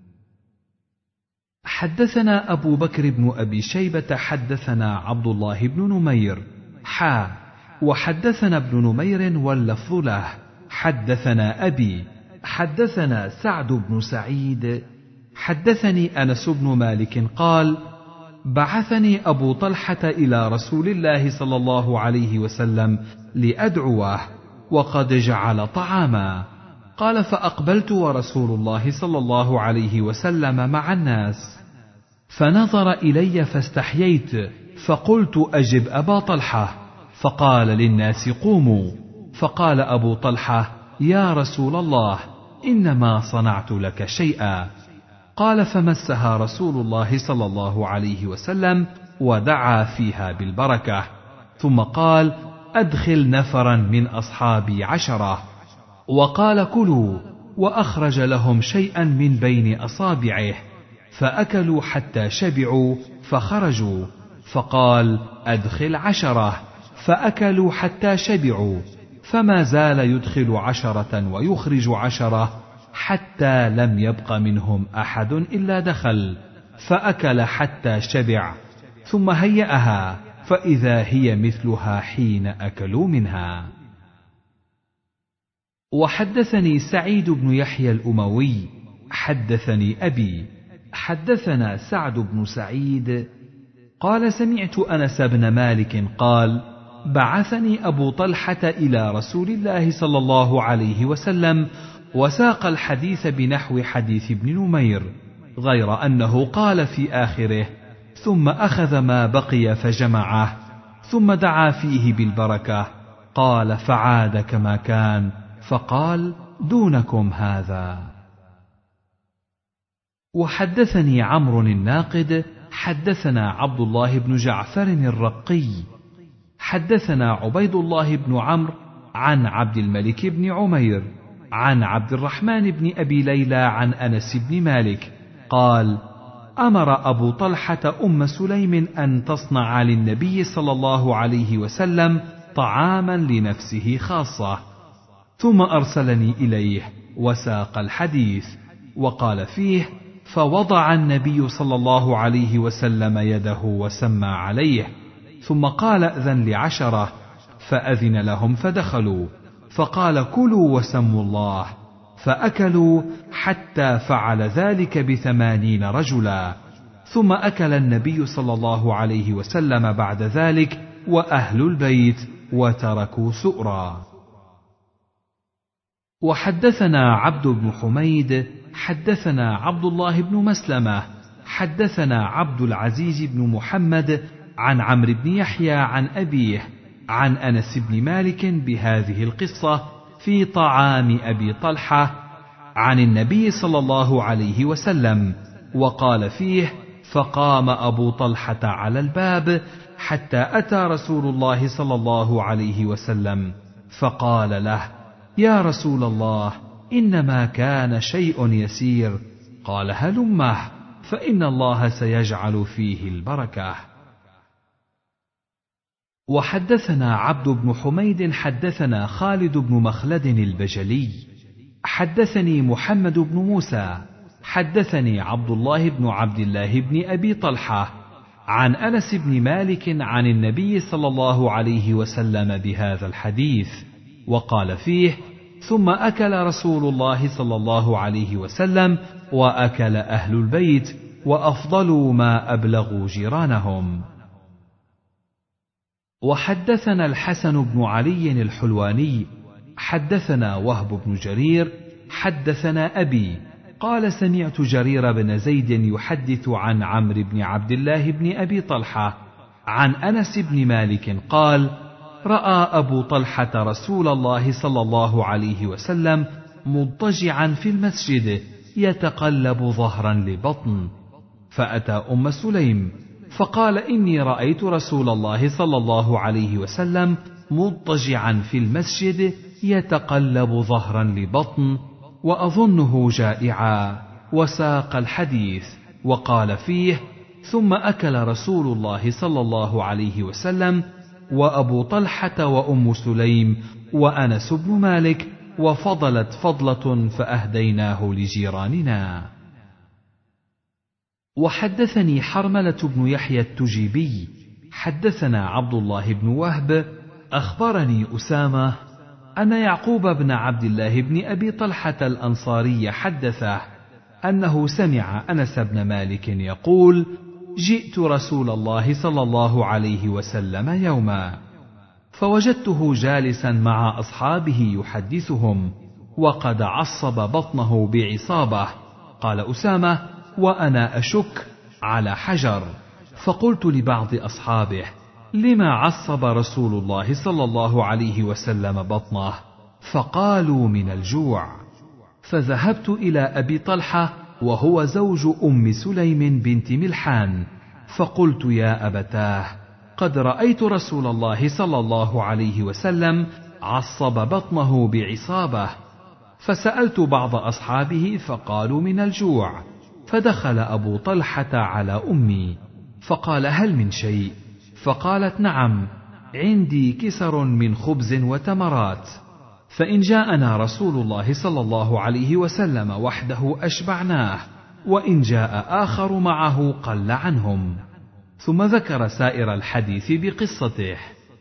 حدثنا أبو بكر بن أبي شيبة حدثنا عبد الله بن نمير حا وحدثنا ابن نمير واللفظ له حدثنا أبي حدثنا سعد بن سعيد حدثني أنس بن مالك قال: بعثني أبو طلحة إلى رسول الله صلى الله عليه وسلم لأدعوه وقد جعل طعاما. قال: فأقبلت ورسول الله صلى الله عليه وسلم مع الناس، فنظر إلي فاستحييت، فقلت: أجب أبا طلحة. فقال للناس: قوموا. فقال أبو طلحة: يا رسول الله، إنما صنعت لك شيئا. قال: فمسها رسول الله صلى الله عليه وسلم ودعا فيها بالبركة، ثم قال: أدخل نفرا من أصحابي عشرة. وقال: كلوا. وأخرج لهم شيئا من بين أصابعه، فأكلوا حتى شبعوا فخرجوا، فقال: أدخل عشرة، فأكلوا حتى شبعوا، فما زال يدخل عشرة ويخرج عشرة حتى لم يبق منهم أحد إلا دخل، فأكل حتى شبع، ثم هيأها، فإذا هي مثلها حين أكلوا منها. وحدثني سعيد بن يحيى الأموي حدثني أبي حدثنا سعد بن سعيد قال: سمعت أنس بن مالك قال: بعثني أبو طلحة إلى رسول الله صلى الله عليه وسلم، وساق الحديث بنحو حديث ابن نمير، غير أنه قال في آخره: ثم أخذ ما بقي فجمعه، ثم دعا فيه بالبركة. قال: فعاد كما كان، فقال: دونكم هذا. وحدثني عمرو الناقد حدثنا عبد الله بن جعفر الرقي حدثنا عبيد الله بن عمرو عن عبد الملك بن عمير عن عبد الرحمن بن أبي ليلى عن أنس بن مالك قال: أمر أبو طلحة أم سليم أن تصنع للنبي صلى الله عليه وسلم طعاما لنفسه خاصة، ثم أرسلني إليه وساق الحديث، وقال فيه: فوضع النبي صلى الله عليه وسلم يده وسمى عليه، ثم قال: أذن لعشرة، فأذن لهم فدخلوا، فقال: كلوا وسموا الله، فأكلوا حتى فعل ذلك بثمانين رجلا، ثم أكل النبي صلى الله عليه وسلم بعد ذلك وأهل البيت وتركوا سؤرا. وحدثنا عبد بن حميد حدثنا عبد الله بن مسلمة حدثنا عبد العزيز بن محمد عن عمرو بن يحيى عن أبيه عن أنس بن مالك بهذه القصة في طعام أبي طلحة عن النبي صلى الله عليه وسلم، وقال فيه: فقام أبو طلحة على الباب حتى أتى رسول الله صلى الله عليه وسلم، فقال له: يا رسول الله، إنما كان شيء يسير. قال: هلمه، فإن الله سيجعل فيه البركة. وحدثنا عبد بن حميد حدثنا خالد بن مخلد البجلي حدثني محمد بن موسى حدثني عبد الله بن عبد الله بن أبي طلحة عن أنس بن مالك عن النبي صلى الله عليه وسلم بهذا الحديث، وقال فيه: ثم أكل رسول الله صلى الله عليه وسلم وأكل أهل البيت، وأفضلوا ما أبلغوا جيرانهم. وحدثنا الحسن بن علي الحلواني حدثنا وهب بن جرير حدثنا أبي قال: سمعت جرير بن زيد يحدث عن عمرو بن عبد الله بن أبي طلحة عن أنس بن مالك قال: رأى أبو طلحة رسول الله صلى الله عليه وسلم مضطجعا في المسجد يتقلب ظهرا لبطن، فأتى أم سليم فقال: إني رأيت رسول الله صلى الله عليه وسلم مضطجعا في المسجد يتقلب ظهرا لبطن، وأظنه جائعا، وساق الحديث وقال فيه: ثم أكل رسول الله صلى الله عليه وسلم وأبو طلحة وأم سليم وأنس بن مالك، وفضلت فضلة فأهديناه لجيراننا. وحدثني حرملة بن يحيى التجيبي حدثنا عبد الله بن وهب أخبرني أسامة أن يعقوب بن عبد الله بن أبي طلحة الأنصاري حدثه أنه سمع أنس بن مالك يقول: جئت رسول الله صلى الله عليه وسلم يوما فوجدته جالسا مع أصحابه يحدثهم وقد عصب بطنه بعصابة. قال أسامة: وأنا أشك على حجر، فقلت لبعض أصحابه: لما عصب رسول الله صلى الله عليه وسلم بطنه؟ فقالوا: من الجوع. فذهبت إلى أبي طلحة وهو زوج أم سليم بنت ملحان، فقلت: يا أبتاه، قد رأيت رسول الله صلى الله عليه وسلم عصب بطنه بعصابة. فسألت بعض أصحابه فقالوا: من الجوع. فدخل أبو طلحة على أمي فقال: هل من شيء؟ فقالت: نعم، عندي كسر من خبز وتمرات، فإن جاءنا رسول الله صلى الله عليه وسلم وحده أشبعناه، وإن جاء آخر معه قل عنهم. ثم ذكر سائر الحديث بقصته.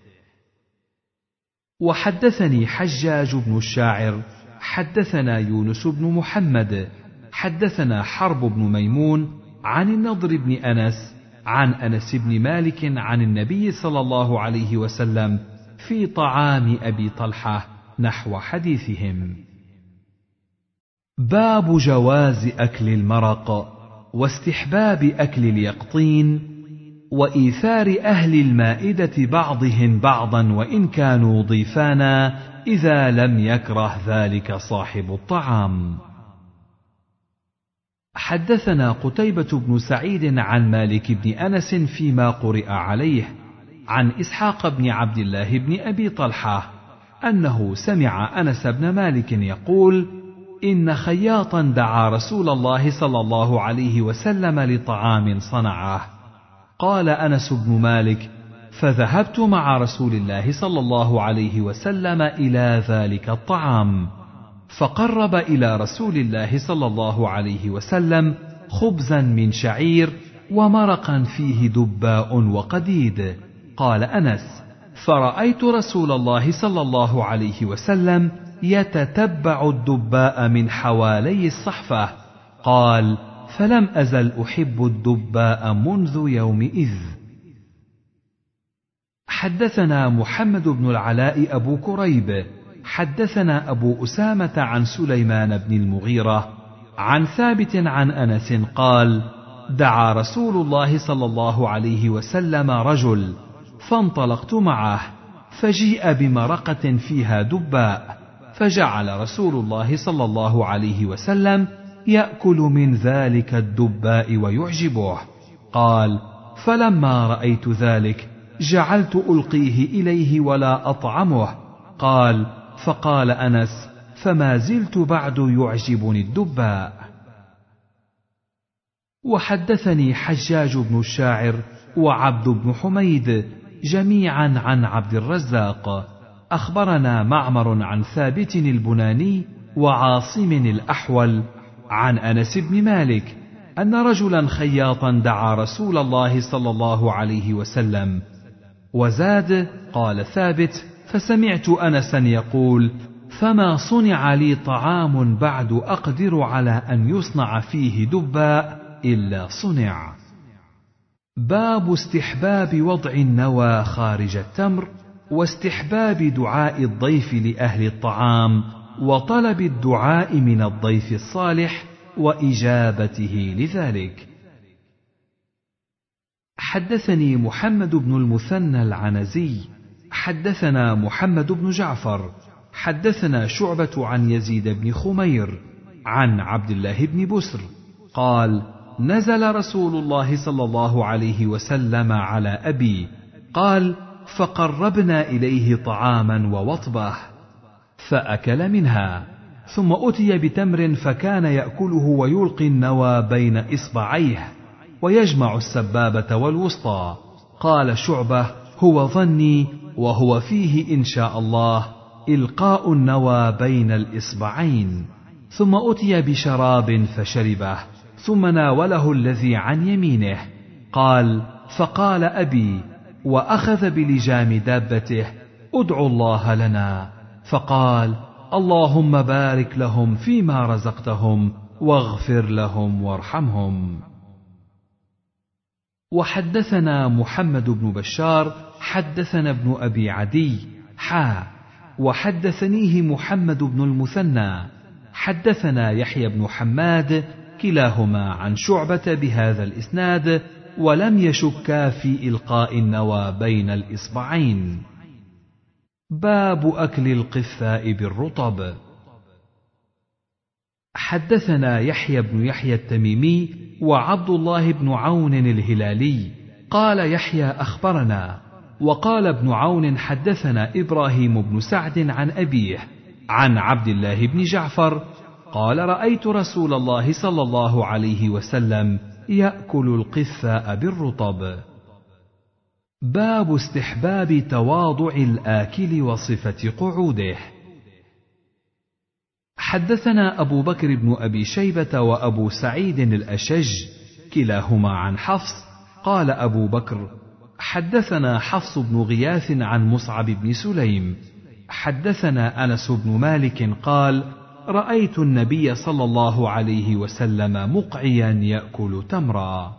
وحدثني حجاج بن الشاعر حدثنا يونس بن محمد حدثنا حرب بن ميمون عن النضر بن أنس عن أنس بن مالك عن النبي صلى الله عليه وسلم في طعام أبي طلحة نحو حديثهم. باب جواز أكل المرق واستحباب أكل اليقطين وإيثار أهل المائدة بعضهم بعضا وإن كانوا ضيفانا إذا لم يكره ذلك صاحب الطعام. حدثنا قتيبة بن سعيد عن مالك بن أنس فيما قرئ عليه عن إسحاق بن عبد الله بن أبي طلحة أنه سمع أنس بن مالك يقول: إن خياطا دعا رسول الله صلى الله عليه وسلم لطعام صنعه. قال أنس بن مالك: فذهبت مع رسول الله صلى الله عليه وسلم إلى ذلك الطعام، فقرب إلى رسول الله صلى الله عليه وسلم خبزا من شعير ومرقا فيه دباء وقديد. قال أنس: فرأيت رسول الله صلى الله عليه وسلم يتتبع الدباء من حوالي الصحفة. قال: فلم أزل أحب الدباء منذ يومئذ. حدثنا محمد بن العلاء أبو كريب حدثنا أبو أسامة عن سليمان بن المغيرة عن ثابت عن أنس قال: دعا رسول الله صلى الله عليه وسلم رجل، فانطلقت معه، فجيء بمرقة فيها دباء، فجعل رسول الله صلى الله عليه وسلم يأكل من ذلك الدباء ويعجبه. قال: فلما رأيت ذلك جعلت ألقيه إليه ولا أطعمه. قال: فقال أنس: فما زلت بعد يعجبني الدباء. وحدثني حجاج بن الشاعر وعبد بن حميد جميعا عن عبد الرزاق أخبرنا معمر عن ثابت البناني وعاصم الأحول عن أنس بن مالك أن رجلا خياطا دعا رسول الله صلى الله عليه وسلم. وزاد: قال ثابت: فسمعت أنسا يقول: فما صنع لي طعام بعد أقدر على أن يصنع فيه دباء إلا صنع. باب استحباب وضع النوى خارج التمر واستحباب دعاء الضيف لأهل الطعام وطلب الدعاء من الضيف الصالح وإجابته لذلك. حدثني محمد بن المثنى العنزي حدثنا محمد بن جعفر حدثنا شعبة عن يزيد بن خمير عن عبد الله بن بسر قال: نزل رسول الله صلى الله عليه وسلم على أبي، قال: فقربنا إليه طعاما ووطبه فأكل منها، ثم أتي بتمر فكان يأكله ويلقي النوى بين إصبعيه ويجمع السبابة والوسطى. قال شعبة: هو ظني وهو فيه إن شاء الله إلقاء النوى بين الإصبعين. ثم أتي بشراب فشربه، ثم ناوله الذي عن يمينه. قال: فقال أبي، وأخذ بلجام دابته: ادعوا الله لنا. فقال: اللهم بارك لهم فيما رزقتهم واغفر لهم وارحمهم. وحدثنا محمد بن بشار حدثنا ابن أبي عدي حا وحدثنيه محمد بن المثنى حدثنا يحيى بن حماد كلاهما عن شعبة بهذا الإسناد، ولم يشكا في إلقاء النوى بين الإصبعين. باب أكل القثاء بالرطب. حدثنا يحيى بن يحيى التميمي وعبد الله بن عون الهلالي قال يحيى أخبرنا، وقال ابن عون حدثنا إبراهيم بن سعد عن أبيه عن عبد الله بن جعفر قال: رأيت رسول الله صلى الله عليه وسلم يأكل القثاء بالرطب. باب استحباب تواضع الآكل وصفة قعوده. حدثنا أبو بكر بن أبي شيبة وأبو سعيد الأشج كلاهما عن حفص قال أبو بكر: حدثنا حفص بن غياث عن مصعب بن سليم حدثنا أنس بن مالك قال: رأيت النبي صلى الله عليه وسلم مقعيا يأكل تمرا.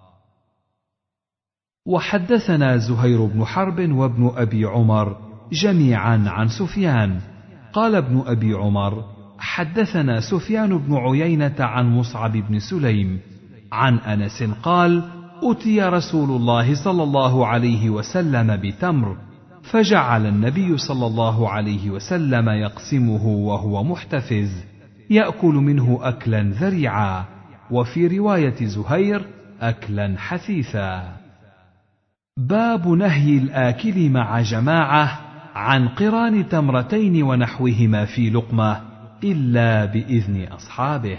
وحدثنا زهير بن حرب وابن أبي عمر جميعا عن سفيان قال ابن أبي عمر: حدثنا سفيان بن عيينة عن مصعب بن سليم عن أنس قال: أتي رسول الله صلى الله عليه وسلم بتمر، فجعل النبي صلى الله عليه وسلم يقسمه وهو محتفز يأكل منه أكلا ذريعا، وفي رواية زهير أكلا حثيثا. باب نهي الآكل مع جماعة عن قران تمرتين ونحوهما في لقمة إلا بإذن أصحابه.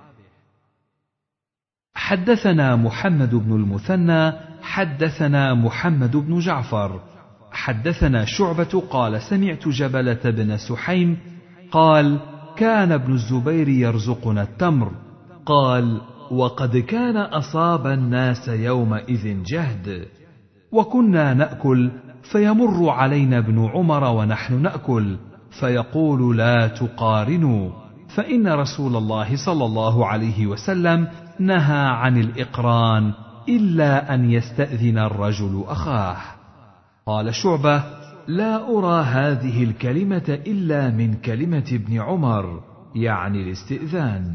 حدثنا محمد بن المثنى حدثنا محمد بن جعفر حدثنا شعبة قال: سمعت جبلة بن سحيم قال: كان ابن الزبير يرزقنا التمر. قال: وقد كان أصاب الناس يومئذ جهد، وكنا نأكل فيمر علينا ابن عمر ونحن نأكل فيقول: لا تقارنوا، فإن رسول الله صلى الله عليه وسلم نهى عن الإقران إلا أن يستأذن الرجل أخاه. قال شعبة: لا أرى هذه الكلمة إلا من كلمة ابن عمر، يعني الاستئذان.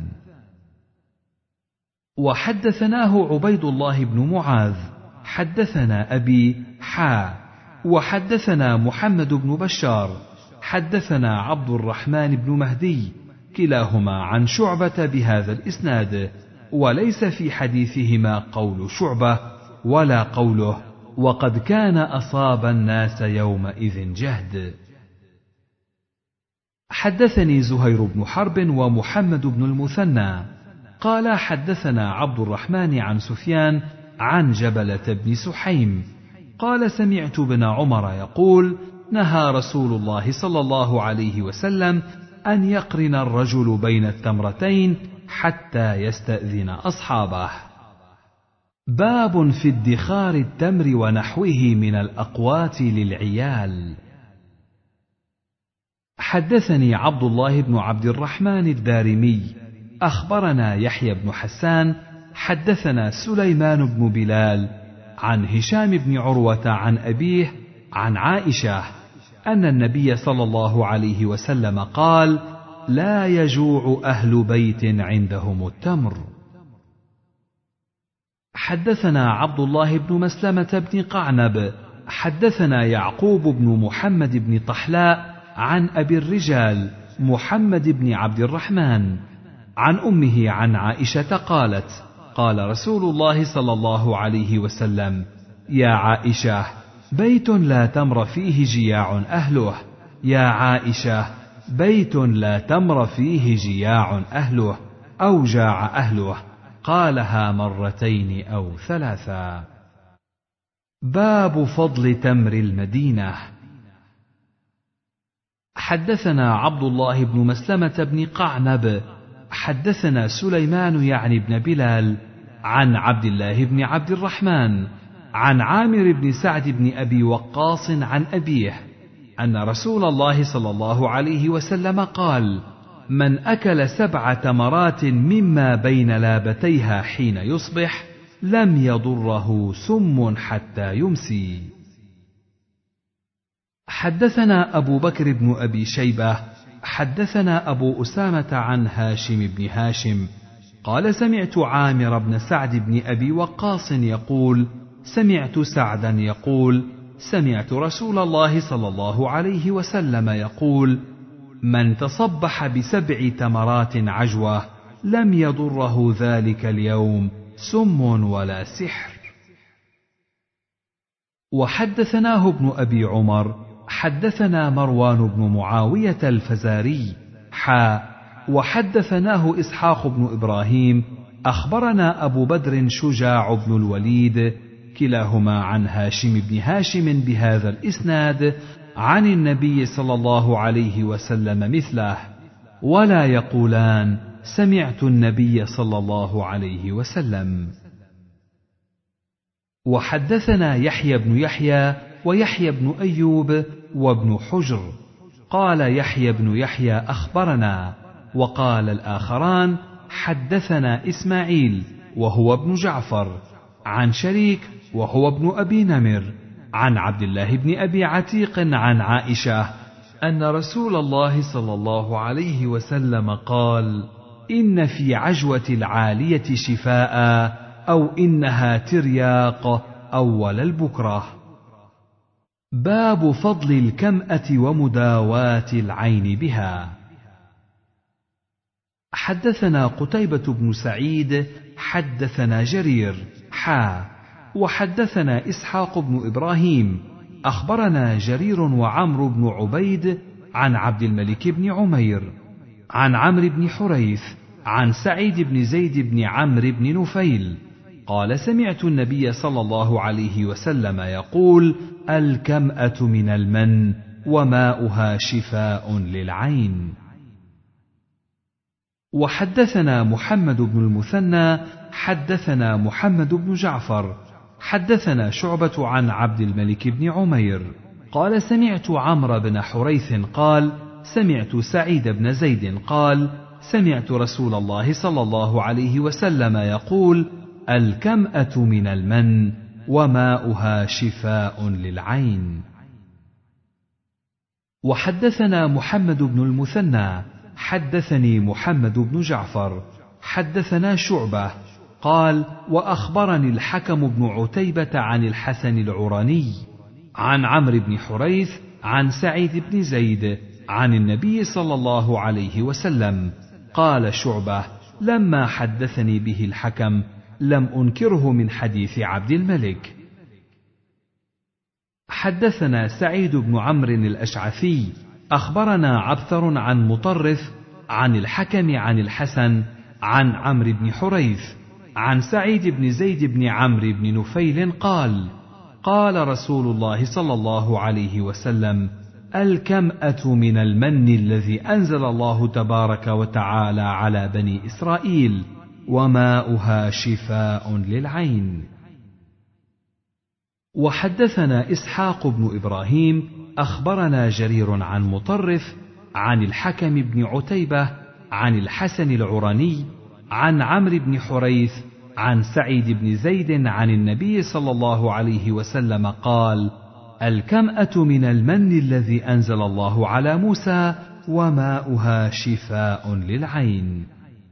وحدثناه عبيد الله بن معاذ حدثنا أبي حا وحدثنا محمد بن بشار حدثنا عبد الرحمن بن مهدي كلاهما عن شعبة بهذا الإسناد، وليس في حديثهما قول شعبة ولا قوله: وقد كان أصاب الناس يومئذ جهد. حدثني زهير بن حرب ومحمد بن المثنى قال: حدثنا عبد الرحمن عن سفيان عن جبلة بن سحيم قال: سمعت ابن عمر يقول: نهى رسول الله صلى الله عليه وسلم أن يقرن الرجل بين التمرتين حتى يستأذن أصحابه. باب في ادخار التمر ونحوه من الأقوات للعيال. حدثني عبد الله بن عبد الرحمن الدارمي أخبرنا يحيى بن حسان حدثنا سليمان بن بلال عن هشام بن عروة عن أبيه عن عائشة أن النبي صلى الله عليه وسلم قال: لا يجوع أهل بيت عندهم التمر. حدثنا عبد الله بن مسلمة بن قعنب حدثنا يعقوب بن محمد بن طحلاء عن أبي الرجال محمد بن عبد الرحمن عن أمه عن عائشة قالت: قال رسول الله صلى الله عليه وسلم: يا عائشة، بيت لا تمر فيه جياع أهله. يا عائشة بيت لا تمر فيه جياع أهله أو جاع أهله. قالها مرتين أو ثلاثا. باب فضل تمر المدينة. حدثنا عبد الله بن مسلمة بن قعنب حدثنا سليمان يعني بن بلال عن عبد الله بن عبد الرحمن عن عامر بن سعد بن أبي وقاص عن أبيه أن رسول الله صلى الله عليه وسلم قال: من أكل سبع تمرات مما بين لابتيها حين يصبح لم يضره سم حتى يمسي. حدثنا أبو بكر بن أبي شيبة حدثنا أبو أسامة عن هاشم بن هاشم قال: سمعت عامر بن سعد بن أبي وقاص يقول: سمعت سعدا يقول: سمعت رسول الله صلى الله عليه وسلم يقول: من تصبح بسبع تمرات عجوة لم يضره ذلك اليوم سم ولا سحر. وحدثناه ابن أبي عمر حدثنا مروان بن معاوية الفزاري حا وحدثناه إسحاق بن إبراهيم أخبرنا أبو بدر شجاع بن الوليد كلاهما عن هاشم بن هاشم بهذا الإسناد عن النبي صلى الله عليه وسلم مثله، ولا يقولان سمعت النبي صلى الله عليه وسلم. وحدثنا يحيى بن يحيى ويحيى بن أيوب وابن حجر قال يحيى بن يحيى أخبرنا، وقال الآخران حدثنا إسماعيل وهو ابن جعفر عن شريك وهو ابن أبي نمر عن عبد الله بن أبي عتيق عن عائشة أن رسول الله صلى الله عليه وسلم قال: إن في عجوة العالية شفاء أو إنها ترياق أول البكرة. باب فضل الكمأة ومداواة العين بها. حدثنا قتيبة بن سعيد حدثنا جرير حا وحدثنا إسحاق بن إبراهيم أخبرنا جرير وعمرو بن عبيد عن عبد الملك بن عمير عن عمرو بن حريث عن سعيد بن زيد بن عمرو بن نفيل قال: سمعت النبي صلى الله عليه وسلم يقول: الكمأة من المن وماؤها شفاء للعين. وحدثنا محمد بن المثنى حدثنا محمد بن جعفر حدثنا شعبة عن عبد الملك بن عمير قال: سمعت عمرو بن حريث قال: سمعت سعيد بن زيد قال: سمعت رسول الله صلى الله عليه وسلم يقول: الكمأة من المن وماؤها شفاء للعين. وحدثنا محمد بن المثنى حدثني محمد بن جعفر حدثنا شعبة قال: وأخبرني الحكم بن عتيبة عن الحسن العراني عن عمرو بن حريث عن سعيد بن زيد عن النبي صلى الله عليه وسلم. قال شعبة: لما حدثني به الحكم لم أنكره من حديث عبد الملك. حدثنا سعيد بن عمرو الأشعثي أخبرنا عبثر عن مطرف عن الحكم عن الحسن عن عمرو بن حريث عن سعيد بن زيد بن عمرو بن نفيل قال: قال رسول الله صلى الله عليه وسلم: الكمأة من المن الذي أنزل الله تبارك وتعالى على بني إسرائيل وماؤها شفاء للعين. وحدثنا إسحاق بن إبراهيم أخبرنا جرير عن مطرف عن الحكم بن عتيبة عن الحسن العراني عن عمرو بن حريث عن سعيد بن زيد عن النبي صلى الله عليه وسلم قال: الكمأة من المن الذي أنزل الله على موسى وماؤها شفاء للعين.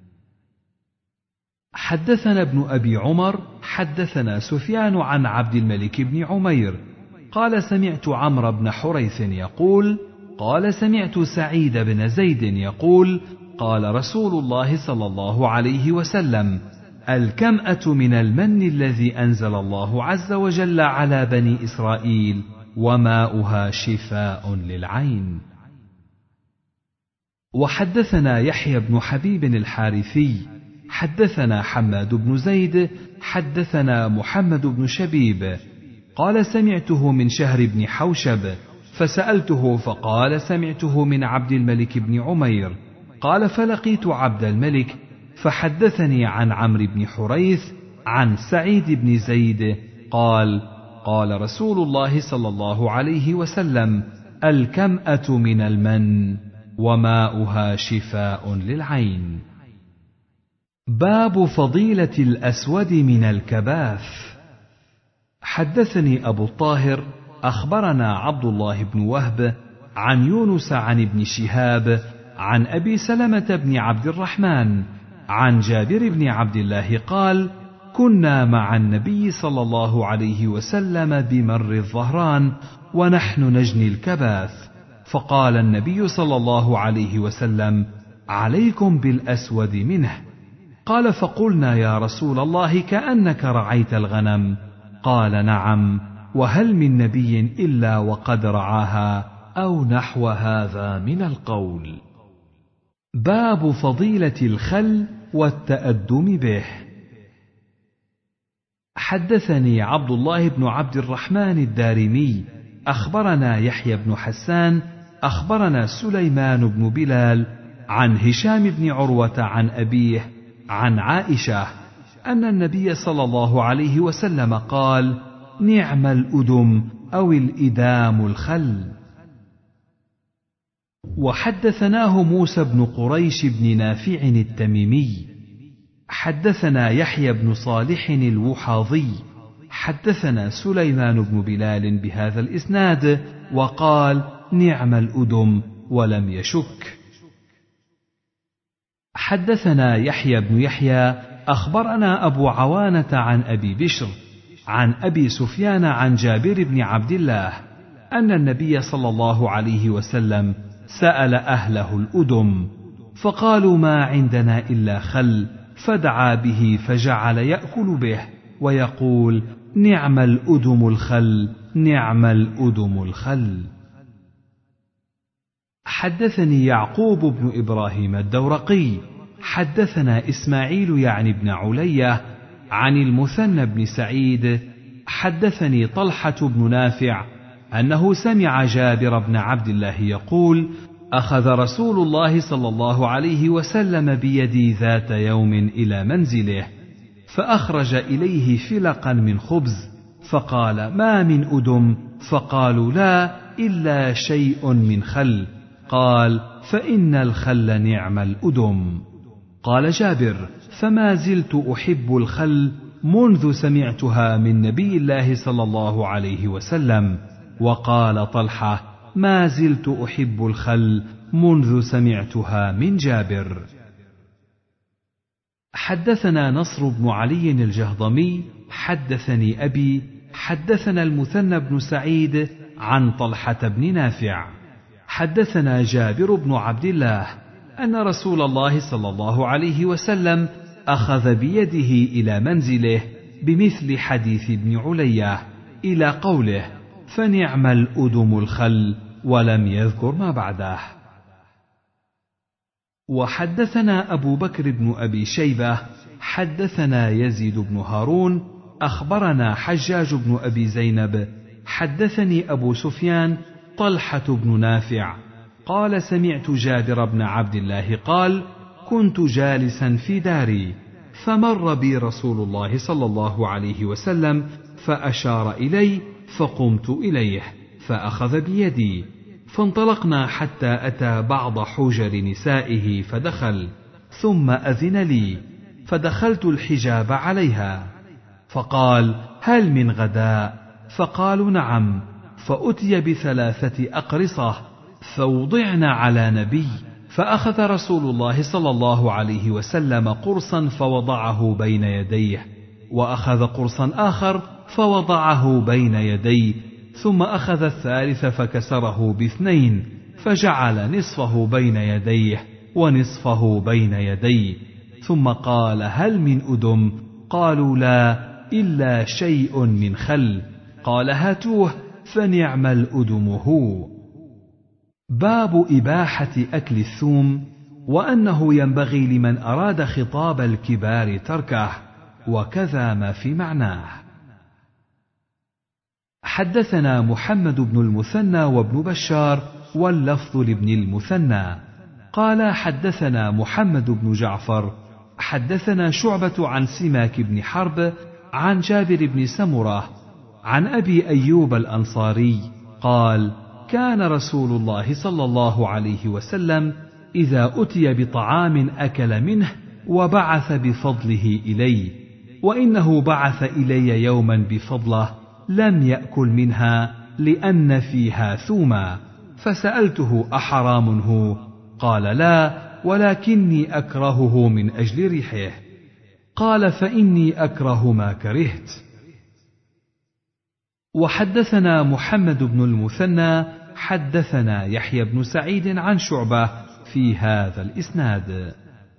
حدثنا ابن أبي عمر حدثنا سفيان عن عبد الملك بن عمير قال: سمعت عمرو بن حريث يقول: قال: سمعت سعيد بن زيد يقول: قال رسول الله صلى الله عليه وسلم: الكمأة من المن الذي أنزل الله عز وجل على بني إسرائيل وماؤها شفاء للعين. وحدثنا يحيى بن حبيب الحارثي حدثنا حماد بن زيد حدثنا محمد بن شبيب قال سمعته من شهر بن حوشب فسألته فقال سمعته من عبد الملك بن عمير قال فلقيت عبد الملك فحدثني عن عمرو بن حريث عن سعيد بن زيد قال قال رسول الله صلى الله عليه وسلم الكمأة من المن وماؤها شفاء للعين. باب فضيلة الأسود من الكباث. حدثني أبو الطاهر أخبرنا عبد الله بن وهب عن يونس عن ابن شهاب عن أبي سلمة بن عبد الرحمن عن جابر بن عبد الله قال كنا مع النبي صلى الله عليه وسلم بمر الظهران ونحن نجني الكباث فقال النبي صلى الله عليه وسلم عليكم بالأسود منه. قال فقلنا يا رسول الله كأنك رعيت الغنم قال نعم وهل من نبي إلا وقد رعاها أو نحو هذا من القول. باب فضيلة الخل والتأدم به. حدثني عبد الله بن عبد الرحمن الدارمي أخبرنا يحيى بن حسان أخبرنا سليمان بن بلال عن هشام بن عروة عن أبيه عن عائشة أن النبي صلى الله عليه وسلم قال نعم الأدم أو الإدام الخل. وحدثناه موسى بن قريش بن نافع التميمي حدثنا يحيى بن صالح الوحاضي حدثنا سليمان بن بلال بهذا الإسناد وقال نعم الأدم ولم يشك. حدثنا يحيى بن يحيى أخبرنا أبو عوانة عن أبي بشر عن أبي سفيان عن جابر بن عبد الله أن النبي صلى الله عليه وسلم سأل أهله الأدم فقالوا ما عندنا إلا خل فدعا به فجعل يأكل به ويقول نعم الأدم الخل نعم الأدم الخل. حدثني يعقوب بن إبراهيم الدورقي حدثنا إسماعيل يعني بن علية عن المثنى بن سعيد حدثني طلحة بن نافع أنه سمع جابر بن عبد الله يقول أخذ رسول الله صلى الله عليه وسلم بيدي ذات يوم إلى منزله فأخرج إليه فلقا من خبز فقال ما من أدم فقالوا لا إلا شيء من خل قال فإن الخل نعم الأدم. قال جابر فما زلت أحب الخل منذ سمعتها من نبي الله صلى الله عليه وسلم. وقال طلحة ما زلت أحب الخل منذ سمعتها من جابر. حدثنا نصر بن علي الجهضمي حدثني أبي حدثنا المثنى بن سعيد عن طلحة بن نافع حدثنا جابر بن عبد الله أن رسول الله صلى الله عليه وسلم أخذ بيده إلى منزله بمثل حديث ابن علية إلى قوله فنعم الأدم الخل ولم يذكر ما بعده. وحدثنا أبو بكر بن أبي شيبة حدثنا يزيد بن هارون أخبرنا حجاج بن أبي زينب حدثني أبو سفيان طلحة بن نافع قال سمعت جابر بن عبد الله قال كنت جالسا في داري فمر بي رسول الله صلى الله عليه وسلم فأشار إلي فقمت إليه فأخذ بيدي فانطلقنا حتى أتى بعض حجر نسائه فدخل ثم أذن لي فدخلت الحجاب عليها فقال هل من غداء فقالوا نعم فأتي بثلاثة أقرصة فوضعن على نبي فأخذ رسول الله صلى الله عليه وسلم قرصا فوضعه بين يديه وأخذ قرصا آخر فوضعه بين يديه ثم أخذ الثالث فكسره باثنين فجعل نصفه بين يديه ونصفه بين يديه ثم قال: هل من أدم؟ قالوا: لا، إلا شيء من خل. قال: هاتوه، فنعم الأدم هو. باب إباحة أكل الثوم، وأنه ينبغي لمن أراد خطاب الكبار تركه، وكذا ما في معناه. حدثنا محمد بن المثنى وابن بشار، واللفظ لابن المثنى قال: حدثنا محمد بن جعفر حدثنا شعبة عن سماك بن حرب عن جابر بن سمرة عن أبي أيوب الأنصاري قال: كان رسول الله صلى الله عليه وسلم إذا أتي بطعام أكل منه وبعث بفضله إلي، وإنه بعث إلي يوما بفضله لم يأكل منها لأن فيها ثوما، فسألته: أحرام هو؟ قال: لا، ولكني أكرهه من أجل ريحه. قال: فإني أكره ما كرهت. وحدثنا محمد بن المثنى حدثنا يحيى بن سعيد عن شعبة في هذا الإسناد.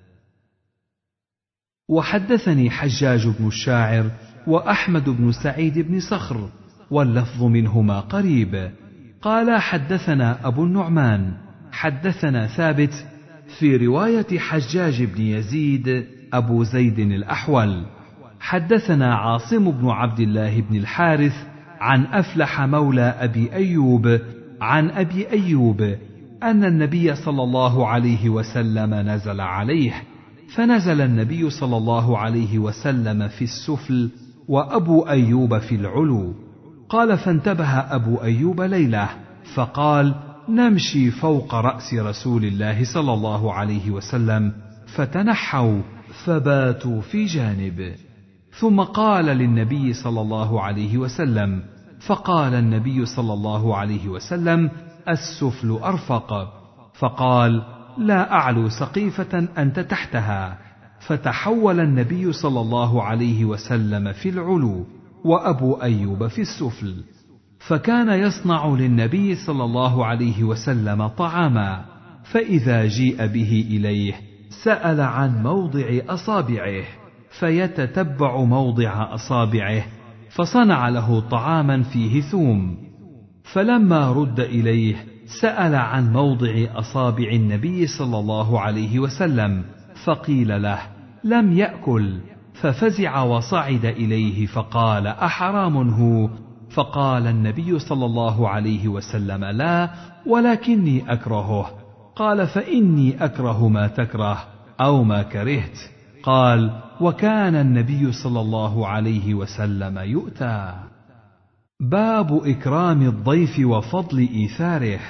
وحدثني حجاج بن الشاعر وأحمد بن سعيد بن صخر، واللفظ منهما قريب. قال: حدثنا أبو النعمان حدثنا ثابت في رواية حجاج بن يزيد أبو زيد الأحول. حدثنا عاصم بن عبد الله بن الحارث عن أفلح مولى أبي أيوب عن أبي أيوب أن النبي صلى الله عليه وسلم نزل عليه، فنزل النبي صلى الله عليه وسلم في السفل وأبو أيوب في العلو. قال: فانتبه أبو أيوب ليلة فقال: نمشي فوق رأس رسول الله صلى الله عليه وسلم، فتنحوا فباتوا في جانب. ثم قال للنبي صلى الله عليه وسلم، فقال النبي صلى الله عليه وسلم: السفل أرفق. فقال: لا أعلو سقيفة أنت تحتها. فتحول النبي صلى الله عليه وسلم في العلو وأبو أيوب في السفل، فكان يصنع للنبي صلى الله عليه وسلم طعاما، فإذا جيء به إليه سأل عن موضع أصابعه فيتتبع موضع أصابعه، فصنع له طعاما فيه ثوم. فلما رد إليه سأل عن موضع أصابع النبي صلى الله عليه وسلم، فقيل له: لم يأكل. ففزع وصعد إليه فقال: أحرام هو؟ فقال النبي صلى الله عليه وسلم: لا، ولكني أكرهه. قال: فإني أكره ما تكره أو ما كرهت. قال: وكان النبي صلى الله عليه وسلم يؤتى. باب إكرام الضيف وفضل إيثاره.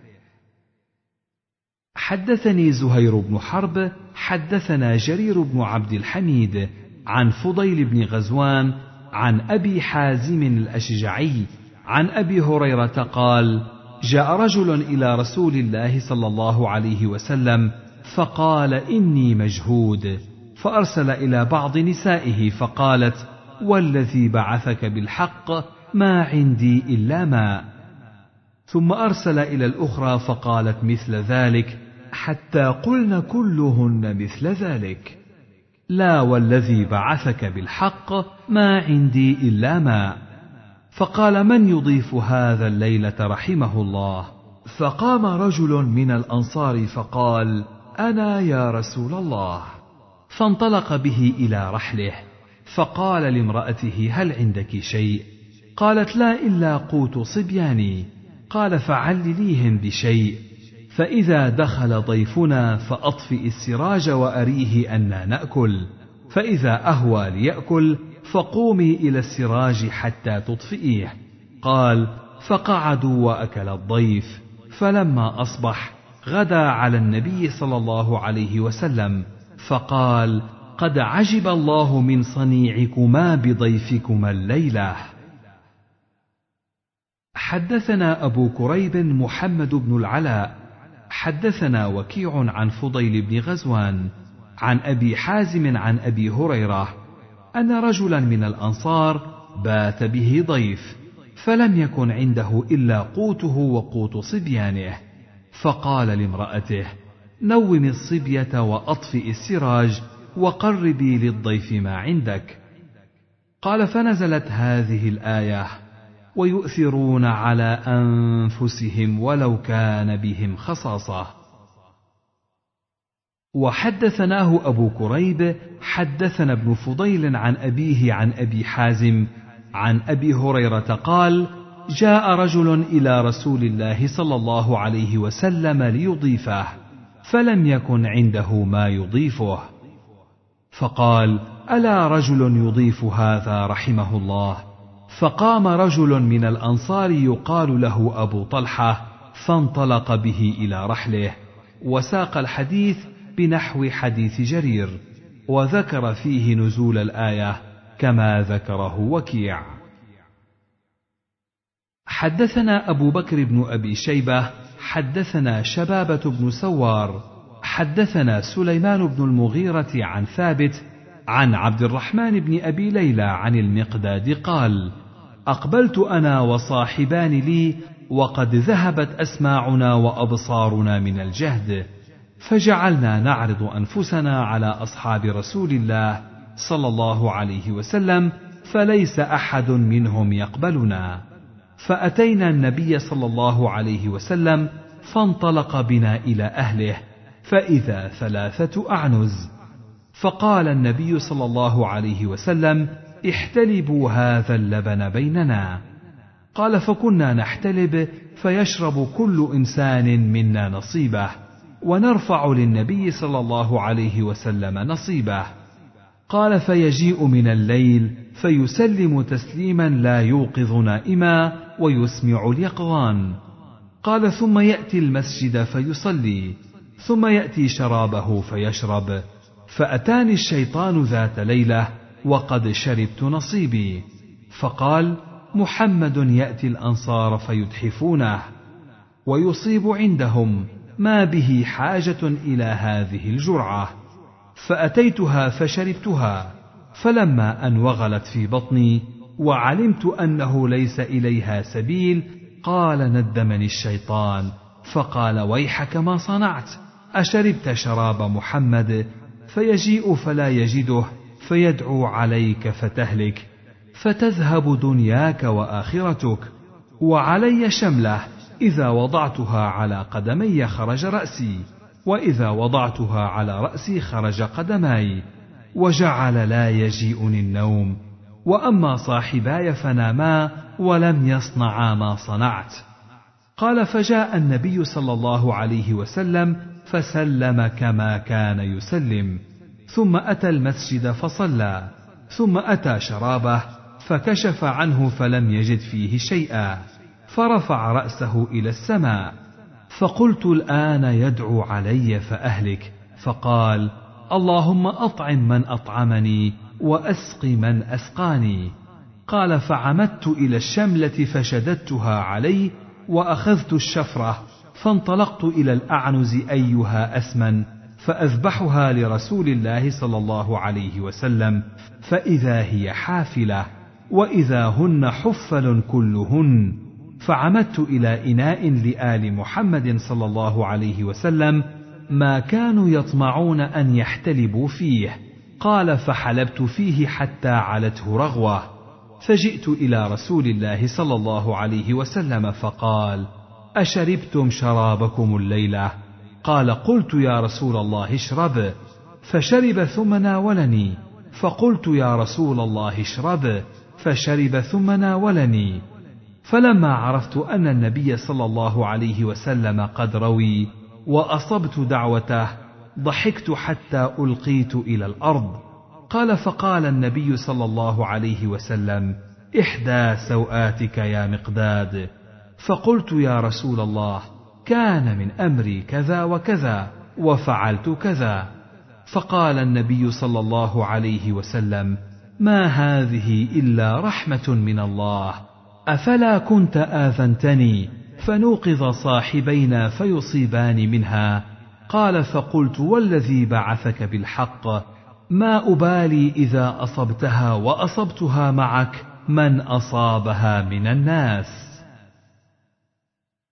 حدثني زهير بن حرب حدثنا جرير بن عبد الحميد عن فضيل بن غزوان عن أبي حازم الأشجعي عن أبي هريرة قال: جاء رجل إلى رسول الله صلى الله عليه وسلم فقال: إني مجهود، فأرسل إلى بعض نسائه فقالت: والذي بعثك بالحق ما عندي إلا ماء. ثم أرسل إلى الأخرى فقالت مثل ذلك، حتى قلن كلهن مثل ذلك: لا، والذي بعثك بالحق ما عندي إلا ماء. فقال: من يضيف هذا الليلة رحمه الله؟ فقام رجل من الأنصار فقال: أنا يا رسول الله. فانطلق به إلى رحله، فقال لامرأته: هل عندك شيء؟ قالت: لا، إلا قوت صبياني. قال: فعلليهم بشيء، فإذا دخل ضيفنا فأطفئ السراج وأريه أنا نأكل، فإذا أهوى ليأكل فقومي إلى السراج حتى تطفئيه. قال: فقعدوا وأكل الضيف. فلما أصبح غدا على النبي صلى الله عليه وسلم فقال: قد عجب الله من صنيعكما بضيفكما الليلة. حدثنا أبو كريب محمد بن العلاء حدثنا وكيع عن فضيل بن غزوان عن أبي حازم عن أبي هريرة أن رجلا من الأنصار بات به ضيف، فلم يكن عنده إلا قوته وقوت صبيانه، فقال لامرأته: نوم الصبية وأطفئ السراج، وقربي للضيف ما عندك. قال: فنزلت هذه الآية: ويؤثرون على أنفسهم ولو كان بهم خصاصة. وحدثناه أبو كريب حدثنا ابن فضيل عن أبيه عن أبي حازم عن أبي هريرة قال: جاء رجل إلى رسول الله صلى الله عليه وسلم ليضيفه، فلم يكن عنده ما يضيفه، فقال: ألا رجل يضيف هذا رحمه الله؟ فقام رجل من الأنصار يقال له أبو طلحة، فانطلق به إلى رحله، وساق الحديث بنحو حديث جرير، وذكر فيه نزول الآية كما ذكره وكيع. حدثنا أبو بكر بن أبي شيبة حدثنا شبابة بن سوار حدثنا سليمان بن المغيرة عن ثابت عن عبد الرحمن بن أبي ليلى عن المقداد قال: أقبلت أنا وصاحبان لي وقد ذهبت أسماعنا وأبصارنا من الجهد، فجعلنا نعرض أنفسنا على أصحاب رسول الله صلى الله عليه وسلم، فليس أحد منهم يقبلنا، فأتينا النبي صلى الله عليه وسلم، فانطلق بنا إلى أهله، فإذا ثلاثة أعنز، فقال النبي صلى الله عليه وسلم: احتلبوا هذا اللبن بيننا. قال: فكنا نحتلب، فيشرب كل إنسان منا نصيبه، ونرفع للنبي صلى الله عليه وسلم نصيبه. قال: فيجيء من الليل فيسلم تسليما لا يوقظ نائما ويسمع اليقظان. قال: ثم يأتي المسجد فيصلي، ثم يأتي شرابه فيشرب. فأتاني الشيطان ذات ليلة وقد شربت نصيبي، فقال: محمد يأتي الأنصار فيدحفونه ويصيب عندهم، ما به حاجة إلى هذه الجرعة. فأتيتها فشربتها، فلما أن وغلت في بطني وعلمت أنه ليس إليها سبيل، قال: ندمني الشيطان، فقال: ويحك ما صنعت، أشربت شراب محمد؟ فيجيء فلا يجده، فيدعو عليك فتهلك، فتذهب دنياك وآخرتك. وعلي شملة، إذا وضعتها على قدمي خرج رأسي، وإذا وضعتها على رأسي خرج قدماي، وجعل لا يجيئني النوم. وأما صاحباي فناما ولم يصنعا ما صنعت. قال: فجاء النبي صلى الله عليه وسلم فسلم كما كان يسلم، ثم أتى المسجد فصلى، ثم أتى شرابه فكشف عنه فلم يجد فيه شيئا، فرفع رأسه إلى السماء، فقلت: الآن يدعو علي فأهلك. فقال: اللهم أطعم من أطعمني وأسق من أسقاني. قال: فعمدت إلى الشملة فشددتها علي، وأخذت الشفرة، فانطلقت إلى الأعنز أيها أسمن، فأذبحها لرسول الله صلى الله عليه وسلم، فإذا هي حافلة، وإذا هن حفل كلهن. فعمدت إلى إناء لآل محمد صلى الله عليه وسلم ما كانوا يطمعون أن يحتلبوا فيه. قال: فحلبت فيه حتى علته رغوة، فجئت إلى رسول الله صلى الله عليه وسلم فقال: أشربتم شرابكم الليلة؟ قال: قلت: يا رسول الله اشرب. فشرب ثم ناولني، فقلت: يا رسول الله اشرب. فشرب ثم ناولني. فلما عرفت أن النبي صلى الله عليه وسلم قد روي وأصبت دعوته، ضحكت حتى ألقيت إلى الأرض. قال: فقال النبي صلى الله عليه وسلم: إحدى سوآتك يا مقداد. فقلت: يا رسول الله، كان من أمري كذا وكذا، وفعلت كذا. فقال النبي صلى الله عليه وسلم: ما هذه إلا رحمة من الله، أفلا كنت آذنتني فنوقظ صاحبينا فيصيبان منها؟ قال: فقلت: والذي بعثك بالحق، ما أبالي إذا أصبتها وأصبتها معك من أصابها من الناس.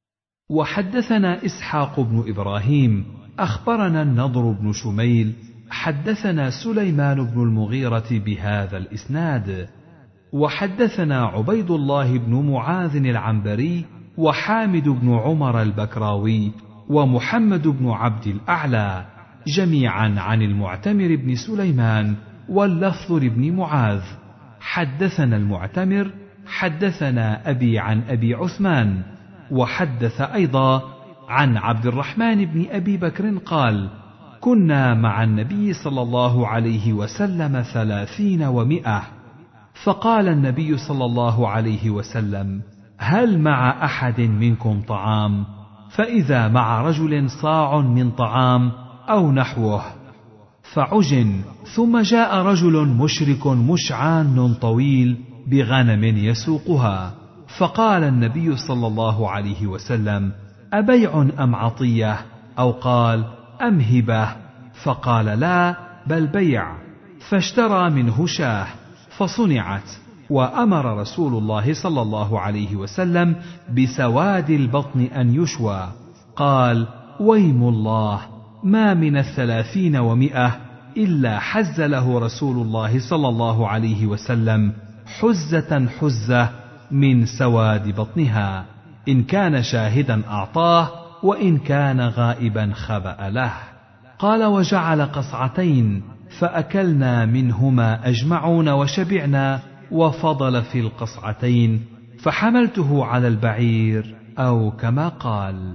وحدثنا إسحاق بن إبراهيم أخبرنا النضر بن شميل حدثنا سليمان بن المغيرة بهذا الإسناد. وحدثنا عبيد الله بن معاذ العنبري وحامد بن عمر البكراوي ومحمد بن عبد الأعلى جميعا عن المعتمر بن سليمان واللفظ لابن معاذ. حدثنا المعتمر حدثنا أبي عن أبي عثمان، وحدث أيضا عن عبد الرحمن بن أبي بكر قال: كنا مع النبي صلى الله عليه وسلم ثلاثين ومئة، فقال النبي صلى الله عليه وسلم: هل مع أحد منكم طعام؟ فإذا مع رجل صاع من طعام أو نحوه، فعجن. ثم جاء رجل مشرك مشعان طويل بغنم يسوقها، فقال النبي صلى الله عليه وسلم: أبيع أم عطية؟ أو قال: أم هبة؟ فقال: لا، بل بيع. فاشترى منه شاه فصنعت، وأمر رسول الله صلى الله عليه وسلم بسواد البطن أن يشوى. قال: ويم الله، ما من الثلاثين ومئة إلا حز له رسول الله صلى الله عليه وسلم حزة حزة من سواد بطنها، إن كان شاهدا أعطاه، وإن كان غائبا خبأ له. قال: وجعل قصعتين فأكلنا منهما أجمعون وشبعنا، وفضل في القصعتين فحملته على البعير، أو كما قال.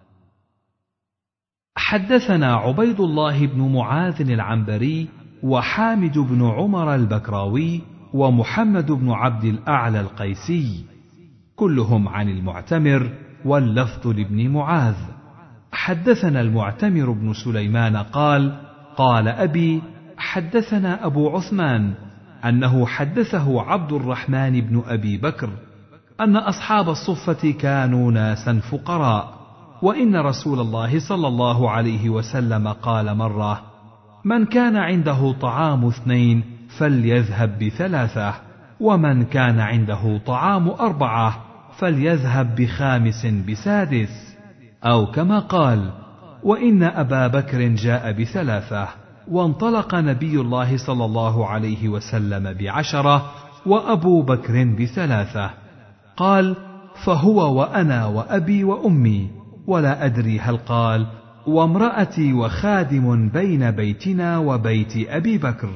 حدثنا عبيد الله بن معاذ العنبري وحامد بن عمر البكراوي ومحمد بن عبد الأعلى القيسي، كلهم عن المعتمر واللفظ لابن معاذ. حدثنا المعتمر بن سليمان قال: قال أبي: حدثنا أبو عثمان أنه حدثه عبد الرحمن بن أبي بكر أن أصحاب الصفة كانوا ناسا فقراء، وإن رسول الله صلى الله عليه وسلم قال مرة: من كان عنده طعام اثنين فليذهب بثلاثة، ومن كان عنده طعام أربعة فليذهب بخامس بسادس، أو كما قال: وإن أبا بكر جاء بثلاثة، وانطلق نبي الله صلى الله عليه وسلم بعشرة، وأبو بكر بثلاثة. قال: فهو وأنا وأبي وأمي، ولا أدري هل قال: وامرأتي وخادم بين بيتنا وبيت أبي بكر.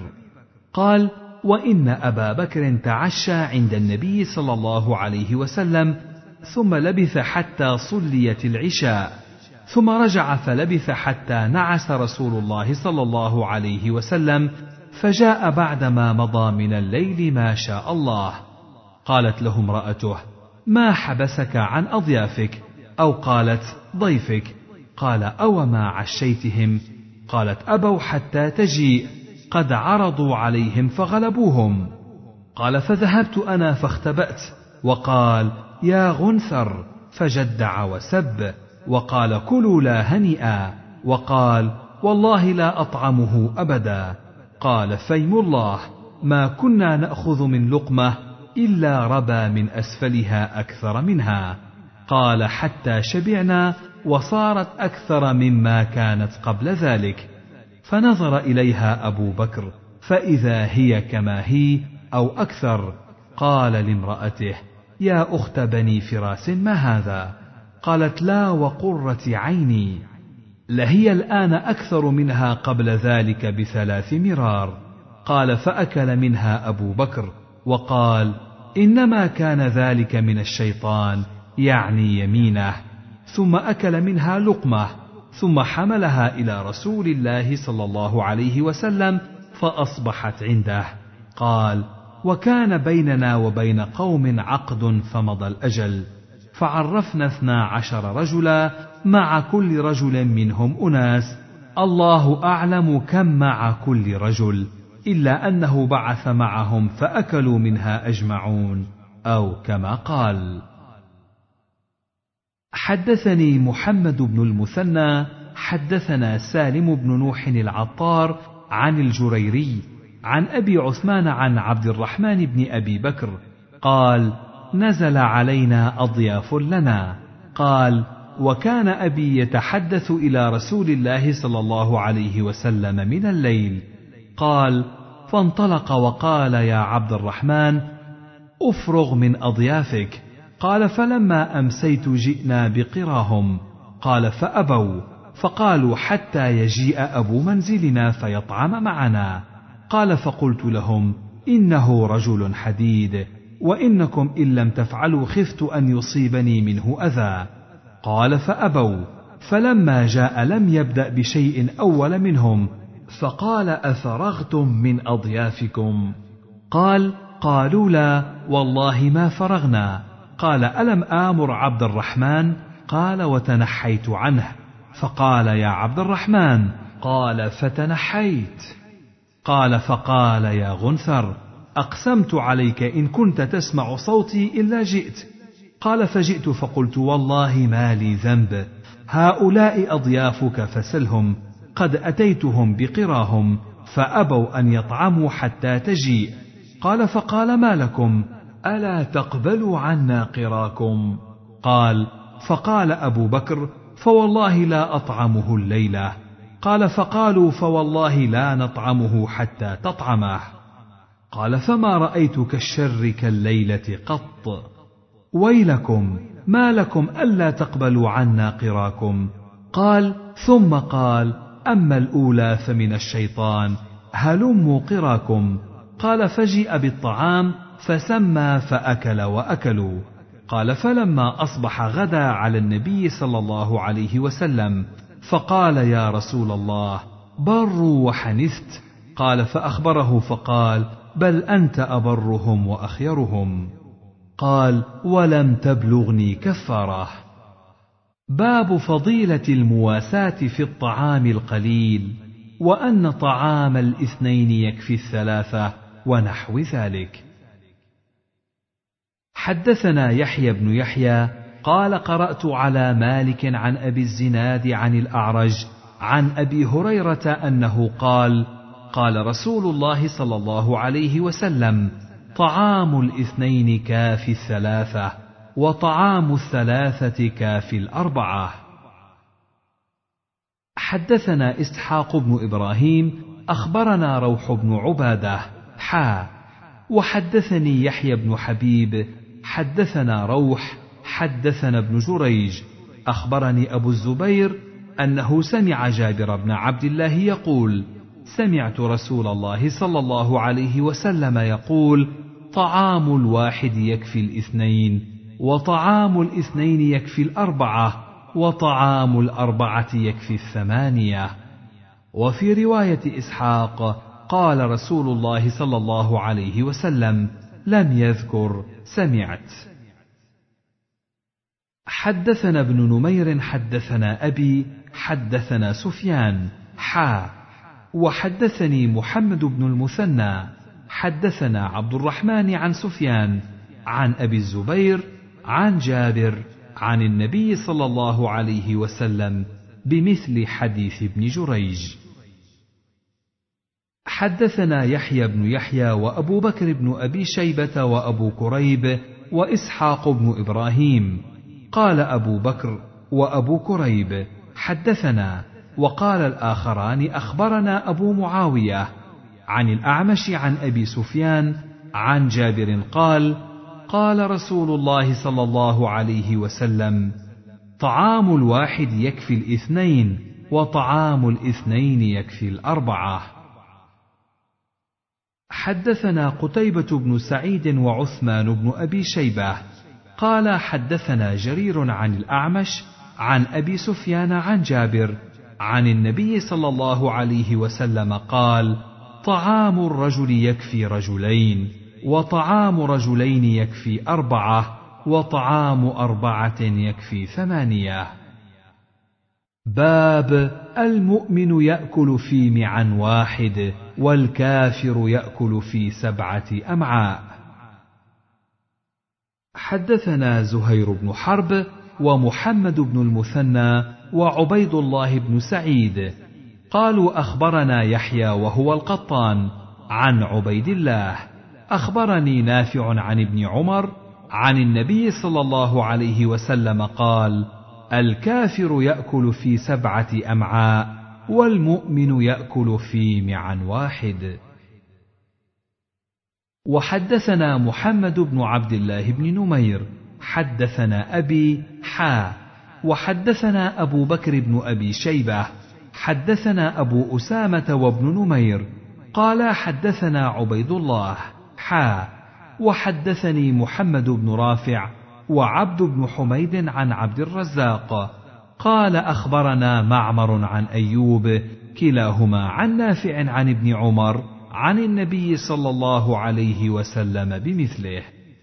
قال: وإن أبا بكر تعشى عند النبي صلى الله عليه وسلم، ثم لبث حتى صليت العشاء، ثم رجع فلبث حتى نعس رسول الله صلى الله عليه وسلم، فجاء بعدما مضى من الليل ما شاء الله. قالت له امرأته: ما حبسك عن أضيافك؟ أو قالت: ضيفك. قال: أوما عشيتهم؟ قالت: أبوا حتى تجيء، قد عرضوا عليهم فغلبوهم. قال: فذهبت أنا فاختبأت، وقال: يا غنثر، فجدع وسب، وقال: كلوا لا هنيئا، وقال: والله لا أطعمه أبدا. قال: فيم الله، ما كنا نأخذ من لقمة إلا ربى من أسفلها أكثر منها. قال: حتى شبعنا، وصارت أكثر مما كانت قبل ذلك. فنظر إليها أبو بكر فإذا هي كما هي أو أكثر. قال لامرأته: يا أخت بني فراس، ما هذا؟ قالت: لا وقرة عيني، لهي الآن أكثر منها قبل ذلك بثلاث مرار. قال: فأكل منها أبو بكر، وقال: إنما كان ذلك من الشيطان، يعني يمينه. ثم أكل منها لقمة، ثم حملها إلى رسول الله صلى الله عليه وسلم، فأصبحت عنده. قال: وكان بيننا وبين قوم عقد فمضى الأجل، فعرفنا اثنا عشر رجلا، مع كل رجل منهم أناس، الله أعلم كم مع كل رجل، إلا أنه بعث معهم فأكلوا منها أجمعون، أو كما قال. حدثني محمد بن المثنى حدثنا سالم بن نوح العطار عن الجريري عن أبي عثمان عن عبد الرحمن بن أبي بكر قال: نزل علينا أضياف لنا. قال: وكان أبي يتحدث إلى رسول الله صلى الله عليه وسلم من الليل. قال: فانطلق وقال: يا عبد الرحمن، أفرغ من أضيافك. قال: فلما أمسيت جئنا بقراهم. قال: فأبوا، فقالوا: حتى يجيء أبو منزلنا فيطعم معنا. قال: فقلت لهم: إنه رجل حديد، وإنكم إن لم تفعلوا خفت أن يصيبني منه أذى. قال: فأبوا، فلما جاء لم يبدأ بشيء أول منهم، فقال: أفرغتم من أضيافكم؟ قال: قالوا: لا والله ما فرغنا. قال: ألم آمر عبد الرحمن؟ قال: وتنحيت عنه. فقال: يا عبد الرحمن. قال: فتنحيت. قال: فقال: يا غنثر، أقسمت عليك إن كنت تسمع صوتي إلا جئت. قال: فجئت فقلت: والله ما لي ذنب، هؤلاء أضيافك فسلهم، قد أتيتهم بقراهم فأبوا أن يطعموا حتى تجيء. قال: فقال: ما لكم، ألا تقبلوا عنا قراكم؟ قال: فقال أبو بكر: فوالله لا أطعمه الليلة. قال: فقالوا: فوالله لا نطعمه حتى تطعمه. قال: فما رأيت كالشر كالليلة قط. ويلكم، ما لكم ألا تقبلوا عنا قراكم؟ قال: ثم قال: أما الأولى فمن الشيطان، هلموا قراكم. قال: فجيء بالطعام فسمى فأكل وأكلوا. قال: فلما أصبح غدا على النبي صلى الله عليه وسلم، فقال: يا رسول الله، بروا وحنثت. قال: فأخبره فقال: بل أنت أبرهم وأخيرهم. قال: ولم تبلغني كفاره. باب فضيلة المواساة في الطعام القليل، وأن طعام الاثنين يكفي الثلاثة، ونحو ذلك. حدثنا يحيى بن يحيى قال: قرأت على مالك عن أبي الزناد عن الأعرج عن أبي هريرة أنه قال: قال رسول الله صلى الله عليه وسلم: طعام الاثنين كافي الثلاثة، وطعام الثلاثة كافي الأربعة. حدثنا إسحاق بن إبراهيم أخبرنا روح بن عبادة حا وحدثني يحيى بن حبيب حدثنا روح حدثنا ابن جريج أخبرني أبو الزبير أنه سمع جابر بن عبد الله يقول: سمعت رسول الله صلى الله عليه وسلم يقول: طعام الواحد يكفي الاثنين، وطعام الاثنين يكفي الأربعة، وطعام الأربعة يكفي الثمانية. وفي رواية إسحاق قال رسول الله صلى الله عليه وسلم: لم يذكر سمعت. حدثنا ابن نمير حدثنا أبي حدثنا سفيان حا وحدثني محمد بن المثنى حدثنا عبد الرحمن عن سفيان عن أبي الزبير عن جابر عن النبي صلى الله عليه وسلم بمثل حديث ابن جريج. حدثنا يحيى بن يحيى وأبو بكر بن أبي شيبة وأبو كريب وإسحاق بن إبراهيم. قال أبو بكر وأبو كريب: حدثنا. وقال الآخران: أخبرنا أبو معاوية عن الأعمش عن أبي سفيان عن جابر قال: قال رسول الله صلى الله عليه وسلم: طعام الواحد يكفي الاثنين، وطعام الاثنين يكفي الأربعة. حدثنا قتيبة بن سعيد وعثمان بن أبي شيبة قال: حدثنا جرير عن الأعمش عن أبي سفيان عن جابر عن النبي صلى الله عليه وسلم قال: طعام الرجل يكفي رجلين، وطعام رجلين يكفي أربعة، وطعام أربعة يكفي ثمانية. باب المؤمن يأكل في معا واحد، والكافر يأكل في سبعة أمعاء. حدثنا زهير بن حرب ومحمد بن المثنى وعبيد الله بن سعيد قالوا: أخبرنا يحيى وهو القطان عن عبيد الله أخبرني نافع عن ابن عمر عن النبي صلى الله عليه وسلم قال: الكافر يأكل في سبعة أمعاء والمؤمن يأكل في معا واحد. وحدثنا محمد بن عبد الله بن نمير حدثنا أبي حا وحدثنا أبو بكر بن أبي شيبة حدثنا أبو أسامة وابن نمير قال حدثنا عبيد الله حا وحدثني محمد بن رافع وعبد بن حميد عن عبد الرزاق قال أخبرنا معمر عن أيوب كلاهما عن نافع عن ابن عمر عن النبي صلى الله عليه وسلم بمثله.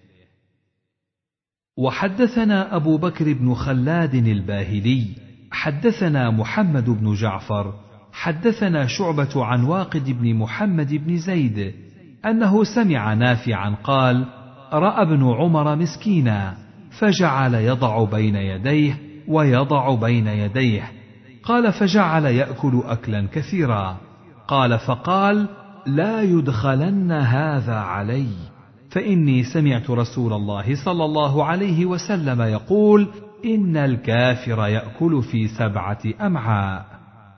وحدثنا أبو بكر بن خلاد الباهلي حدثنا محمد بن جعفر حدثنا شعبة عن واقد بن محمد بن زيد أنه سمع نافعا قال: رأى ابن عمر مسكينا فجعل يضع بين يديه ويضع بين يديه، قال: فجعل يأكل أكلا كثيرا، قال: فقال: لا يدخلن هذا علي، فإني سمعت رسول الله صلى الله عليه وسلم يقول: إن الكافر يأكل في سبعة أمعاء.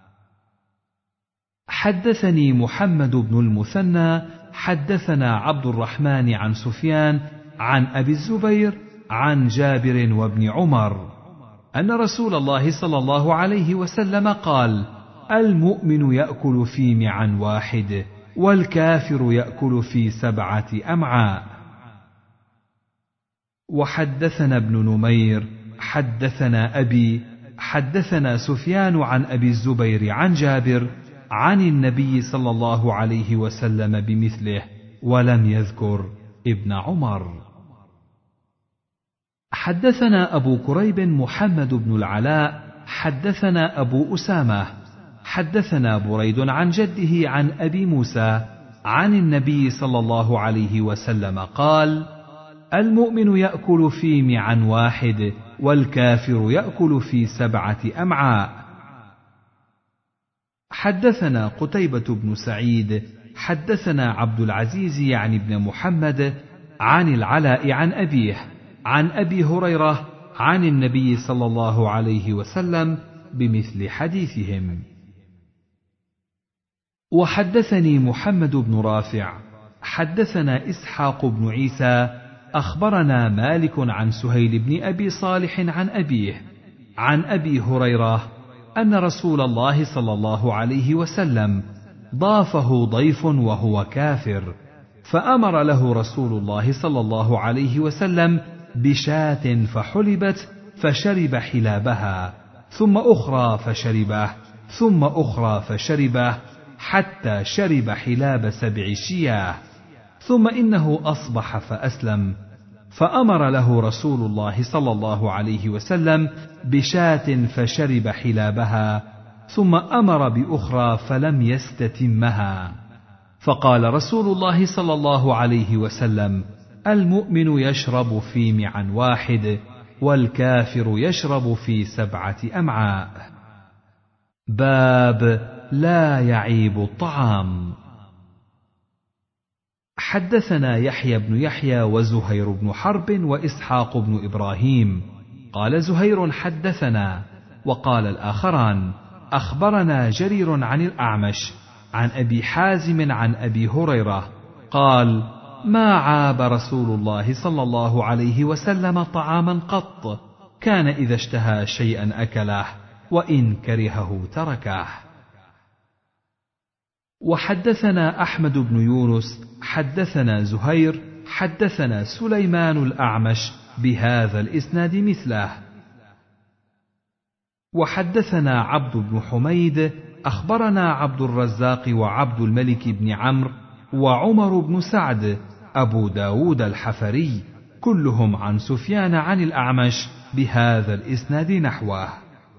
حدثني محمد بن المثنى حدثنا عبد الرحمن عن سفيان عن أبي الزبير عن جابر وابن عمر أن رسول الله صلى الله عليه وسلم قال: المؤمن يأكل في معا واحد والكافر يأكل في سبعة أمعاء. وحدثنا ابن نمير حدثنا أبي حدثنا سفيان عن أبي الزبير عن جابر عن النبي صلى الله عليه وسلم بمثله ولم يذكر ابن عمر. حدثنا أبو كريب محمد بن العلاء حدثنا أبو أسامة حدثنا بريد عن جده عن أبي موسى عن النبي صلى الله عليه وسلم قال: المؤمن يأكل في معا واحد والكافر يأكل في سبعة أمعاء. حدثنا قتيبة بن سعيد حدثنا عبد العزيز يعني ابن محمد عن العلاء عن أبيه عن أبي هريرة عن النبي صلى الله عليه وسلم بمثل حديثهم. وحدثني محمد بن رافع حدثنا إسحاق بن عيسى أخبرنا مالك عن سهيل بن أبي صالح عن أبيه عن أبي هريرة أن رسول الله صلى الله عليه وسلم ضافه ضيف وهو كافر، فأمر له رسول الله صلى الله عليه وسلم بشاة فحلبت فشرب حلابها، ثم أخرى فشربه، ثم أخرى فشربه، حتى شرب حلاب سبع شياه، ثم إنه أصبح فأسلم، فأمر له رسول الله صلى الله عليه وسلم بشاة فشرب حلابها، ثم أمر بأخرى فلم يستتمها، فقال رسول الله صلى الله عليه وسلم: المؤمن يشرب في معا واحد والكافر يشرب في سبعة أمعاء. باب لا يعيب الطعام. حدثنا يحيى بن يحيى وزهير بن حرب وإسحاق بن إبراهيم قال زهير حدثنا، وقال الآخران أخبرنا جرير عن الأعمش عن أبي حازم عن أبي هريرة قال: ما عاب رسول الله صلى الله عليه وسلم طعاما قط، كان إذا اشتهى شيئا أكله وإن كرهه تركه. وحدثنا أحمد بن يونس حدثنا زهير حدثنا سليمان الأعمش بهذا الإسناد مثله. وحدثنا عبد بن حميد أخبرنا عبد الرزاق وعبد الملك بن عمرو وعمر بن سعد أبو داود الحفري كلهم عن سفيان عن الأعمش بهذا الإسناد نحوه.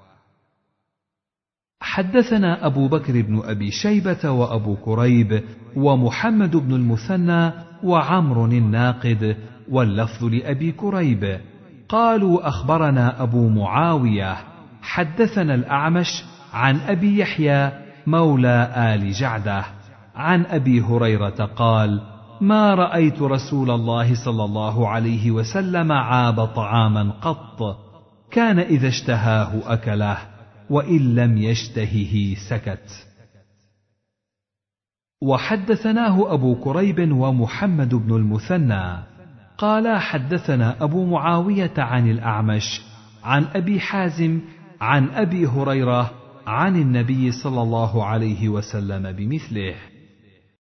حدثنا أبو بكر بن أبي شيبة وأبو كريب ومحمد بن المثنى وعمر الناقد واللفظ لأبي كريب قالوا أخبرنا أبو معاوية حدثنا الأعمش عن أبي يحيى مولى آل جعدة عن أبي هريرة قال: ما رأيت رسول الله صلى الله عليه وسلم عاب طعاما قط، كان إذا اشتهاه أكله وإن لم يشتهه سكت. وحدثناه أبو كريب ومحمد بن المثنى قال حدثنا أبو معاوية عن الأعمش عن أبي حازم عن أبي هريرة عن النبي صلى الله عليه وسلم بمثله.